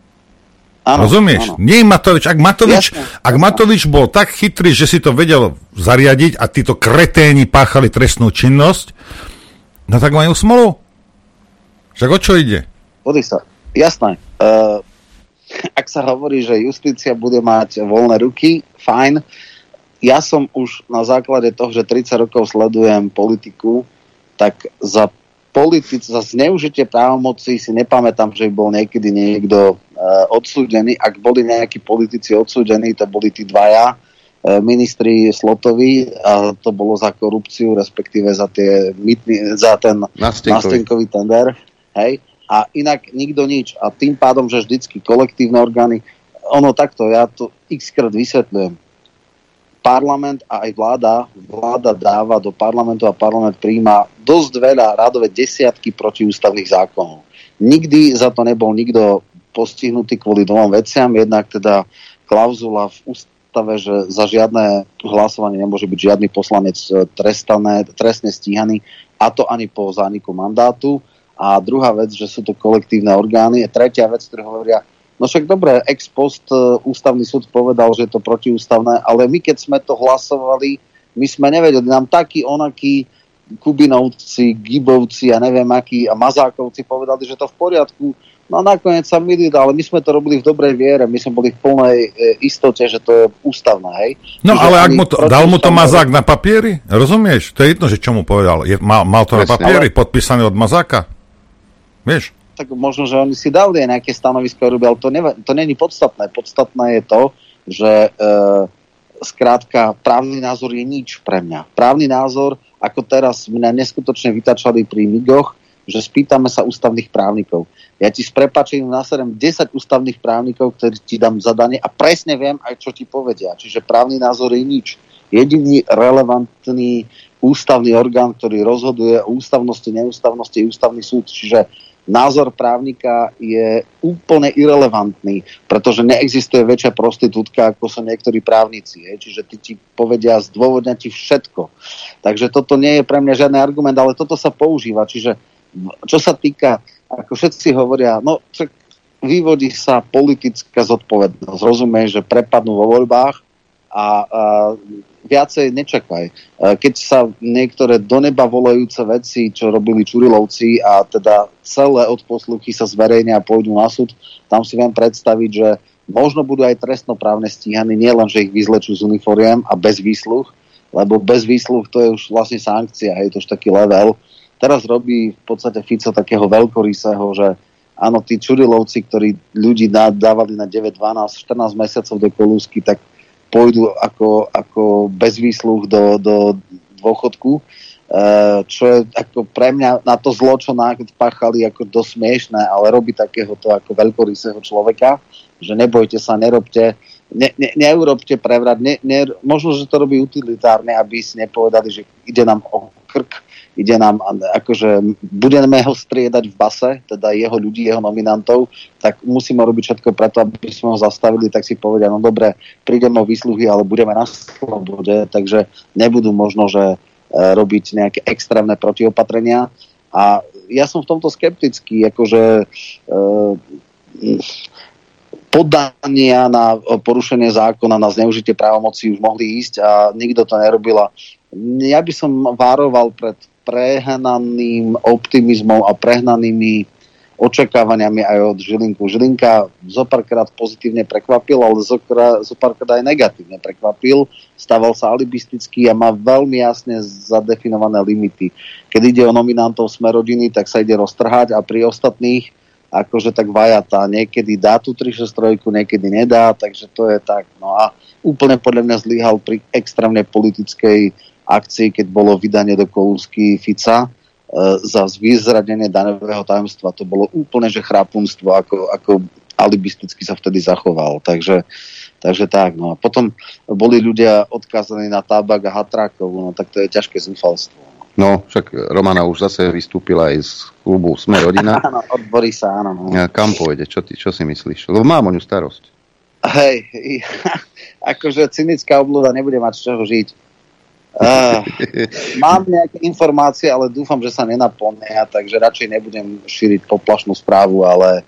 áno, rozumieš? Áno. Nie Matovič. Ak Matovič, jasne, ak jasne. Matovič bol tak chytrý, že si to vedel zariadiť a títo kreténi páchali trestnú činnosť, no tak majú smolu. Však o čo ide? Podri sa. Jasné. Uh, ak sa hovorí, že justícia bude mať voľné ruky, fajn. Ja som už na základe toho, že tridsať rokov sledujem politiku, tak za politic, za zneužitie právomocí si nepamätám, že by bol niekedy niekto uh, odsúdený. Ak boli nejakí politici odsúdení, to boli tí dvaja uh, ministri Slotovi a to bolo za korupciu, respektíve za, tie, za ten nástenkový tender. Hej. A inak nikto nič. A tým pádom, že vždycky kolektívne orgány, ono takto, ja to x-krát vysvetľujem. Parlament a aj vláda, vláda dáva do parlamentu a parlament prijíma dosť veľa, rádové desiatky protiústavných zákonov. Nikdy za to nebol nikto postihnutý kvôli dvom veciam. Jednak teda klauzula v ústave, že za žiadne hlasovanie nemôže byť žiadny poslanec trestané, trestne stíhaný, a to ani po zániku mandátu. A druhá vec, že sú to kolektívne orgány. A tretia vec, ktoré hovoria, no však dobre, ex post ústavný súd povedal, že je to protiústavné, ale my keď sme to hlasovali, my sme nevedeli, nám takí onakí Kubinovci, Gibovci a neviem akí a Mazákovci povedali, že to v poriadku. No a nakoniec sa milili, ale my sme to robili v dobrej viere, my sme boli v plnej e, istote, že to je ústavné, hej. No Čiže ale ak mu to, dal mu to Mazák na papieri, rozumieš? To je jedno, že čo mu povedal. Je, mal, mal to Presne, na papieri, ale... podpísané od Mazáka. Vieš? Tak možno, že oni si dali nejaké stanovisko, ale to, neva, to není podstatné. Podstatné je to, že e, skrátka právny názor je nič pre mňa. Právny názor, ako teraz mňa neskutočne vytačali pri migoch, že spýtame sa ústavných právnikov. Ja ti s prepáčením naserem desať ústavných právnikov, ktorí ti dám zadanie a presne viem aj, čo ti povedia. Čiže právny názor je nič. Jediný relevantný ústavný orgán, ktorý rozhoduje o ústavnosti, neústavnosti, je ústavný súd. Čiže názor právnika je úplne irelevantný, pretože neexistuje väčšia prostitútka, ako sú niektorí právnici. Je. Čiže ty ti povedia, zdôvodňa ti všetko. Takže toto nie je pre mňa žiadny argument, ale toto sa používa. Čiže čo sa týka, ako všetci hovoria, no vyvodí sa politická zodpovednosť. Rozumieš, že prepadnú vo voľbách a, a viacej nečakaj. Keď sa niektoré do neba volajúce veci, čo robili Čurilovci a teda celé odposluchy sa zverejnia a pôjdu na súd, tam si viem predstaviť, že možno budú aj trestnoprávne stíhaní, nielen, že ich vyzlečú z uniforiem a bez výsluh, lebo bez výsluh to je už vlastne sankcia, je to už taký level. Teraz robí v podstate Fico takého veľkorysého, že áno, tí Čurilovci, ktorí ľudí dávali na deväť, dvanásť, štrnásť mesiacov do kolúsky, tak pôjdu ako, ako bez výsluh do, do dôchodku, e, čo je ako pre mňa na to zlo, čo páchali, ako dosť smiešné, ale robí takéhoto ako veľkorysého človeka, že nebojte sa, nerobte, ne, ne, neurobte prevrat, ne, ne, možno, že to robí utilitárne, aby si nepovedali, že ide nám o krk, ide nám, akože budeme ho striedať v base, teda jeho ľudí, jeho nominantov, tak musíme robiť všetko preto, aby sme ho zastavili, tak si povedia, no dobre, prídeme o výsluhy, ale budeme na slobode, takže nebudú možno, že e, robiť nejaké extrémne protiopatrenia. A ja som v tomto skeptický, akože e, podania na porušenie zákona, na zneužitie právomocí už mohli ísť a nikto to nerobil. Ja by som vároval pred prehnaným optimizmom a prehnanými očakávaniami aj od Žilinku. Žilinka zopárkrát pozitívne prekvapil, ale zopárkrát aj negatívne prekvapil. Stával sa alibisticky a má veľmi jasne zadefinované limity. Keď ide o nominantov Sme rodiny, tak sa ide roztrhať a pri ostatných akože tak vajatá. Niekedy dá tú tri šesť tri, niekedy nedá, takže to je tak. No a úplne podľa mňa zlyhal pri extrémnej politickej akcii, keď bolo vydanie do kolúsky Fica e, za vyzradenie daňového tajomstva. To bolo úplne, že chrápunstvo, ako, ako alibisticky sa vtedy zachoval. Takže, takže tak. No a potom boli ľudia odkázaní na tabak a hatrákov, no tak to je ťažké zúfalstvo. No, však Romana už zase vystúpila aj z klubu Sme rodina. Áno, od Borisa, áno. No. Kam pôjde? Čo, ty, čo si myslíš? Lebo mám o ňu starosť. Hej, akože cynická obluda nebude mať z čoho žiť. Uh, mám nejaké informácie, ale dúfam, že sa nenaplnia, takže radšej nebudem šíriť poplašnú správu, ale,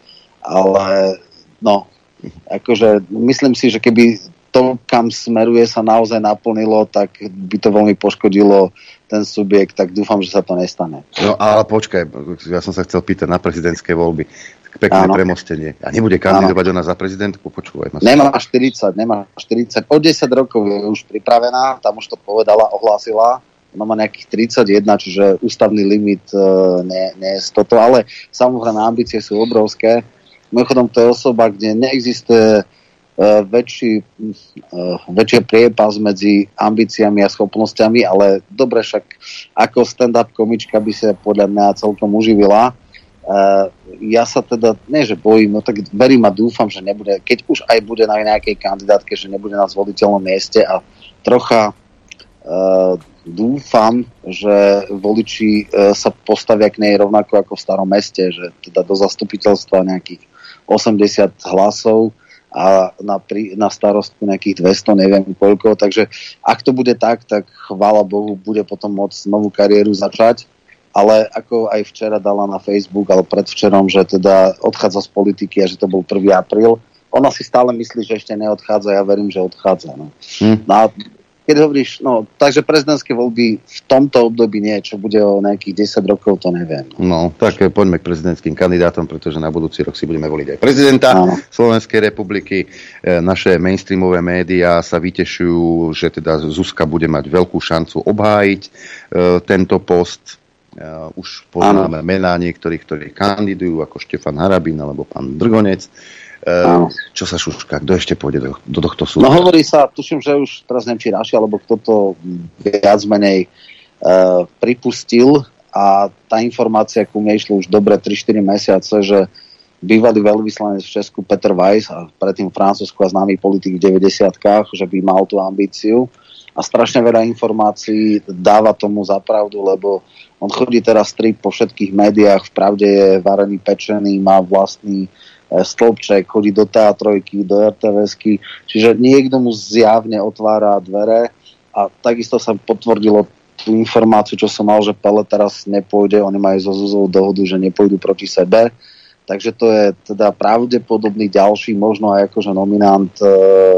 ale no, akože myslím si, že keby to, kam smeruje, sa naozaj naplnilo, tak by to veľmi poškodilo ten subjekt, tak dúfam, že sa to nestane. No ale počkaj, ja som sa chcel pýtať na prezidentské voľby. Pekné áno. Premostenie. A nebude kandidovať ona za prezidentku? Počúvaj ma. Nemá štyridsať, nemá štyridsať. O desať rokov je už pripravená, tam už to povedala, ohlásila. Ona má nejakých tridsaťjeden, čiže ústavný limit e, nie, nie je toto, ale samozrejme ambície sú obrovské. Mimochodom to je osoba, kde neexistuje e, väčší, e, väčšie priepas medzi ambíciami a schopnosťami, ale dobre, však ako stand-up komička by sa podľa mňa celkom uživila. Uh, ja sa teda, nie že bojím, no tak verím a dúfam, že nebude, keď už aj bude na nejakej kandidátke, že nebude na zvoliteľnom mieste a trocha uh, dúfam, že voliči uh, sa postavia k nej rovnako ako v Starom meste, že teda do zastupiteľstva nejakých osemdesiat hlasov a na, pri, na starostku nejakých dvesto, neviem koľko, takže ak to bude tak, tak chvála Bohu, bude potom môcť novú kariéru začať. Ale ako aj včera dala na Facebook, ale predvčerom, že teda odchádza z politiky a že to bol prvý apríl. Ona si stále myslí, že ešte neodchádza, ja verím, že odchádza. No. Hm. No a keď hovoríš, no, takže prezidentské voľby v tomto období nie, čo bude o nejakých desať rokov, to neviem. No, tak poďme k prezidentským kandidátom, pretože na budúci rok si budeme voliť aj prezidenta no. Slovenskej republiky. E, naše mainstreamové médiá sa vytešujú, že teda Zuzka bude mať veľkú šancu obhájiť e, tento post. Uh, už poznáme ano. mená niektorých, ktorí kandidujú, ako Štefan Harabín alebo pán Drgonec. Uh, čo sa šuška? Kto ešte pôjde do, do tohto súdu? No hovorí sa, tuším, že už teraz neviem, či Raši, alebo kto to viac menej uh, pripustil a tá informácia, ku mne išlo už dobre tri štyri mesiace, že bývalý veľvyslanec v Česku Peter Weiss a predtým Francúzsku a známy politik v deväťdesiatkach, že by mal tú ambíciu a strašne veľa informácií dáva tomu za pravdu, lebo on chodí teraz strip po všetkých médiách, v Pravde je varený, pečený, má vlastný e, stĺpček, chodí do teatrojky, do er té vésky, čiže niekto mu zjavne otvára dvere a takisto sa potvrdilo tú informáciu, čo som mal, že Pele teraz nepôjde, oni majú so Zuzou dohodu, že nepôjdu proti sebe, takže to je teda pravdepodobný ďalší, možno aj akože nominant e,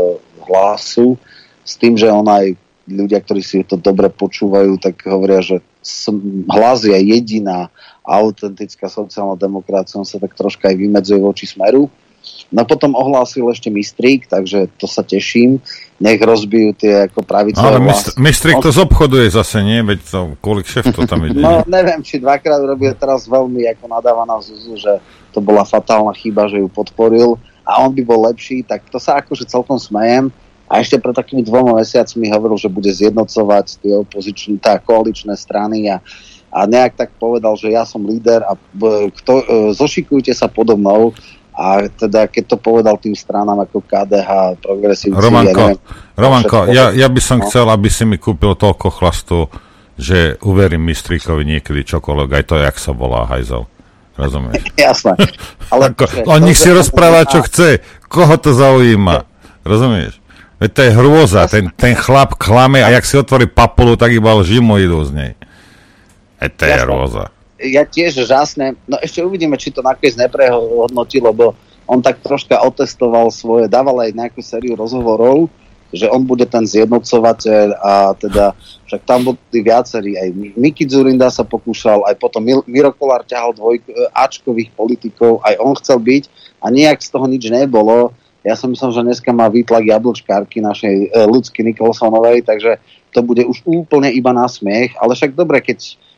Hlasu, s tým, že on aj ľudia, ktorí si to dobre počúvajú, tak hovoria, že Hlas je jediná autentická sociálna demokracia, on sa tak troška aj vymedzuje voči Smeru. No potom ohlásil ešte Mistrík, takže to sa teším. Nech rozbijú tie ako pravicové Ale mist- Mistrík to zobchoduje zase, nie? Veď to, kolik šeftov tam ide. No neviem, či dvakrát robil teraz veľmi ako nadáva na Zuzu, že to bola fatálna chyba, že ju podporil a on by bol lepší, tak to sa akože celkom smejem. A ešte pred takými dvoma mesiacmi hovoril, že bude zjednocovať tie opozičné, tá koaličné strany a, a nejak tak povedal, že ja som líder a kto, e, zošikujte sa podo mnou a teda keď to povedal tým stranám ako ká dé há, progresívci... Romanko, ja neviem, Romanko ja, ja by som no. chcel, aby si mi kúpil toľko chlastu, že uverím Mistríkovi niekedy čokoľvek, aj to, jak sa volá hajzel. Rozumieš? Jasné. Ale Ako, on nech si rozpráva, čo chce. Koho to zaujíma? Rozumieš? Veď to je hrôza, ten, ten chlap klame a jak si otvorí papulu, tak iba lžimu idú z nej. Veď to je hrôza. Ja tiež žasnem, no ešte uvidíme, či to nakoniec neprehodnotí, lebo on tak troška otestoval svoje, dával aj nejakú sériu rozhovorov, že on bude ten zjednocovateľ a teda, však tam boli viacerí, aj Miki Dzurinda sa pokúšal, aj potom Miro Kolár ťahal dvojko, áčkových politikov, aj on chcel byť a nejak z toho nič nebolo. Ja som myslel, že dneska má výtlak jablčkárky našej e, Ľudsky Nikolsonovej, takže to bude už úplne iba na smiech, ale však dobre, keď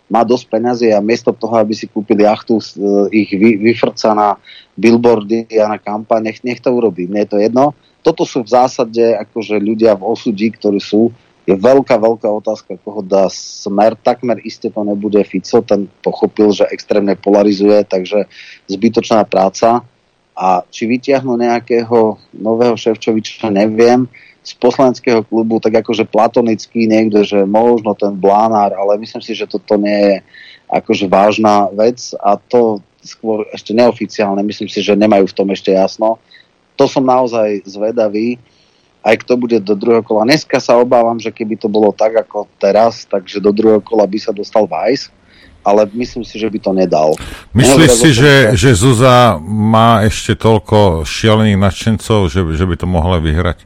má dosť peňazí a miesto toho, aby si kúpil jachtu, ich vy, vyfrca na billboardy a na kampaň, nech, nech to urobí. Mne je to jedno. Toto sú v zásade akože ľudia v osudí, ktorí sú. Je veľká, veľká otázka, koho dá Smer. Takmer iste to nebude Fico, ten pochopil, že extrémne polarizuje, takže zbytočná práca. A či vytiahnu nejakého nového Šefčoviča, neviem. Z poslaneckého klubu, tak akože platonický niekto, že možno ten Blánár, ale myslím si, že toto nie je akože vážna vec a to skôr ešte neoficiálne, myslím si, že nemajú v tom ešte jasno. To som naozaj zvedavý, aj kto bude do druhého kola. Dneska sa obávam, že keby to bolo tak ako teraz, takže do druhého kola by sa dostal Weiss, ale myslím si, že by to nedal. Myslíš si, že, že Zuza má ešte toľko šialených nadšencov, že, že by to mohla vyhrať?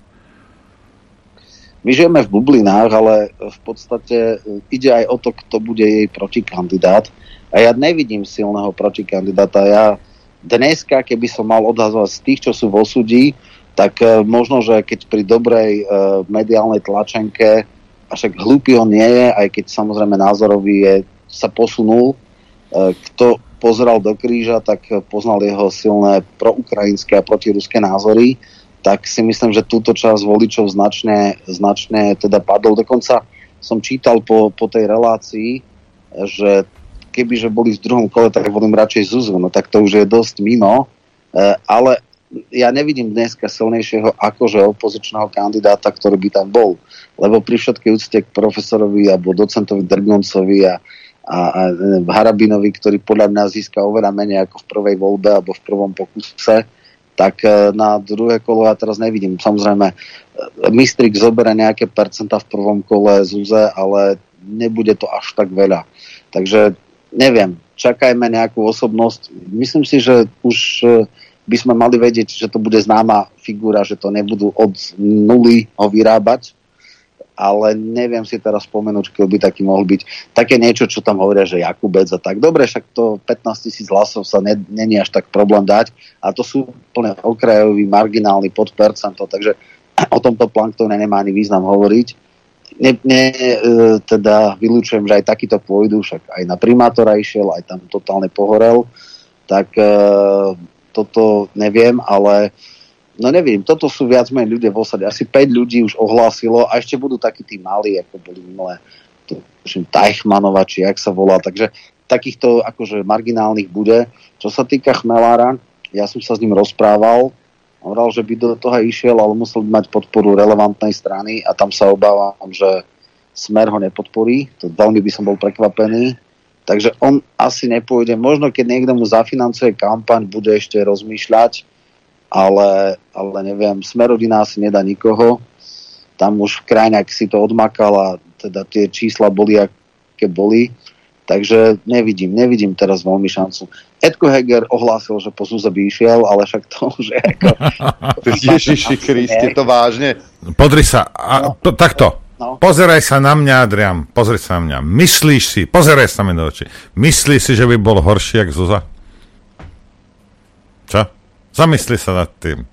My žijeme v bublinách, ale v podstate ide aj o to, kto bude jej protikandidát. A ja nevidím silného protikandidáta. Ja dneska, keby som mal odhazovať z tých, čo sú v osudí, tak uh, možno, že keď pri dobrej uh, mediálnej tlačenke, a však hlúpy on nie je, aj keď samozrejme názorový je, sa posunul, uh, kto pozeral do kríža, tak poznal jeho silné proukrajinské a protiruské názory, tak si myslím, že túto časť voličov značne, značne teda padol. Dokonca som čítal po, po tej relácii, že kebyže boli v druhom kole, tak volím radšej Zuzu, no tak to už je dosť mimo, uh, ale ja nevidím dneska silnejšieho akože opozičného kandidáta, ktorý by tam bol. Lebo pri všetkej úcte k profesorovi alebo docentovi Drgoncovi a, a, a Harabinovi, ktorý podľa mňa získa oveľa menej ako v prvej voľbe alebo v prvom pokuse, tak na druhé kolo ja teraz nevidím. Samozrejme, Mistrik zoberie nejaké percenta v prvom kole Zuze, ale nebude to až tak veľa. Takže neviem, čakajme nejakú osobnosť. Myslím si, že už by sme mali vedieť, že to bude známa figura, že to nebudú od nuly ho vyrábať, ale neviem si teraz spomenúť, kto by taký mohol byť. Také niečo, čo tam hovoria, že Jakubec a tak. Dobre, však to pätnásť tisíc hlasov sa ne, není až tak problém dať a to sú plne okrajový, marginálny pod percento, takže o tomto planktone nemá ani význam hovoriť. Ne, ne, teda vylúčujem, že aj takýto pôjdu, však aj na primátora išiel, aj tam totálne pohorel, tak toto neviem, ale no neviem, toto sú viac menej ľudia v osade. Asi päť ľudí už ohlásilo a ešte budú takí tí malí, ako boli minulé Teichmanova, či jak sa volá. Takže takýchto akože marginálnych bude. Čo sa týka Chmelára, ja som sa s ním rozprával, hovoril, že by do toho išiel, ale musel mať podporu relevantnej strany a tam sa obávam, že Smer ho nepodporí. To veľmi by som bol prekvapený. Takže on asi nepôjde. Možno, keď niekto mu zafinancuje kampaň, bude ešte rozmýšľať, ale, ale neviem, Smerodina asi nedá nikoho. Tam už Krajňák si to odmakal a teda tie čísla boli, aké boli. Takže nevidím, nevidím teraz veľmi šancu. Edko Heger ohlásil, že po Zuze by išiel, ale však to už je ako... Ježiši Kriste, to vážne? Podri sa, a, no. to, takto. No. Pozeraj sa na mňa, Adrian, pozri sa na mňa. Myslíš si, pozeraj sa mi do očí, myslíš si, že by bol horší jak Zuza? Čo? Zamysli sa nad tým.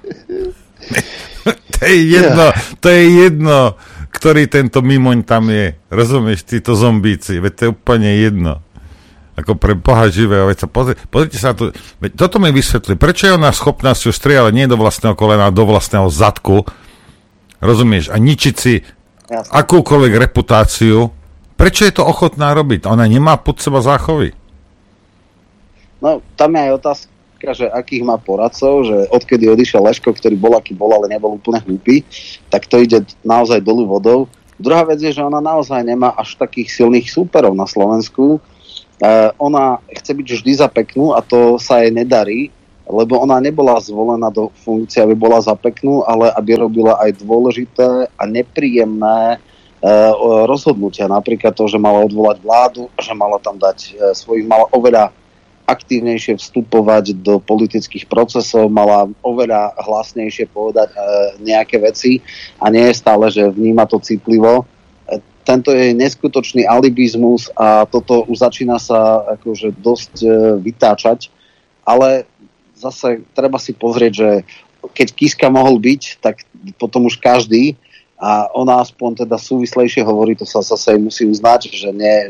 To je jedno, to je jedno, ktorý tento mimoň tam je. Rozumieš, títo zombíci, veď to je úplne jedno. Ako pre Boha živého, veď sa pozri, pozrite sa tu, veď toto mi vysvetlí, prečo je ona schopná si ju strieľať nie do vlastného kolena, do vlastného zadku, rozumieš, a ničiť si Jasne. akúkoľvek reputáciu, prečo je to ochotná robiť? Ona nemá pod seba záchovy. No, tam je aj otázka, že akých má poradcov, že odkedy odišiel Leško, ktorý bol, aký bol, ale nebol úplne hlúpy, tak to ide naozaj dolu vodou. Druhá vec je, že ona naozaj nemá až takých silných súperov na Slovensku. E, ona chce byť vždy za peknú a to sa jej nedarí, lebo ona nebola zvolená do funkcie, aby bola za peknú, ale aby robila aj dôležité a nepríjemné e, rozhodnutia. Napríklad to, že mala odvolať vládu, že mala tam dať e, svojich, mala oveľa aktívnejšie vstupovať do politických procesov, mala oveľa hlasnejšie povedať e, nejaké veci a nie je stále, že vníma to citlivo. E, tento je neskutočný alibizmus a toto už začína sa akože dosť e, vytáčať, ale zase treba si pozrieť, že keď Kiska mohol byť, tak potom už každý a ona aspoň teda súvislejšie hovorí, to sa zase musí uznať, že nie, že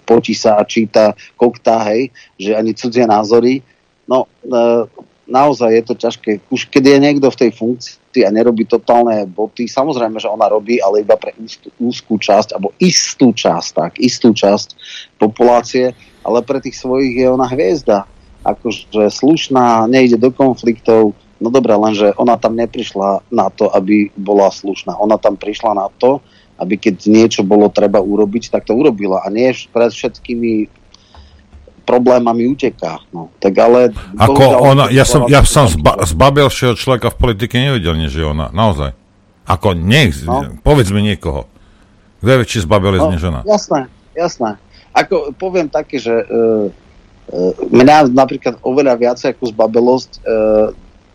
potí sa a číta koktá, hej, že ani cudzie názory. No, e, naozaj je to ťažké. Už keď je niekto v tej funkcii a nerobí totálne boty, samozrejme, že ona robí, ale iba pre úzkú, úzkú časť, alebo istú časť, tak, istú časť populácie, ale pre tých svojich je ona hviezda. Akože slušná, nejde do konfliktov. No dobré, lenže ona tam neprišla na to, aby bola slušná. Ona tam prišla na to, aby keď niečo bolo treba urobiť, tak to urobila. A nie pred všetkými problémami uteká. No, tak ale... Ako ona, ja som, ja som zba, zbabelšieho človeka v politike nevidel, než je ona. Naozaj. Ako nech, no. Povedz mi niekoho. Kto je väčší zbabelec, no, než ona? Jasné, jasné. Ako poviem také, že uh, uh, mňa napríklad oveľa viacej ako zbabelosť uh,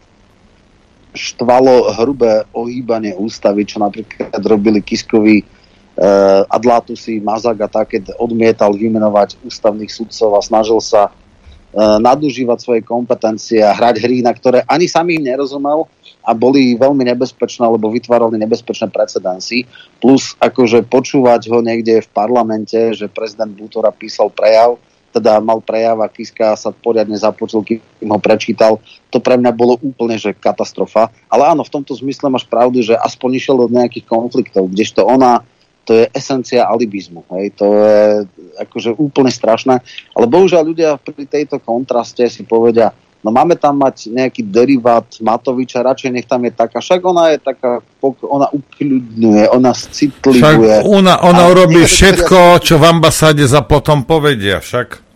štvalo hrubé ohýbanie ústavy, čo napríklad robili Kiskovi uh, Adlátusy, Mazak a tak, keď odmietal vymenovať ústavných sudcov a snažil sa uh, nadužívať svoje kompetencie a hrať hry, na ktoré ani sami im nerozumel a boli veľmi nebezpečné, lebo vytvárali nebezpečné precedensy. Plus akože počúvať ho niekde v parlamente, že prezident Bútora písal prejav, teda mal prejav a Kiska sa poriadne započul, kým ho prečítal. To pre mňa bolo úplne, že katastrofa. Ale áno, v tomto zmysle máš pravdu, že aspoň išiel do nejakých konfliktov, kdežto ona, to je esencia alibizmu. Hej? To je akože úplne strašné. Ale bohužiaľ ľudia pri tejto kontraste si povedia, no máme tam mať nejaký derivát Matoviča, radšej nech tam je taká, však ona je taká, ona ukľudňuje, ona citlivuje. Však ona, ona urobí všetko, čo v ambasáde za potom povedia, však.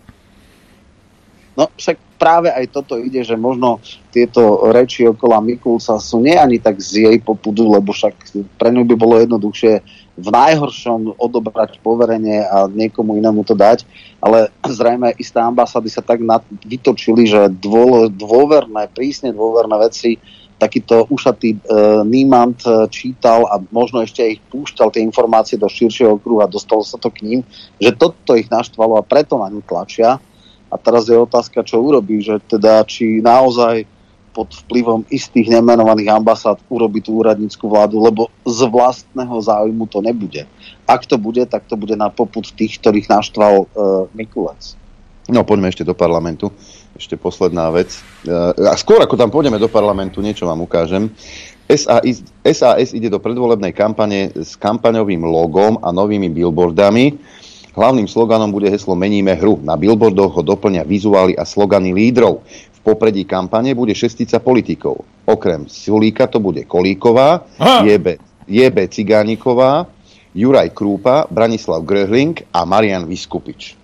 No však práve aj toto ide, že možno tieto reči okolo Mikulca sú nie ani tak z jej popudu, lebo však pre ňu by bolo jednoduchšie v najhoršom odobrať poverenie a niekomu inému to dať, ale zrejme isté ambasády sa tak vytočili, že dô, dôverné, prísne dôverné veci takýto ušatý e, Niemand čítal a možno ešte ich púšťal tie informácie do širšieho okruhu a dostalo sa to k ním, že toto ich naštvalo a preto na ňu tlačia. A teraz je otázka, čo urobí, že teda či naozaj pod vplyvom istých nemenovaných ambasád urobí tú úradnícku vládu, lebo z vlastného záujmu to nebude. Ak to bude, tak to bude na popud tých, ktorých naštval uh, Mikulec. No, poďme ešte do parlamentu. Ešte posledná vec. Uh, a skôr, ako tam pôjdeme do parlamentu, niečo vám ukážem. es a es, es a es ide do predvolebnej kampane s kampaňovým logom a novými billboardami. Hlavným sloganom bude heslo Meníme hru. Na billboardoch ho doplňa vizuály a slogany lídrov. V popredí kampane bude šestica politikov. Okrem Sulíka to bude Kolíková, Jebe, Jebe Cigániková, Juraj Krúpa, Branislav Gröhling a Marian Vyskupič.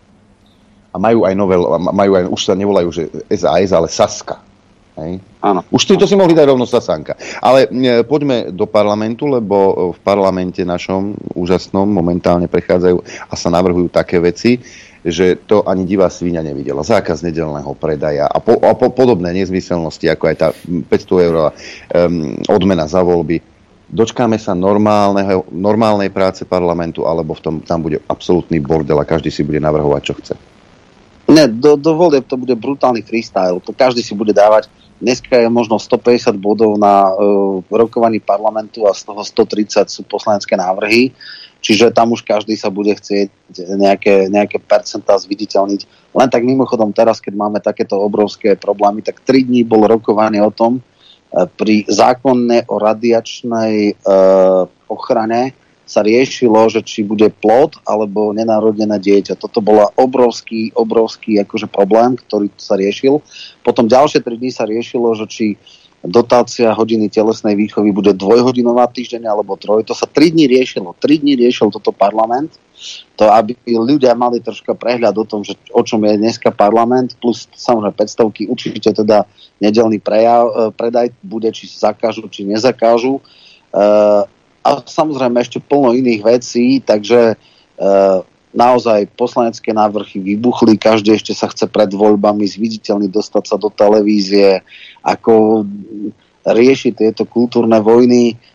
A majú aj nové, majú aj, už sa nevolajú, že es a es, ale Saska. Hej. Áno. Už to si mohli dať rovno Sasanka. Ale e, poďme do parlamentu, lebo v parlamente našom úžasnom momentálne prechádzajú a sa navrhujú také veci, že to ani divá svíňa nevidela. Zákaz nedeľného predaja a, po, a po, podobné nezmyselnosti, ako aj tá päťsto eurová um, odmena za voľby. Dočkáme sa normálneho, normálnej práce parlamentu, alebo v tom, tam bude absolútny bordel a každý si bude navrhovať, čo chce. Ne, do, do volieb to bude brutálny freestyle. To každý si bude dávať. Dneska je možno stopäťdesiat bodov na uh, rokovaní parlamentu a z toho stotridsať sú poslanecké návrhy. Čiže tam už každý sa bude chcieť nejaké, nejaké percentá zviditeľniť. Len tak mimochodom teraz, keď máme takéto obrovské problémy, tak tri dní bol rokovanie o tom uh, pri zákone o radiačnej uh, ochrane sa riešilo, že či bude plod alebo nenarodené dieťa. Toto bola obrovský, obrovský akože problém, ktorý sa riešil. Potom ďalšie tri dní sa riešilo, že či dotácia hodiny telesnej výchovy bude dvojhodinová týždeň alebo troj. To sa tri dní riešilo. Tri dní riešil toto parlament. To, aby ľudia mali troška prehľad o tom, že o čom je dneska parlament, plus samozrejme päťstovky, určite teda nedeľný prejav, predaj bude, či zakážu, či nezakážu. Uh, A samozrejme ešte plno iných vecí, takže e, naozaj poslanecké návrhy vybuchli, každý ešte sa chce pred voľbami zviditeľniť, dostať sa do televízie, ako riešiť tieto kultúrne vojny. E,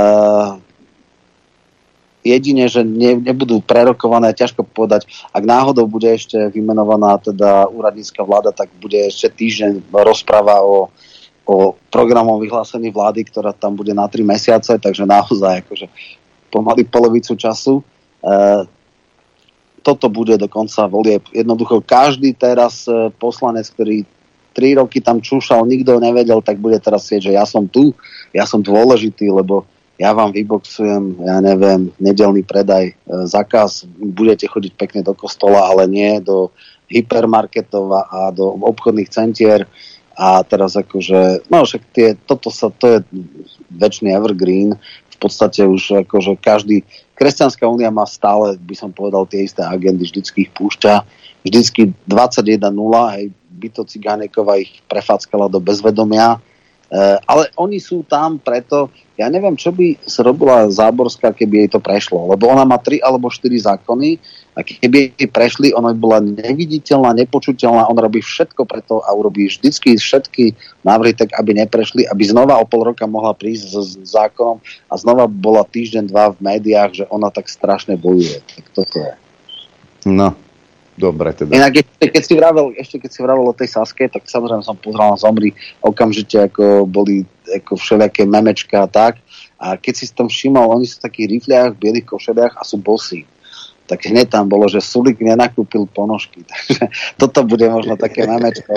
jedine, že ne, nebudú prerokované, ťažko povedať. Ak náhodou bude ešte vymenovaná teda úradnícka vláda, tak bude ešte týždeň rozpráva o o programom vyhlásení vlády, ktorá tam bude na tri mesiace, takže naozaj akože pomaly polovicu času. E, toto bude do konca volieb. Jednoducho každý teraz poslanec, ktorý tri roky tam čúšal, nikto nevedel, tak bude teraz sieť, že ja som tu, ja som dôležitý, lebo ja vám vyboxujem, ja neviem, nedelný predaj, zákaz, budete chodiť pekne do kostola, ale nie do hypermarketov a do obchodných centier. A teraz akože, no však tie, toto sa, to je večný evergreen, v podstate už akože každý, Kresťanská únia má stále, by som povedal, tie isté agendy, vždycky ich púšťa, vždycky dvadsaťjeden nula, hej, Byto Cigáneková ich prefackala do bezvedomia, e, ale oni sú tam preto, ja neviem, čo by sa robila Záborská, keby jej to prešlo, lebo ona má tri alebo štyri zákony a keby jej prešli, ona by bola neviditeľná, nepočuteľná, on robí všetko preto a urobí vždycky všetky návrhy tak, aby neprešli, aby znova o pol roka mohla prísť s zákonom a znova bola týždeň, dva v médiách, že ona tak strašne bojuje. Tak toto je. No, dobre teda. Inak ešte keď si vravel, ešte keď si vravel o tej Saske, tak samozrejme som pozrel na Zomri okamžite, ako boli ako všelijaké memečka a tak. A keď si tam všimol, oni sú v takých rifliach, v bielých košeliach a sú bosí. Tak hneď tam bolo, že Sulík nenakúpil ponožky. Takže toto bude možno také memečko.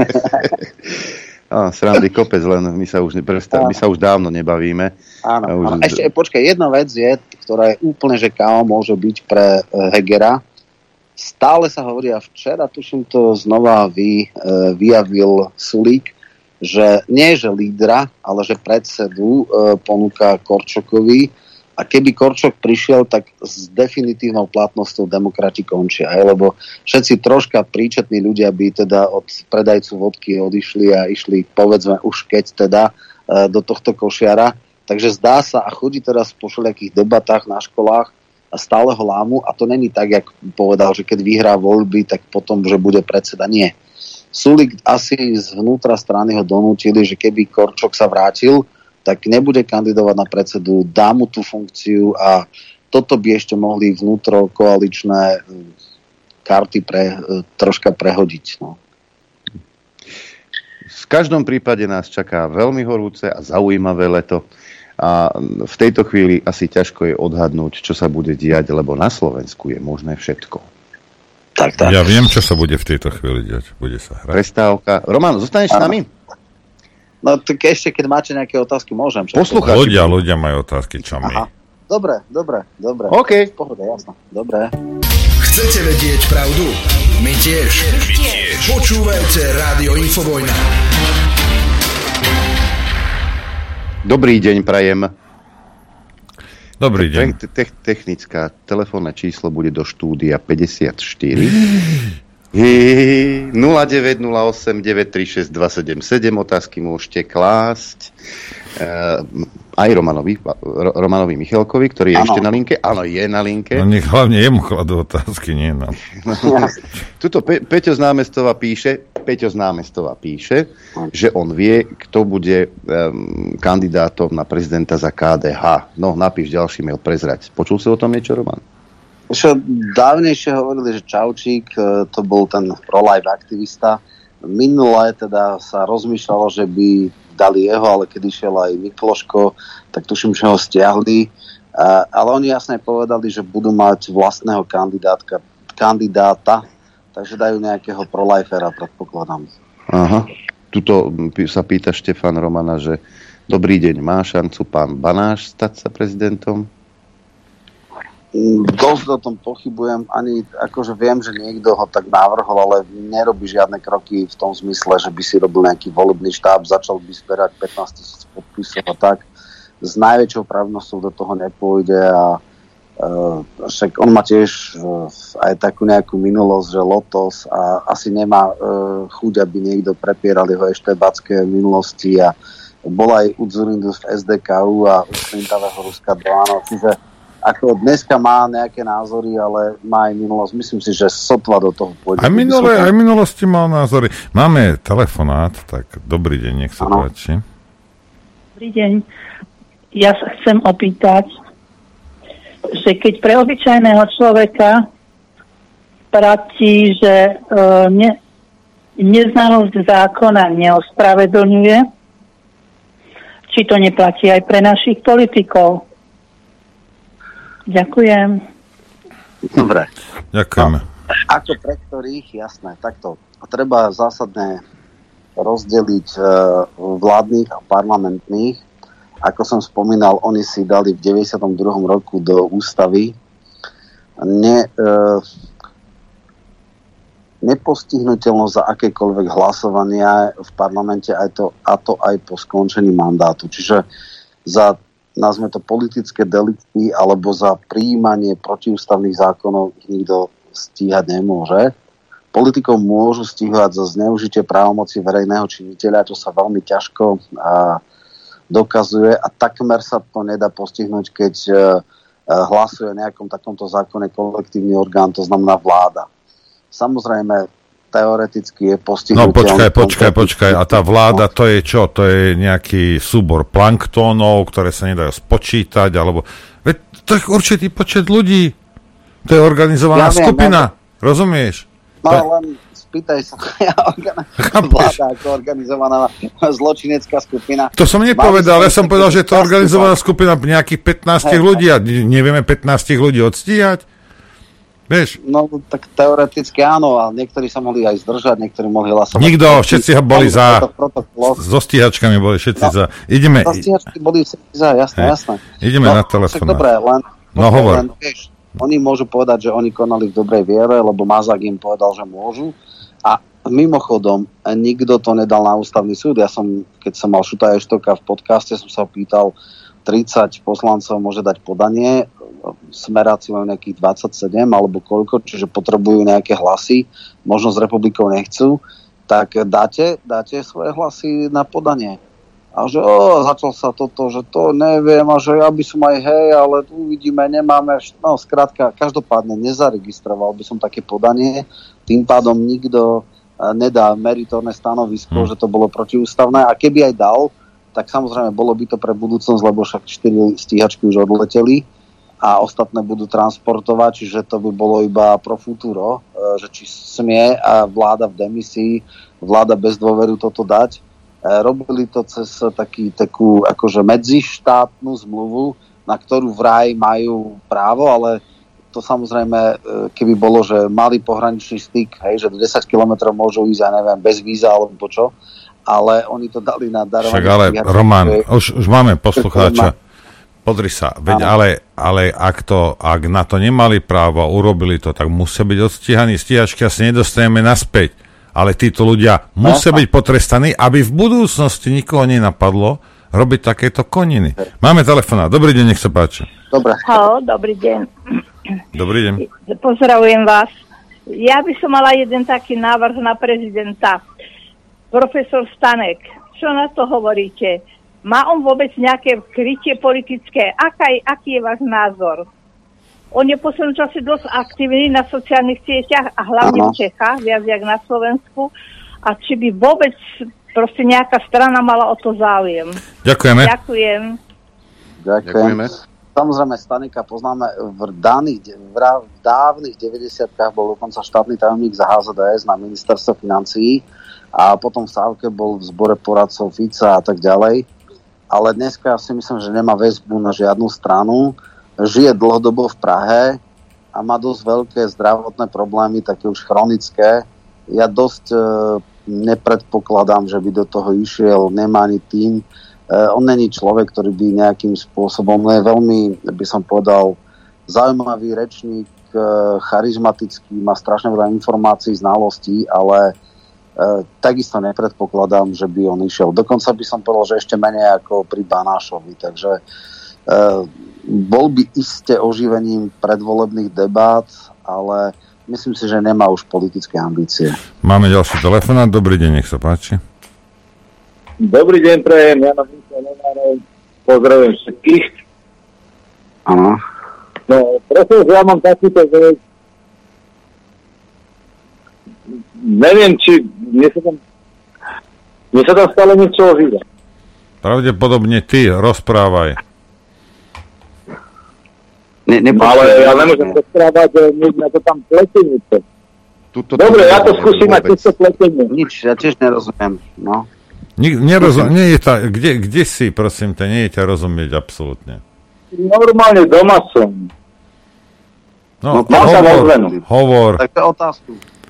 Á, srandy kopec, len my sa už, neprestav, my sa už dávno nebavíme. Áno, už... áno. Ešte počkaj, jedna vec je, ktorá je úplne, že ká ó môže byť pre Hegera. Stále sa hovorí, a včera tuším to znova vy, e, vyjavil Sulík, že nie že lídra, ale že predsedu e, ponúka Korčokovi a keby Korčok prišiel, tak s definitívnou platnosťou demokrati končia. Aj, lebo všetci troška príčetní ľudia by teda od predajcu vodky odišli a išli, povedzme, už keď teda e, do tohto košiara. Takže zdá sa a chodí teraz po všelijakých debatách na školách a stále ho lámu a to není tak, jak povedal, že keď vyhrá voľby, tak potom, že bude predseda. Nie. Sulík asi zvnútra strany ho donútili, že keby Korčok sa vrátil, tak nebude kandidovať na predsedu, dá mu tú funkciu a toto by ešte mohli vnútro koaličné karty pre, troška prehodiť. No. V každom prípade nás čaká veľmi horúce a zaujímavé leto. A v tejto chvíli asi ťažko je odhadnúť, čo sa bude diať, lebo na Slovensku je možné všetko. Tak, tak. Ja viem, čo sa bude v tejto chvíli diať. Bude sa hrať. Prestávka. Roman, zostaneš s nami? No tak ešte, keď máte nejaké otázky, môžem. Poslúchaj. Ľudia, ľudia majú otázky, čo my. Aha. Dobre, dobre, dobre. OK. V pohode, jasno. Dobre. Chcete vedieť pravdu? My tiež. My tiež. Počúvajte Rádio Infovojna. Dobrý deň, prajem. Dobrý deň. Te- te- technická telefónne číslo bude do štúdia päťdesiatštyri nula deväť nula osem deväť tri šesť dva sedem sedem. Otázky môžete klásť uh, aj Romanovi, Romanovi Michalkovi, ktorý je ano. ešte na linke. Áno, je na linke. No nech hlavne jemu kladú otázky, nie nám. Tuto Pe- Peťo z Námestova píše, Peťo z Námestova píše, že on vie, kto bude um, kandidátom na prezidenta za ká dé há. No, napíš ďalší mail, prezrať. Počul si o tom niečo, Roman? Čo dávnejšie hovorili, že Čaučík, to bol ten pro-life aktivista. Minulé teda sa rozmýšľalo, že by dali jeho, ale keď išiel aj Mikloško, tak tuším, že ho stiahli. Ale oni jasne povedali, že budú mať vlastného kandidátka, kandidáta, takže dajú nejakého pro-lifera, predpokladám. Aha. Tuto sa pýta Štefan Romana, že dobrý deň, má šancu pán Banáš stať sa prezidentom? Dosť o tom pochybujem, ani akože viem, že niekto ho tak navrhol, ale nerobí žiadne kroky v tom zmysle, že by si robil nejaký volebný štáb, začal by zberať pätnásť tisíc podpisov a tak. S najväčšou pravdnosťou do toho nepôjde a uh, však on má tiež uh, aj takú nejakú minulosť, že Lotos a asi nemá uh, chuť, aby niekto prepieral jeho eštebácké minulosti a bol aj u Dzurindu v es dé ká ú a u Slintavého Ruska do áno, čiže ako dneska má nejaké názory, ale má aj minulosť. Myslím si, že sotva do toho pôjde. Aj, minulé, aj minulosti mal názory. Máme telefonát, tak dobrý deň, nech sa páči. Dobrý deň. Ja sa chcem opýtať, že keď pre obyčajného človeka platí, že uh, ne, neznalosť zákona neospravedlňuje, či to neplatí aj pre našich politikov? Ďakujem. Dobre. Ďakujeme. No, ako pre ktorých, jasné, takto. Treba zásadne rozdeliť e, vládnych a parlamentných. Ako som spomínal, oni si dali v deväťdesiatom druhom roku do ústavy ne, e, nepostihnuteľnosť za akékoľvek hlasovania v parlamente, aj to, a to aj po skončení mandátu. Čiže za, nazme to, politické delikty alebo za prijímanie protiústavných zákonov ich nikto stíhať nemôže. Politikov môžu stíhať za zneužitie právomoci verejného činiteľa, čo sa veľmi ťažko a, dokazuje a takmer sa to nedá postihnúť, keď a, hlasuje o nejakom takomto zákone kolektívny orgán, to znamená vláda. Samozrejme, teoreticky je postihnutelný. No počkaj, počkaj, počkaj. A tá vláda, to je čo? To je nejaký súbor planktónov, ktoré sa nedajú spočítať, alebo... Veď to je určitý počet ľudí. To je organizovaná ja skupina. Viem, ja... Rozumieš? No to... len spýtaj sa. Vláda ako organizovaná zločinecká skupina. To som nepovedal. Ja som povedal, že je to organizovaná skupina nejakých pätnásť ľudí a nevieme pätnásť ľudí odstíhať. Vieš? No, tak teoreticky áno, a niektorí sa mohli aj zdržať, niektorí mohli hlasovať. Nikto, všetci boli za. So stíhačkami boli všetci no, za. Ideme. So stíhačky boli všetci za, jasné, jasné. Ideme no, na telefón. Dobre, len, no, hovor. Len, vieš, oni môžu povedať, že oni konali v dobrej viere, lebo Mazák im povedal, že môžu. A mimochodom, nikto to nedal na ústavný súd. Ja som, keď som mal Šutaja Eštoka v podcaste, som sa pýtal, tridsať poslancov môže dať podanie, Smeráci majú nejakých dvadsaťsedem alebo koľko, čiže potrebujú nejaké hlasy, možno s Republikou nechcú, tak dáte, dáte svoje hlasy na podanie. A že o, začal sa toto, že to neviem, a že ja by som aj hej, ale uvidíme, nemáme, no skrátka, každopádne nezaregistroval by som také podanie, tým pádom nikto nedá meritorné stanovisko, hmm. že to bolo protiústavné, a keby aj dal, tak samozrejme bolo by to pre budúcnosť, lebo však štyri stíhačky už odleteli a ostatné budú transportovať, čiže to by bolo iba pro futuro, že či smie a vláda v demisii, vláda bez dôveru toto dať. Robili to cez taký, takú akože medzištátnu zmluvu, na ktorú vraj majú právo, ale to samozrejme, keby bolo, že malý pohraničný styk, hej, že do desať kilometrov môžu ísť, ja neviem, bez víza alebo čo, ale oni to dali na darovanie. Však ale, Roman, už, už máme poslucháča. Podri sa, veď ale, ale ak, to, ak na to nemali právo a urobili to, tak musia byť odstíhaní. Stíhačky asi nedostaneme naspäť. Ale títo ľudia musia byť potrestaní, aby v budúcnosti nikoho nenapadlo robiť takéto koniny. Máme telefonát. Dobrý deň, nech sa páči. Dobre. Haló, dobrý deň. Dobrý deň. Pozdravujem vás. Ja by som mala jeden taký návrh na prezidenta. Profesor Stanek, čo na to hovoríte? Má on vôbec nejaké krytie politické? Aká je, aký je váš názor? On je v poslednom čase dosť aktívny na sociálnych sieťach a hlavne v Čechách, viac jak na Slovensku. A či by vôbec proste nejaká strana mala o to záujem? Ďakujeme. Ďakujem. Ďakujeme. Samozrejme, Stanika poznáme v, daných, v dávnych deväťdesiatkach bol dokonca štátny tajomník za há zet dé es na ministerstve financií a potom v Sávke bol v zbore poradcov Fica a tak ďalej. Ale dneska si myslím, že nemá väzbu na žiadnu stranu, žije dlhodobo v Prahe a má dosť veľké zdravotné problémy, také už chronické. Ja dosť e, nepredpokladám, že by do toho išiel, nemá ani tým. E, on není človek, ktorý by nejakým spôsobom, je veľmi, by som povedal, zaujímavý rečník, e, charizmatický, má strašne veľa informácií, znalostí, ale E, takisto nepredpokladám, že by on išiel. Dokonca by som povedal, že ešte menej ako pri Banášovi. Takže e, bol by iste oživením predvolebných debát, ale myslím si, že nemá už politické ambície. Máme ďalší telefonát. Dobrý deň, nech sa páči. Dobrý deň, prejem. Ja na Vincenov. Pozdravujem všetkých. Áno. No, prosím, ja mám takýto, že neviem, či mne sa tam mne sa tam stále niečo ozýva. Pravdepodobne ty, rozprávaj. Ne, ale ja nemôžem rozprávať, že mňa to tam pletenie. Dobre, ja to skúsim mať čisto pletenie. Nič, ja tiež nerozumiem. No. Ni, nerozum, nie je tá, kde, kde si, prosím te, nie je ťa rozumieť absolútne. Normálne doma som. No, no hovor, hovor. Tak to je otázku.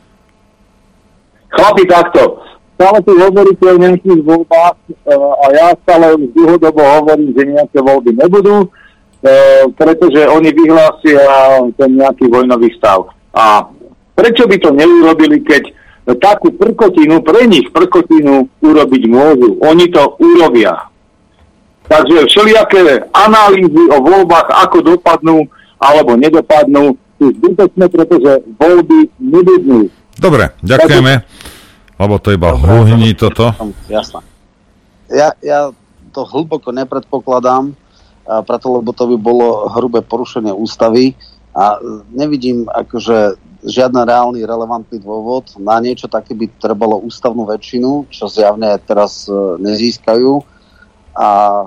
Chlapi, takto. Stále tu hovoríte o nejakých voľbách a ja stále už dlhodobo hovorím, že nejaké voľby nebudú, pretože oni vyhlásia ten nejaký vojnový stav. A prečo by to neurobili, keď takú prkotinu, pre nich prkotinu urobiť môžu? Oni to urobia. Takže všelijaké analýzy o voľbách, ako dopadnú alebo nedopadnú, sú zbytočné, pretože voľby nebudú. Dobre, ďakujeme. Lebo to iba hluhní toto. Jasné. Ja, ja to hlboko nepredpokladám, preto lebo to by bolo hrubé porušenie ústavy a nevidím akože žiadny reálny, relevantný dôvod. Na niečo také by trebalo ústavnú väčšinu, čo zjavne teraz nezískajú. A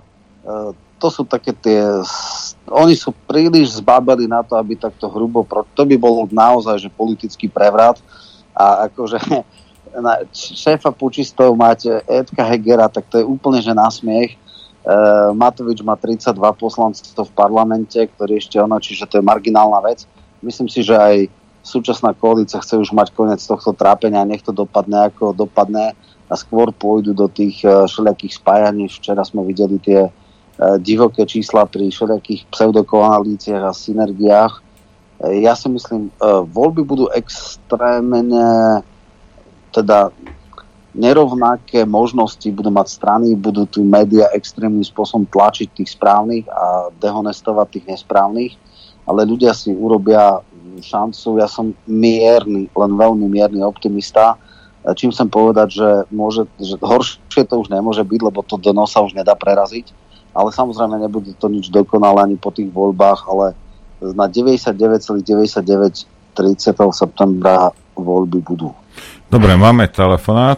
to sú také tie... Oni sú príliš zbabeli na to, aby takto hrubo... To by bol naozaj že politický prevrat. A akože na šéfa pučistov máte Edka Hegera, tak to je úplne že na smiech. E, Matovič má tridsaťdva poslancov v parlamente, ktorý ešte ono, čiže to je marginálna vec. Myslím si, že aj súčasná koalícia chce už mať koniec tohto trápenia, nech to dopadne ako dopadne a skôr pôjdu do tých uh, všelijakých spájaní. Včera sme videli tie uh, divoké čísla pri všelijakých pseudokoalíciách a synergiách. Uh, ja si myslím, uh, voľby budú extrémne teda nerovnaké možnosti budú mať strany, budú tu médiá extrémnym spôsobom tlačiť tých správnych a dehonestovať tých nesprávnych, ale ľudia si urobia šancu. Ja som mierny, len veľmi mierny optimista, čím chcem povedať, že, môže, že horšie to už nemôže byť, lebo to do nosa už nedá preraziť, ale samozrejme nebude to nič dokonalé ani po tých voľbách, ale na deväťdesiatdeväť celá deväťdesiatdeväť tridsiateho septembra voľby budú. Dobre, máme telefonát.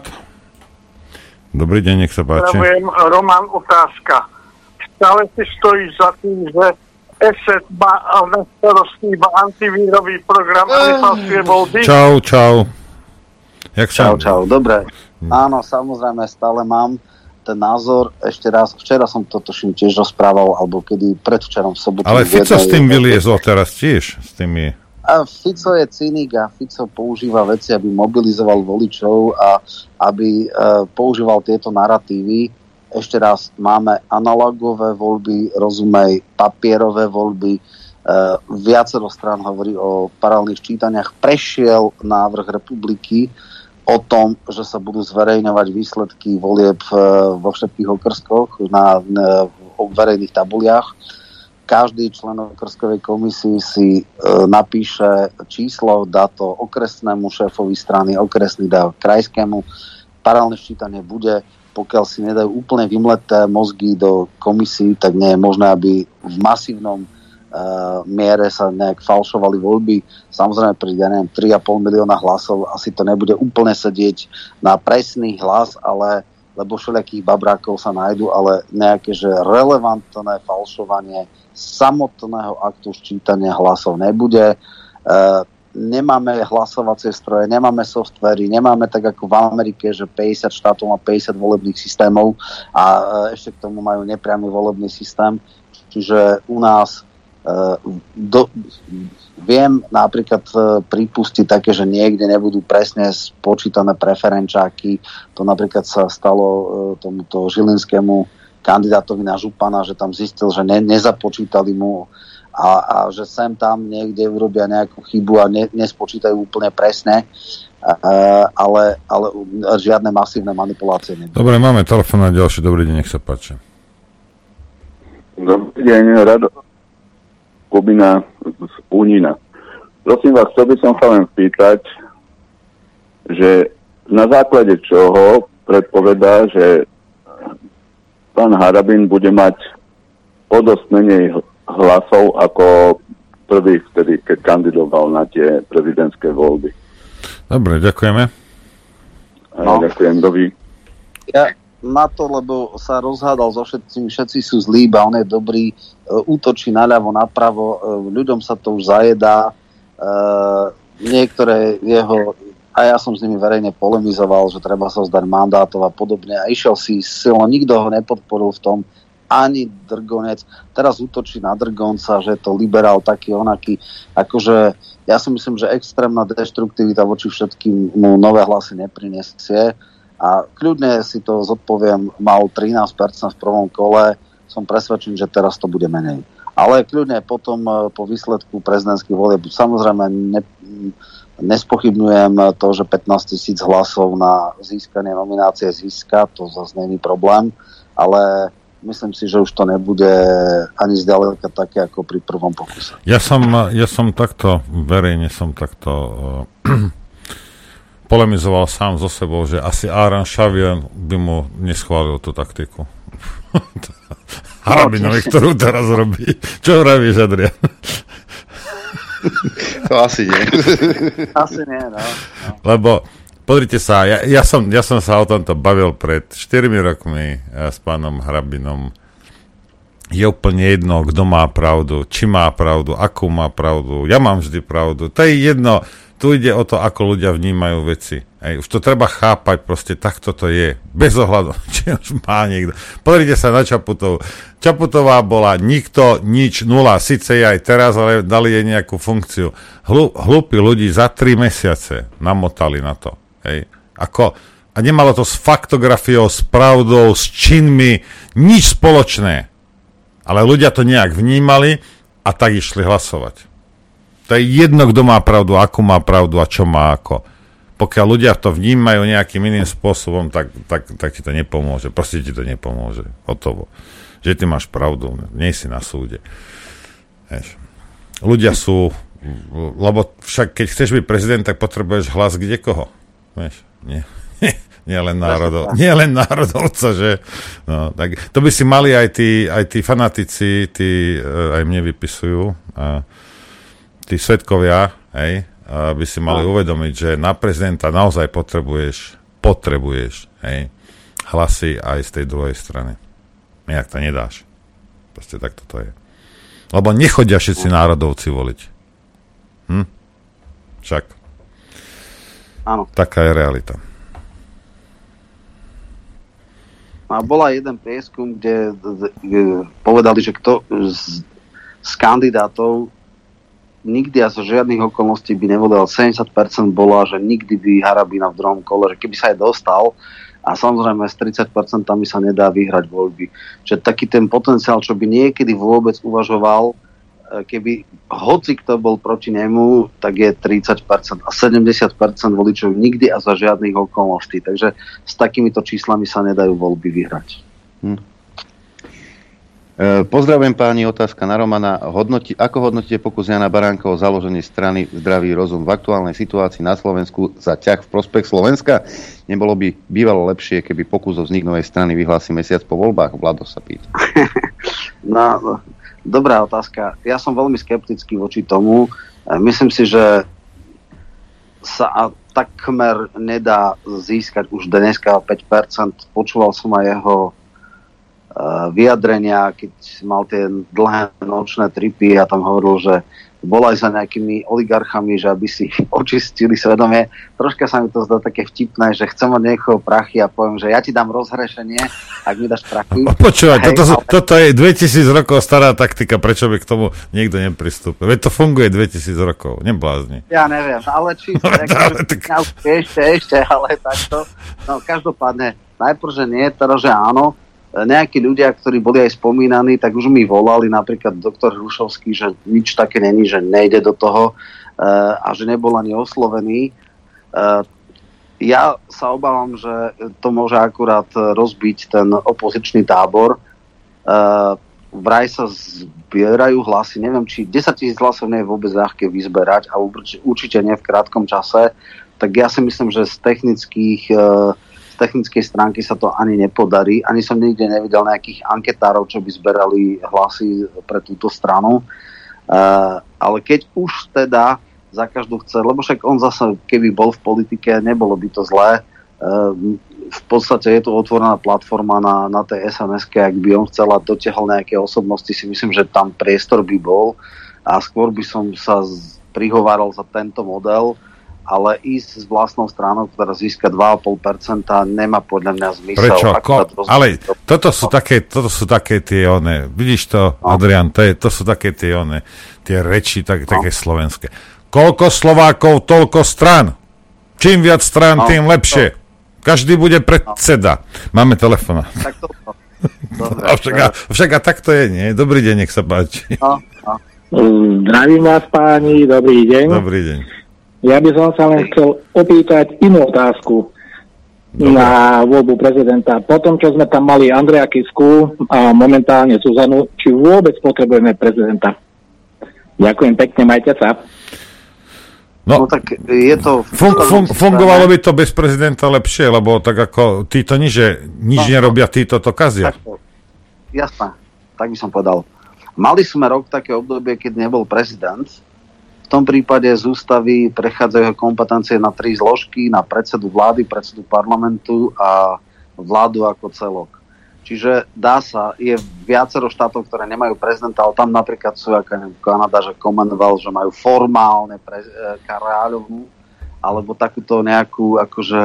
Dobrý deň, nech sa páči. Zdravujem, Roman, otázka. Stále si stojíš za tým, že ESET má na starosti iba antivírový program a nefalšuje voľby? Čau, čau. Jak čau, sa... čau, dobre. Hm. Áno, samozrejme, stále mám ten názor. Ešte raz, včera som to tuším tiež rozprával, alebo kedy predvčerom v sobotu. Ale Fico s tým vyliezol teraz tiež, s tými... A Fico je cynik a Fico používa veci, aby mobilizoval voličov a aby e, používal tieto naratívy. Ešte raz, máme analogové voľby, rozumej, papierové voľby. E, viacero strán hovorí o paralelných čítaniach. Prešiel návrh republiky o tom, že sa budú zverejňovať výsledky volieb e, vo všetkých okrskoch na, na verejných tabuliach. Každý člen okrskovej komisii si e, napíše číslo, dá to okresnému šéfovi strany, okresný dá krajskému. Paralelné ščítanie bude, pokiaľ si nedajú úplne vymleté mozgy do komisí, tak nie je možné, aby v masívnom e, miere sa nejak falšovali voľby. Samozrejme pri, ja neviem, tri a pol milióna hlasov asi to nebude úplne sedieť na presný hlas, ale lebo všelijakých babrákov sa nájdu, ale nejaké že relevantné falšovanie samotného aktu ščítania hlasov nebude. E, nemáme hlasovacie stroje, nemáme softvery, nemáme tak ako v Amerike, že päťdesiat štátov má päťdesiat volebných systémov a e, ešte k tomu majú nepriamy volebný systém. Čiže u nás e, do, viem napríklad e, pripustiť také, že niekde nebudú presne spočítané preferenčáky. To napríklad sa stalo e, tomuto žilinskému kandidátovi na župana, že tam zistil, že ne, nezapočítali mu a, a že sem tam niekde urobia nejakú chybu a ne, nespočítajú úplne presne, a, ale, ale žiadne masívne manipulácie nebudú. Dobre, máme telefón na ďalší. Dobrý deň, nech sa páči. Dobrý deň, Rado Kubina z Únina. Prosím vás, chcel by som sa len spýtať, že na základe čoho predpovedá, že pán Harabin bude mať o dosť menej hlasov ako prvý vtedy, keď kandidoval na tie prezidentské voľby. Dobre, ďakujeme. No. Ďakujem, dovi. Ja na to, lebo sa rozhádal so všetkými, všetci sú zlí, a on je dobrý, útočí naľavo, napravo, ľuďom sa to už zajedá, niektoré jeho... A ja som s nimi verejne polemizoval, že treba sa vzdať mandátov a podobne. A išiel si silno, nikto ho nepodporil v tom. ani Drgonec. Teraz útočí na Drgonca, že je to liberál taký onaký. Akože ja si myslím, že extrémna deštruktivita voči všetkým mu nové hlasy neprinesie. A kľudne si to zodpoviem, mal trinásť percent v prvom kole, som presvedčený, že teraz to bude menej. Ale kľudne potom po výsledku prezidentských volieb, samozrejme ne, nespochybňujem to, že pätnásť tisíc hlasov na získanie nominácie získa, to zase není problém, ale myslím si, že už to nebude ani zďaleka také ako pri prvom pokuse. Ja som, ja som takto, verejne som takto uh, polemizoval sám so sebou, že asi Aron Xavier by mu neschválil tú taktiku. Harabinovi, ktorú teraz robí. Čo vravíš, Adrian? To asi nie. Asi nie, no. no. Lebo, pozrite sa, ja, ja, som, ja som sa o tomto bavil pred štyrmi rokmi s pánom Hrabinom. Je úplne jedno, kto má pravdu, či má pravdu, akú má pravdu. Ja mám vždy pravdu. To je jedno. Tu ide o to, ako ľudia vnímajú veci. Ej, už to treba chápať, proste takto to je. Bez ohľadu, či už má niekto. Pozrite sa na Čaputovú. Čaputová bola nikto, nič, nula. Sice je aj teraz, ale dali jej nejakú funkciu. Hlu, hlúpi ľudí za tri mesiace namotali na to. Ej. Ako, a nemalo to s faktografiou, s pravdou, s činmi, nič spoločné. Ale ľudia to nejak vnímali a tak išli hlasovať. To je jedno, kto má pravdu, akú má pravdu a čo má ako. Pokiaľ ľudia to vnímajú nejakým iným spôsobom, tak, tak, tak ti to nepomôže. Proste ti to nepomôže. Hotovo. Že ty máš pravdu, nie si na súde. Vieš. Ľudia sú, lebo však keď chceš byť prezident, tak potrebuješ hlas kde koho. Vieš, nie. Nie len národov, nie len národovca, že? No, tak to by si mali aj tí, aj tí fanatici, tí aj mne vypisujú, a tí svedkovia, hej, by si mali uvedomiť, že na prezidenta naozaj potrebuješ, potrebuješ, hej, hlasy aj z tej druhej strany. Nejak to nedáš. Proste takto to je. Lebo nechodia všetci národovci voliť. Hm? Však. Áno. Taká je realita. A bola jeden prieskum, kde povedali, že kto z, z kandidátov nikdy a zo žiadnych okolností by nevolil. sedemdesiat percent bola, že nikdy by Harabina v druhom kole, že keby sa aj dostal, a samozrejme s tridsať percent sa nedá vyhrať voľby. Čiže taký ten potenciál, čo by niekedy vôbec uvažoval, keby hoci kto bol proti nemu, tak je tridsať percent a sedemdesiat percent voličov nikdy a za žiadnych okolností. Takže s takýmito číslami sa nedajú voľby vyhrať. Hm. Pozdravujem páni, otázka na Romana. Hodnoti, ako hodnotíte pokus Jana Baránka o založení strany Zdravý rozum v aktuálnej situácii na Slovensku za ťah v prospech Slovenska? Nebolo by bývalo lepšie, keby pokus o vznik novej strany vyhlási mesiac po voľbách? Vlado sa pýta. No, dobrá otázka. Ja som veľmi skeptický voči tomu. Myslím si, že sa takmer nedá získať už dneska päť percent. Počúval som aj jeho vyjadrenia, keď mal tie dlhé nočné tripy a tam hovoril, že bol aj za nejakými oligarchami, že aby si očistili svedomie. Troška sa mi to zdá také vtipné, že chcem od niekoho prachy a poviem, že ja ti dám rozhrešenie, ak mi dáš prachy. Počúvaj, toto, ale... toto je dvetisíc rokov stará taktika, prečo by k tomu niekto nepristúpil. Veď to funguje dvetisíc rokov, neblázni. Ja neviem, ale či... No, ale tak... Ešte, ešte, ale takto. No, každopádne, najprv, že nie, teraz, že áno. Nejakí ľudia, ktorí boli aj spomínaní, tak už mi volali, napríklad doktor Hrušovský, že nič také není, že nejde do toho a že nebol ani oslovený. Ja sa obávam, že to môže akurát rozbiť ten opozičný tábor. Vraj sa zbierajú hlasy, neviem, či desať tisíc hlasov nie je vôbec ľahké vyzberať a určite nie v krátkom čase, tak ja si myslím, že z technických technickej stránky sa to ani nepodarí. Ani som nikde nevidel nejakých anketárov, čo by zberali hlasy pre túto stranu. Uh, ale keď už teda za každú chce, lebo však on zase, keby bol v politike, nebolo by to zlé. Uh, v podstate je tu otvorená platforma na, na tej es en eske, ak by on chcel a dotiahol nejaké osobnosti, si myslím, že tam priestor by bol a skôr by som sa z, prihováral za tento model. ale ísť s vlastnou stranou, ktorá získa dva a pol percenta, nemá podľa mňa zmysel. Prečo? Ko, ale toto sú také, toto sú také tie one, vidíš to, no. Adrian, to, je, to sú také tie one, tie reči, tak, no. také slovenské. Koľko Slovákov, toľko strán. Čím viac strán, no, tým lepšie. To. Každý bude predseda. No. Máme telefona. Tak to. Dobre, však, a, však a tak to je, nie? Dobrý deň, nech sa páči. No, no. Zdravím vás, páni, dobrý deň. Dobrý deň. Ja by som sa len chcel opýtať inú otázku. Dobre. Na voľbu prezidenta. Po tom, čo sme tam mali Andreja Kisku a momentálne Zuzanu, či vôbec potrebujeme prezidenta? Ďakujem pekne, majte sa. No, no tak je to... Fun, fun, fungovalo by to bez prezidenta lepšie, lebo tak ako títo nič, nič no, nerobia, títo to kazia. Jasné, tak by som povedal. Mali sme rok také obdobie, keď nebol prezident. V tom prípade z ústavy prechádzajú kompetencie na tri zložky, na predsedu vlády, predsedu parlamentu a vládu ako celok. Čiže dá sa, je viacero štátov, ktoré nemajú prezidenta, ale tam napríklad sú ako Kanada, že Commonwealth, že majú formálne pre, e, kráľovnú, alebo takúto nejakú akože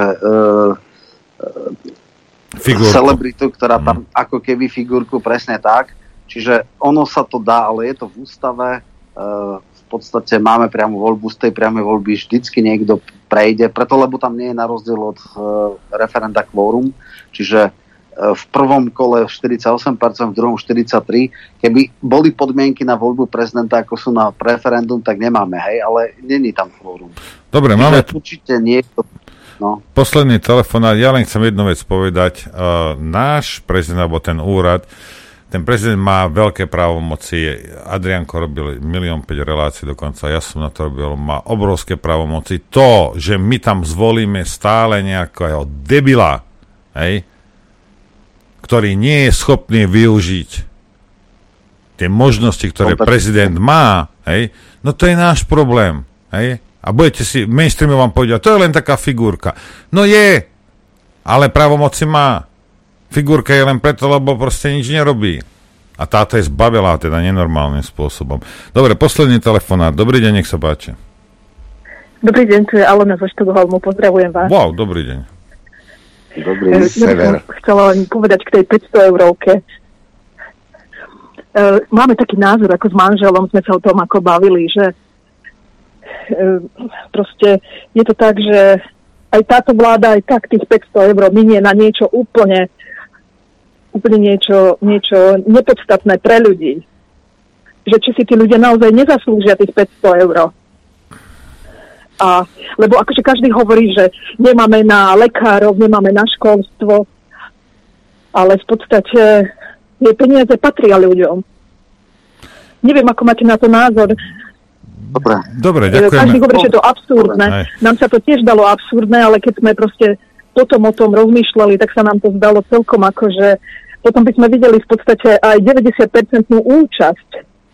e, e, celebritu, ktorá tam ako keby figurku, presne tak. Čiže ono sa to dá, ale je to v ústave, e, v podstate máme priamu voľbu, z tej priamej voľby vždycky niekto prejde, preto lebo tam nie je na rozdiel od e, referenda kvórum, čiže e, v prvom kole štyridsaťosem percent, v druhom štyridsaťtri percent. Keby boli podmienky na voľbu prezidenta, ako sú na referendum, tak nemáme, hej, ale není tam kvórum. Dobre, čiže máme... Určite niekto... No. Posledný telefonát, ja len chcem jednu vec povedať. Uh, náš prezident, alebo ten úrad, ten prezident má veľké právomoci. Adrianko robil milión päť relácií dokonca, ja som na to robil, má obrovské právomoci. To, že my tam zvolíme stále nejakého debila, hej, ktorý nie je schopný využiť tie možnosti, ktoré prezident má, hej, no to je náš problém. Hej. A budete si, mainstreamu vám povedať, to je len taká figurka. No je, ale právomoci má. Figurka je len preto, lebo proste nič nerobí. A táto je zbabelá, teda nenormálnym spôsobom. Dobre, posledný telefonát. Dobrý deň, nech sa páči. Dobrý deň, tu je Alena zo Štokholmu, pozdravujem vás. Wow, dobrý deň. Dobrý ja sever. Ja chcela len povedať k tej päťsto eurovke. Máme taký názor, ako s manželom sme sa o tom ako bavili, že proste je to tak, že aj táto vláda, aj tak tých päťsto eur minie na niečo úplne úplne niečo, niečo nepodstatné pre ľudí. Že či si tí ľudia naozaj nezaslúžia tých päťsto eur. A, lebo akože každý hovorí, že nemáme na lekárov, nemáme na školstvo, ale v podstate tie peniaze patria ľuďom. Neviem, ako máte na to názor. Dobre. Dobre, ďakujeme. Každý hovorí, že je to absurdné. Dobre. Nám sa to tiež dalo absurdné, ale keď sme proste potom o tom rozmýšľali, tak sa nám to zdalo celkom ako, že potom by sme videli v podstate aj deväťdesiat percent účasť.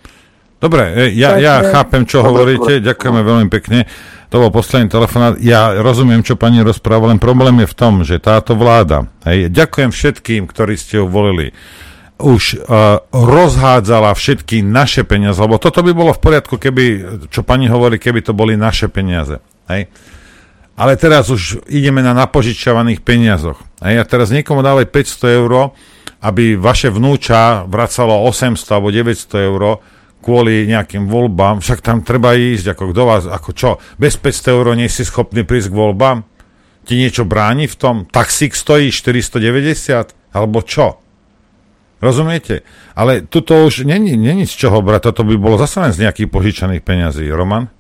Dobre, ja, Takže... ja chápem, čo dobre, hovoríte, dobre. Ďakujeme veľmi pekne. To bol posledný telefonát. Ja rozumiem, čo pani rozpráva, len problém je v tom, že táto vláda, hej, ďakujem všetkým, ktorí ste ju volili, už uh, rozhádzala všetky naše peniaze, lebo toto by bolo v poriadku, keby, čo pani hovorí, keby to boli naše peniaze, hej. Ale teraz už ideme na napožičiavaných peniazoch. Hej, a teraz niekomu dávať päťsto eur, aby vaše vnúča vracalo osemsto alebo deväťsto eur kvôli nejakým voľbám, však tam treba ísť, ako kto vás, ako čo, bez päťsto eur nie si schopný prísť k voľbám? Ti niečo bráni v tom? Taxík stojí štyristodeväťdesiat? Alebo čo? Rozumiete? Ale tuto už není, není z čoho brať, toto by bolo zase len z nejakých požičaných peňazí. Roman?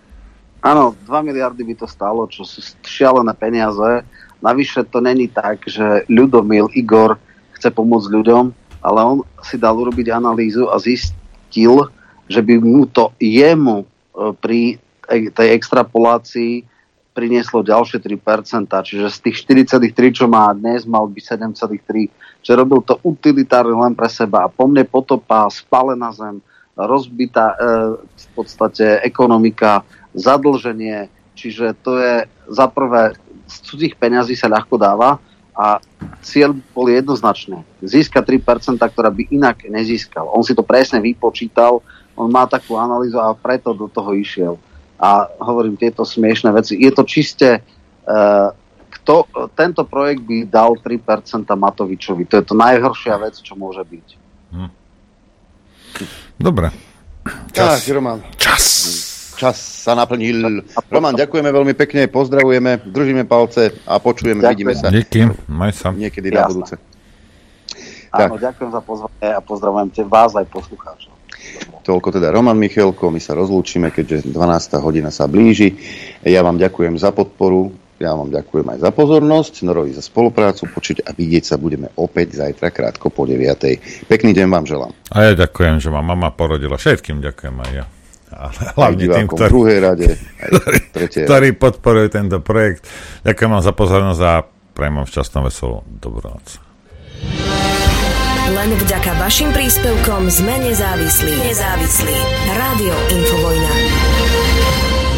Áno, dva miliardy by to stálo, čo sú šialené peniaze. Navyše to není tak, že Ľudomil Igor chce pomôcť ľuďom, ale on si dal urobiť analýzu a zistil, že by mu to jemu pri tej extrapolácii prinieslo ďalšie tri percentá, čiže z tých štyri celé tri, čo má dnes, mal by sedem celé tri. Čiže robil to utilitárne len pre seba. A po mne potopa, spálená zem, rozbitá e, v podstate ekonomika, zadlženie, čiže to je za prvé, z cudzích peňazí sa ľahko dáva a cieľ bol jednoznačný. Získa tri percentá, ktorá by inak nezískal. On si to presne vypočítal, on má takú analýzu a preto do toho išiel. a hovorím tieto smiešné veci. Je to čiste, uh, kto, tento projekt by dal tri percentá Matovičovi. To je to najhoršia vec, čo môže byť. Hm. Dobre. Čas. Tak, Roman. Čas. Čas sa naplnil. Roman, ďakujeme veľmi pekne, pozdravujeme, držíme palce a počujeme, ďakujem. Vidíme sa. Díky, maj sa. Niekedy na budúce. Áno, tak. Ďakujem za pozvanie a pozdravujem te vás aj poslucháčov. Toľko teda Roman Michelko, my sa rozlúčime, keďže dvanásta hodina sa blíži. Ja vám ďakujem za podporu, ja vám ďakujem aj za pozornosť, Norovi za spoluprácu, počuť a vidieť sa budeme opäť zajtra krátko po deviatej. Pekný deň vám želám. A ja ďakujem, že ma mama porodila. Všetkým ďakujem aj ja. Ale hlavne tým, ktorí, v druhej rade, aj ktorí, ktorí podporujú tento projekt. Ďakujem vám za pozornosť a prajem vám šťastnú, veselú dobrú noc. Len vďaka vašim príspevkom sme nezávislí. Nezávislí. Rádio Infovojna.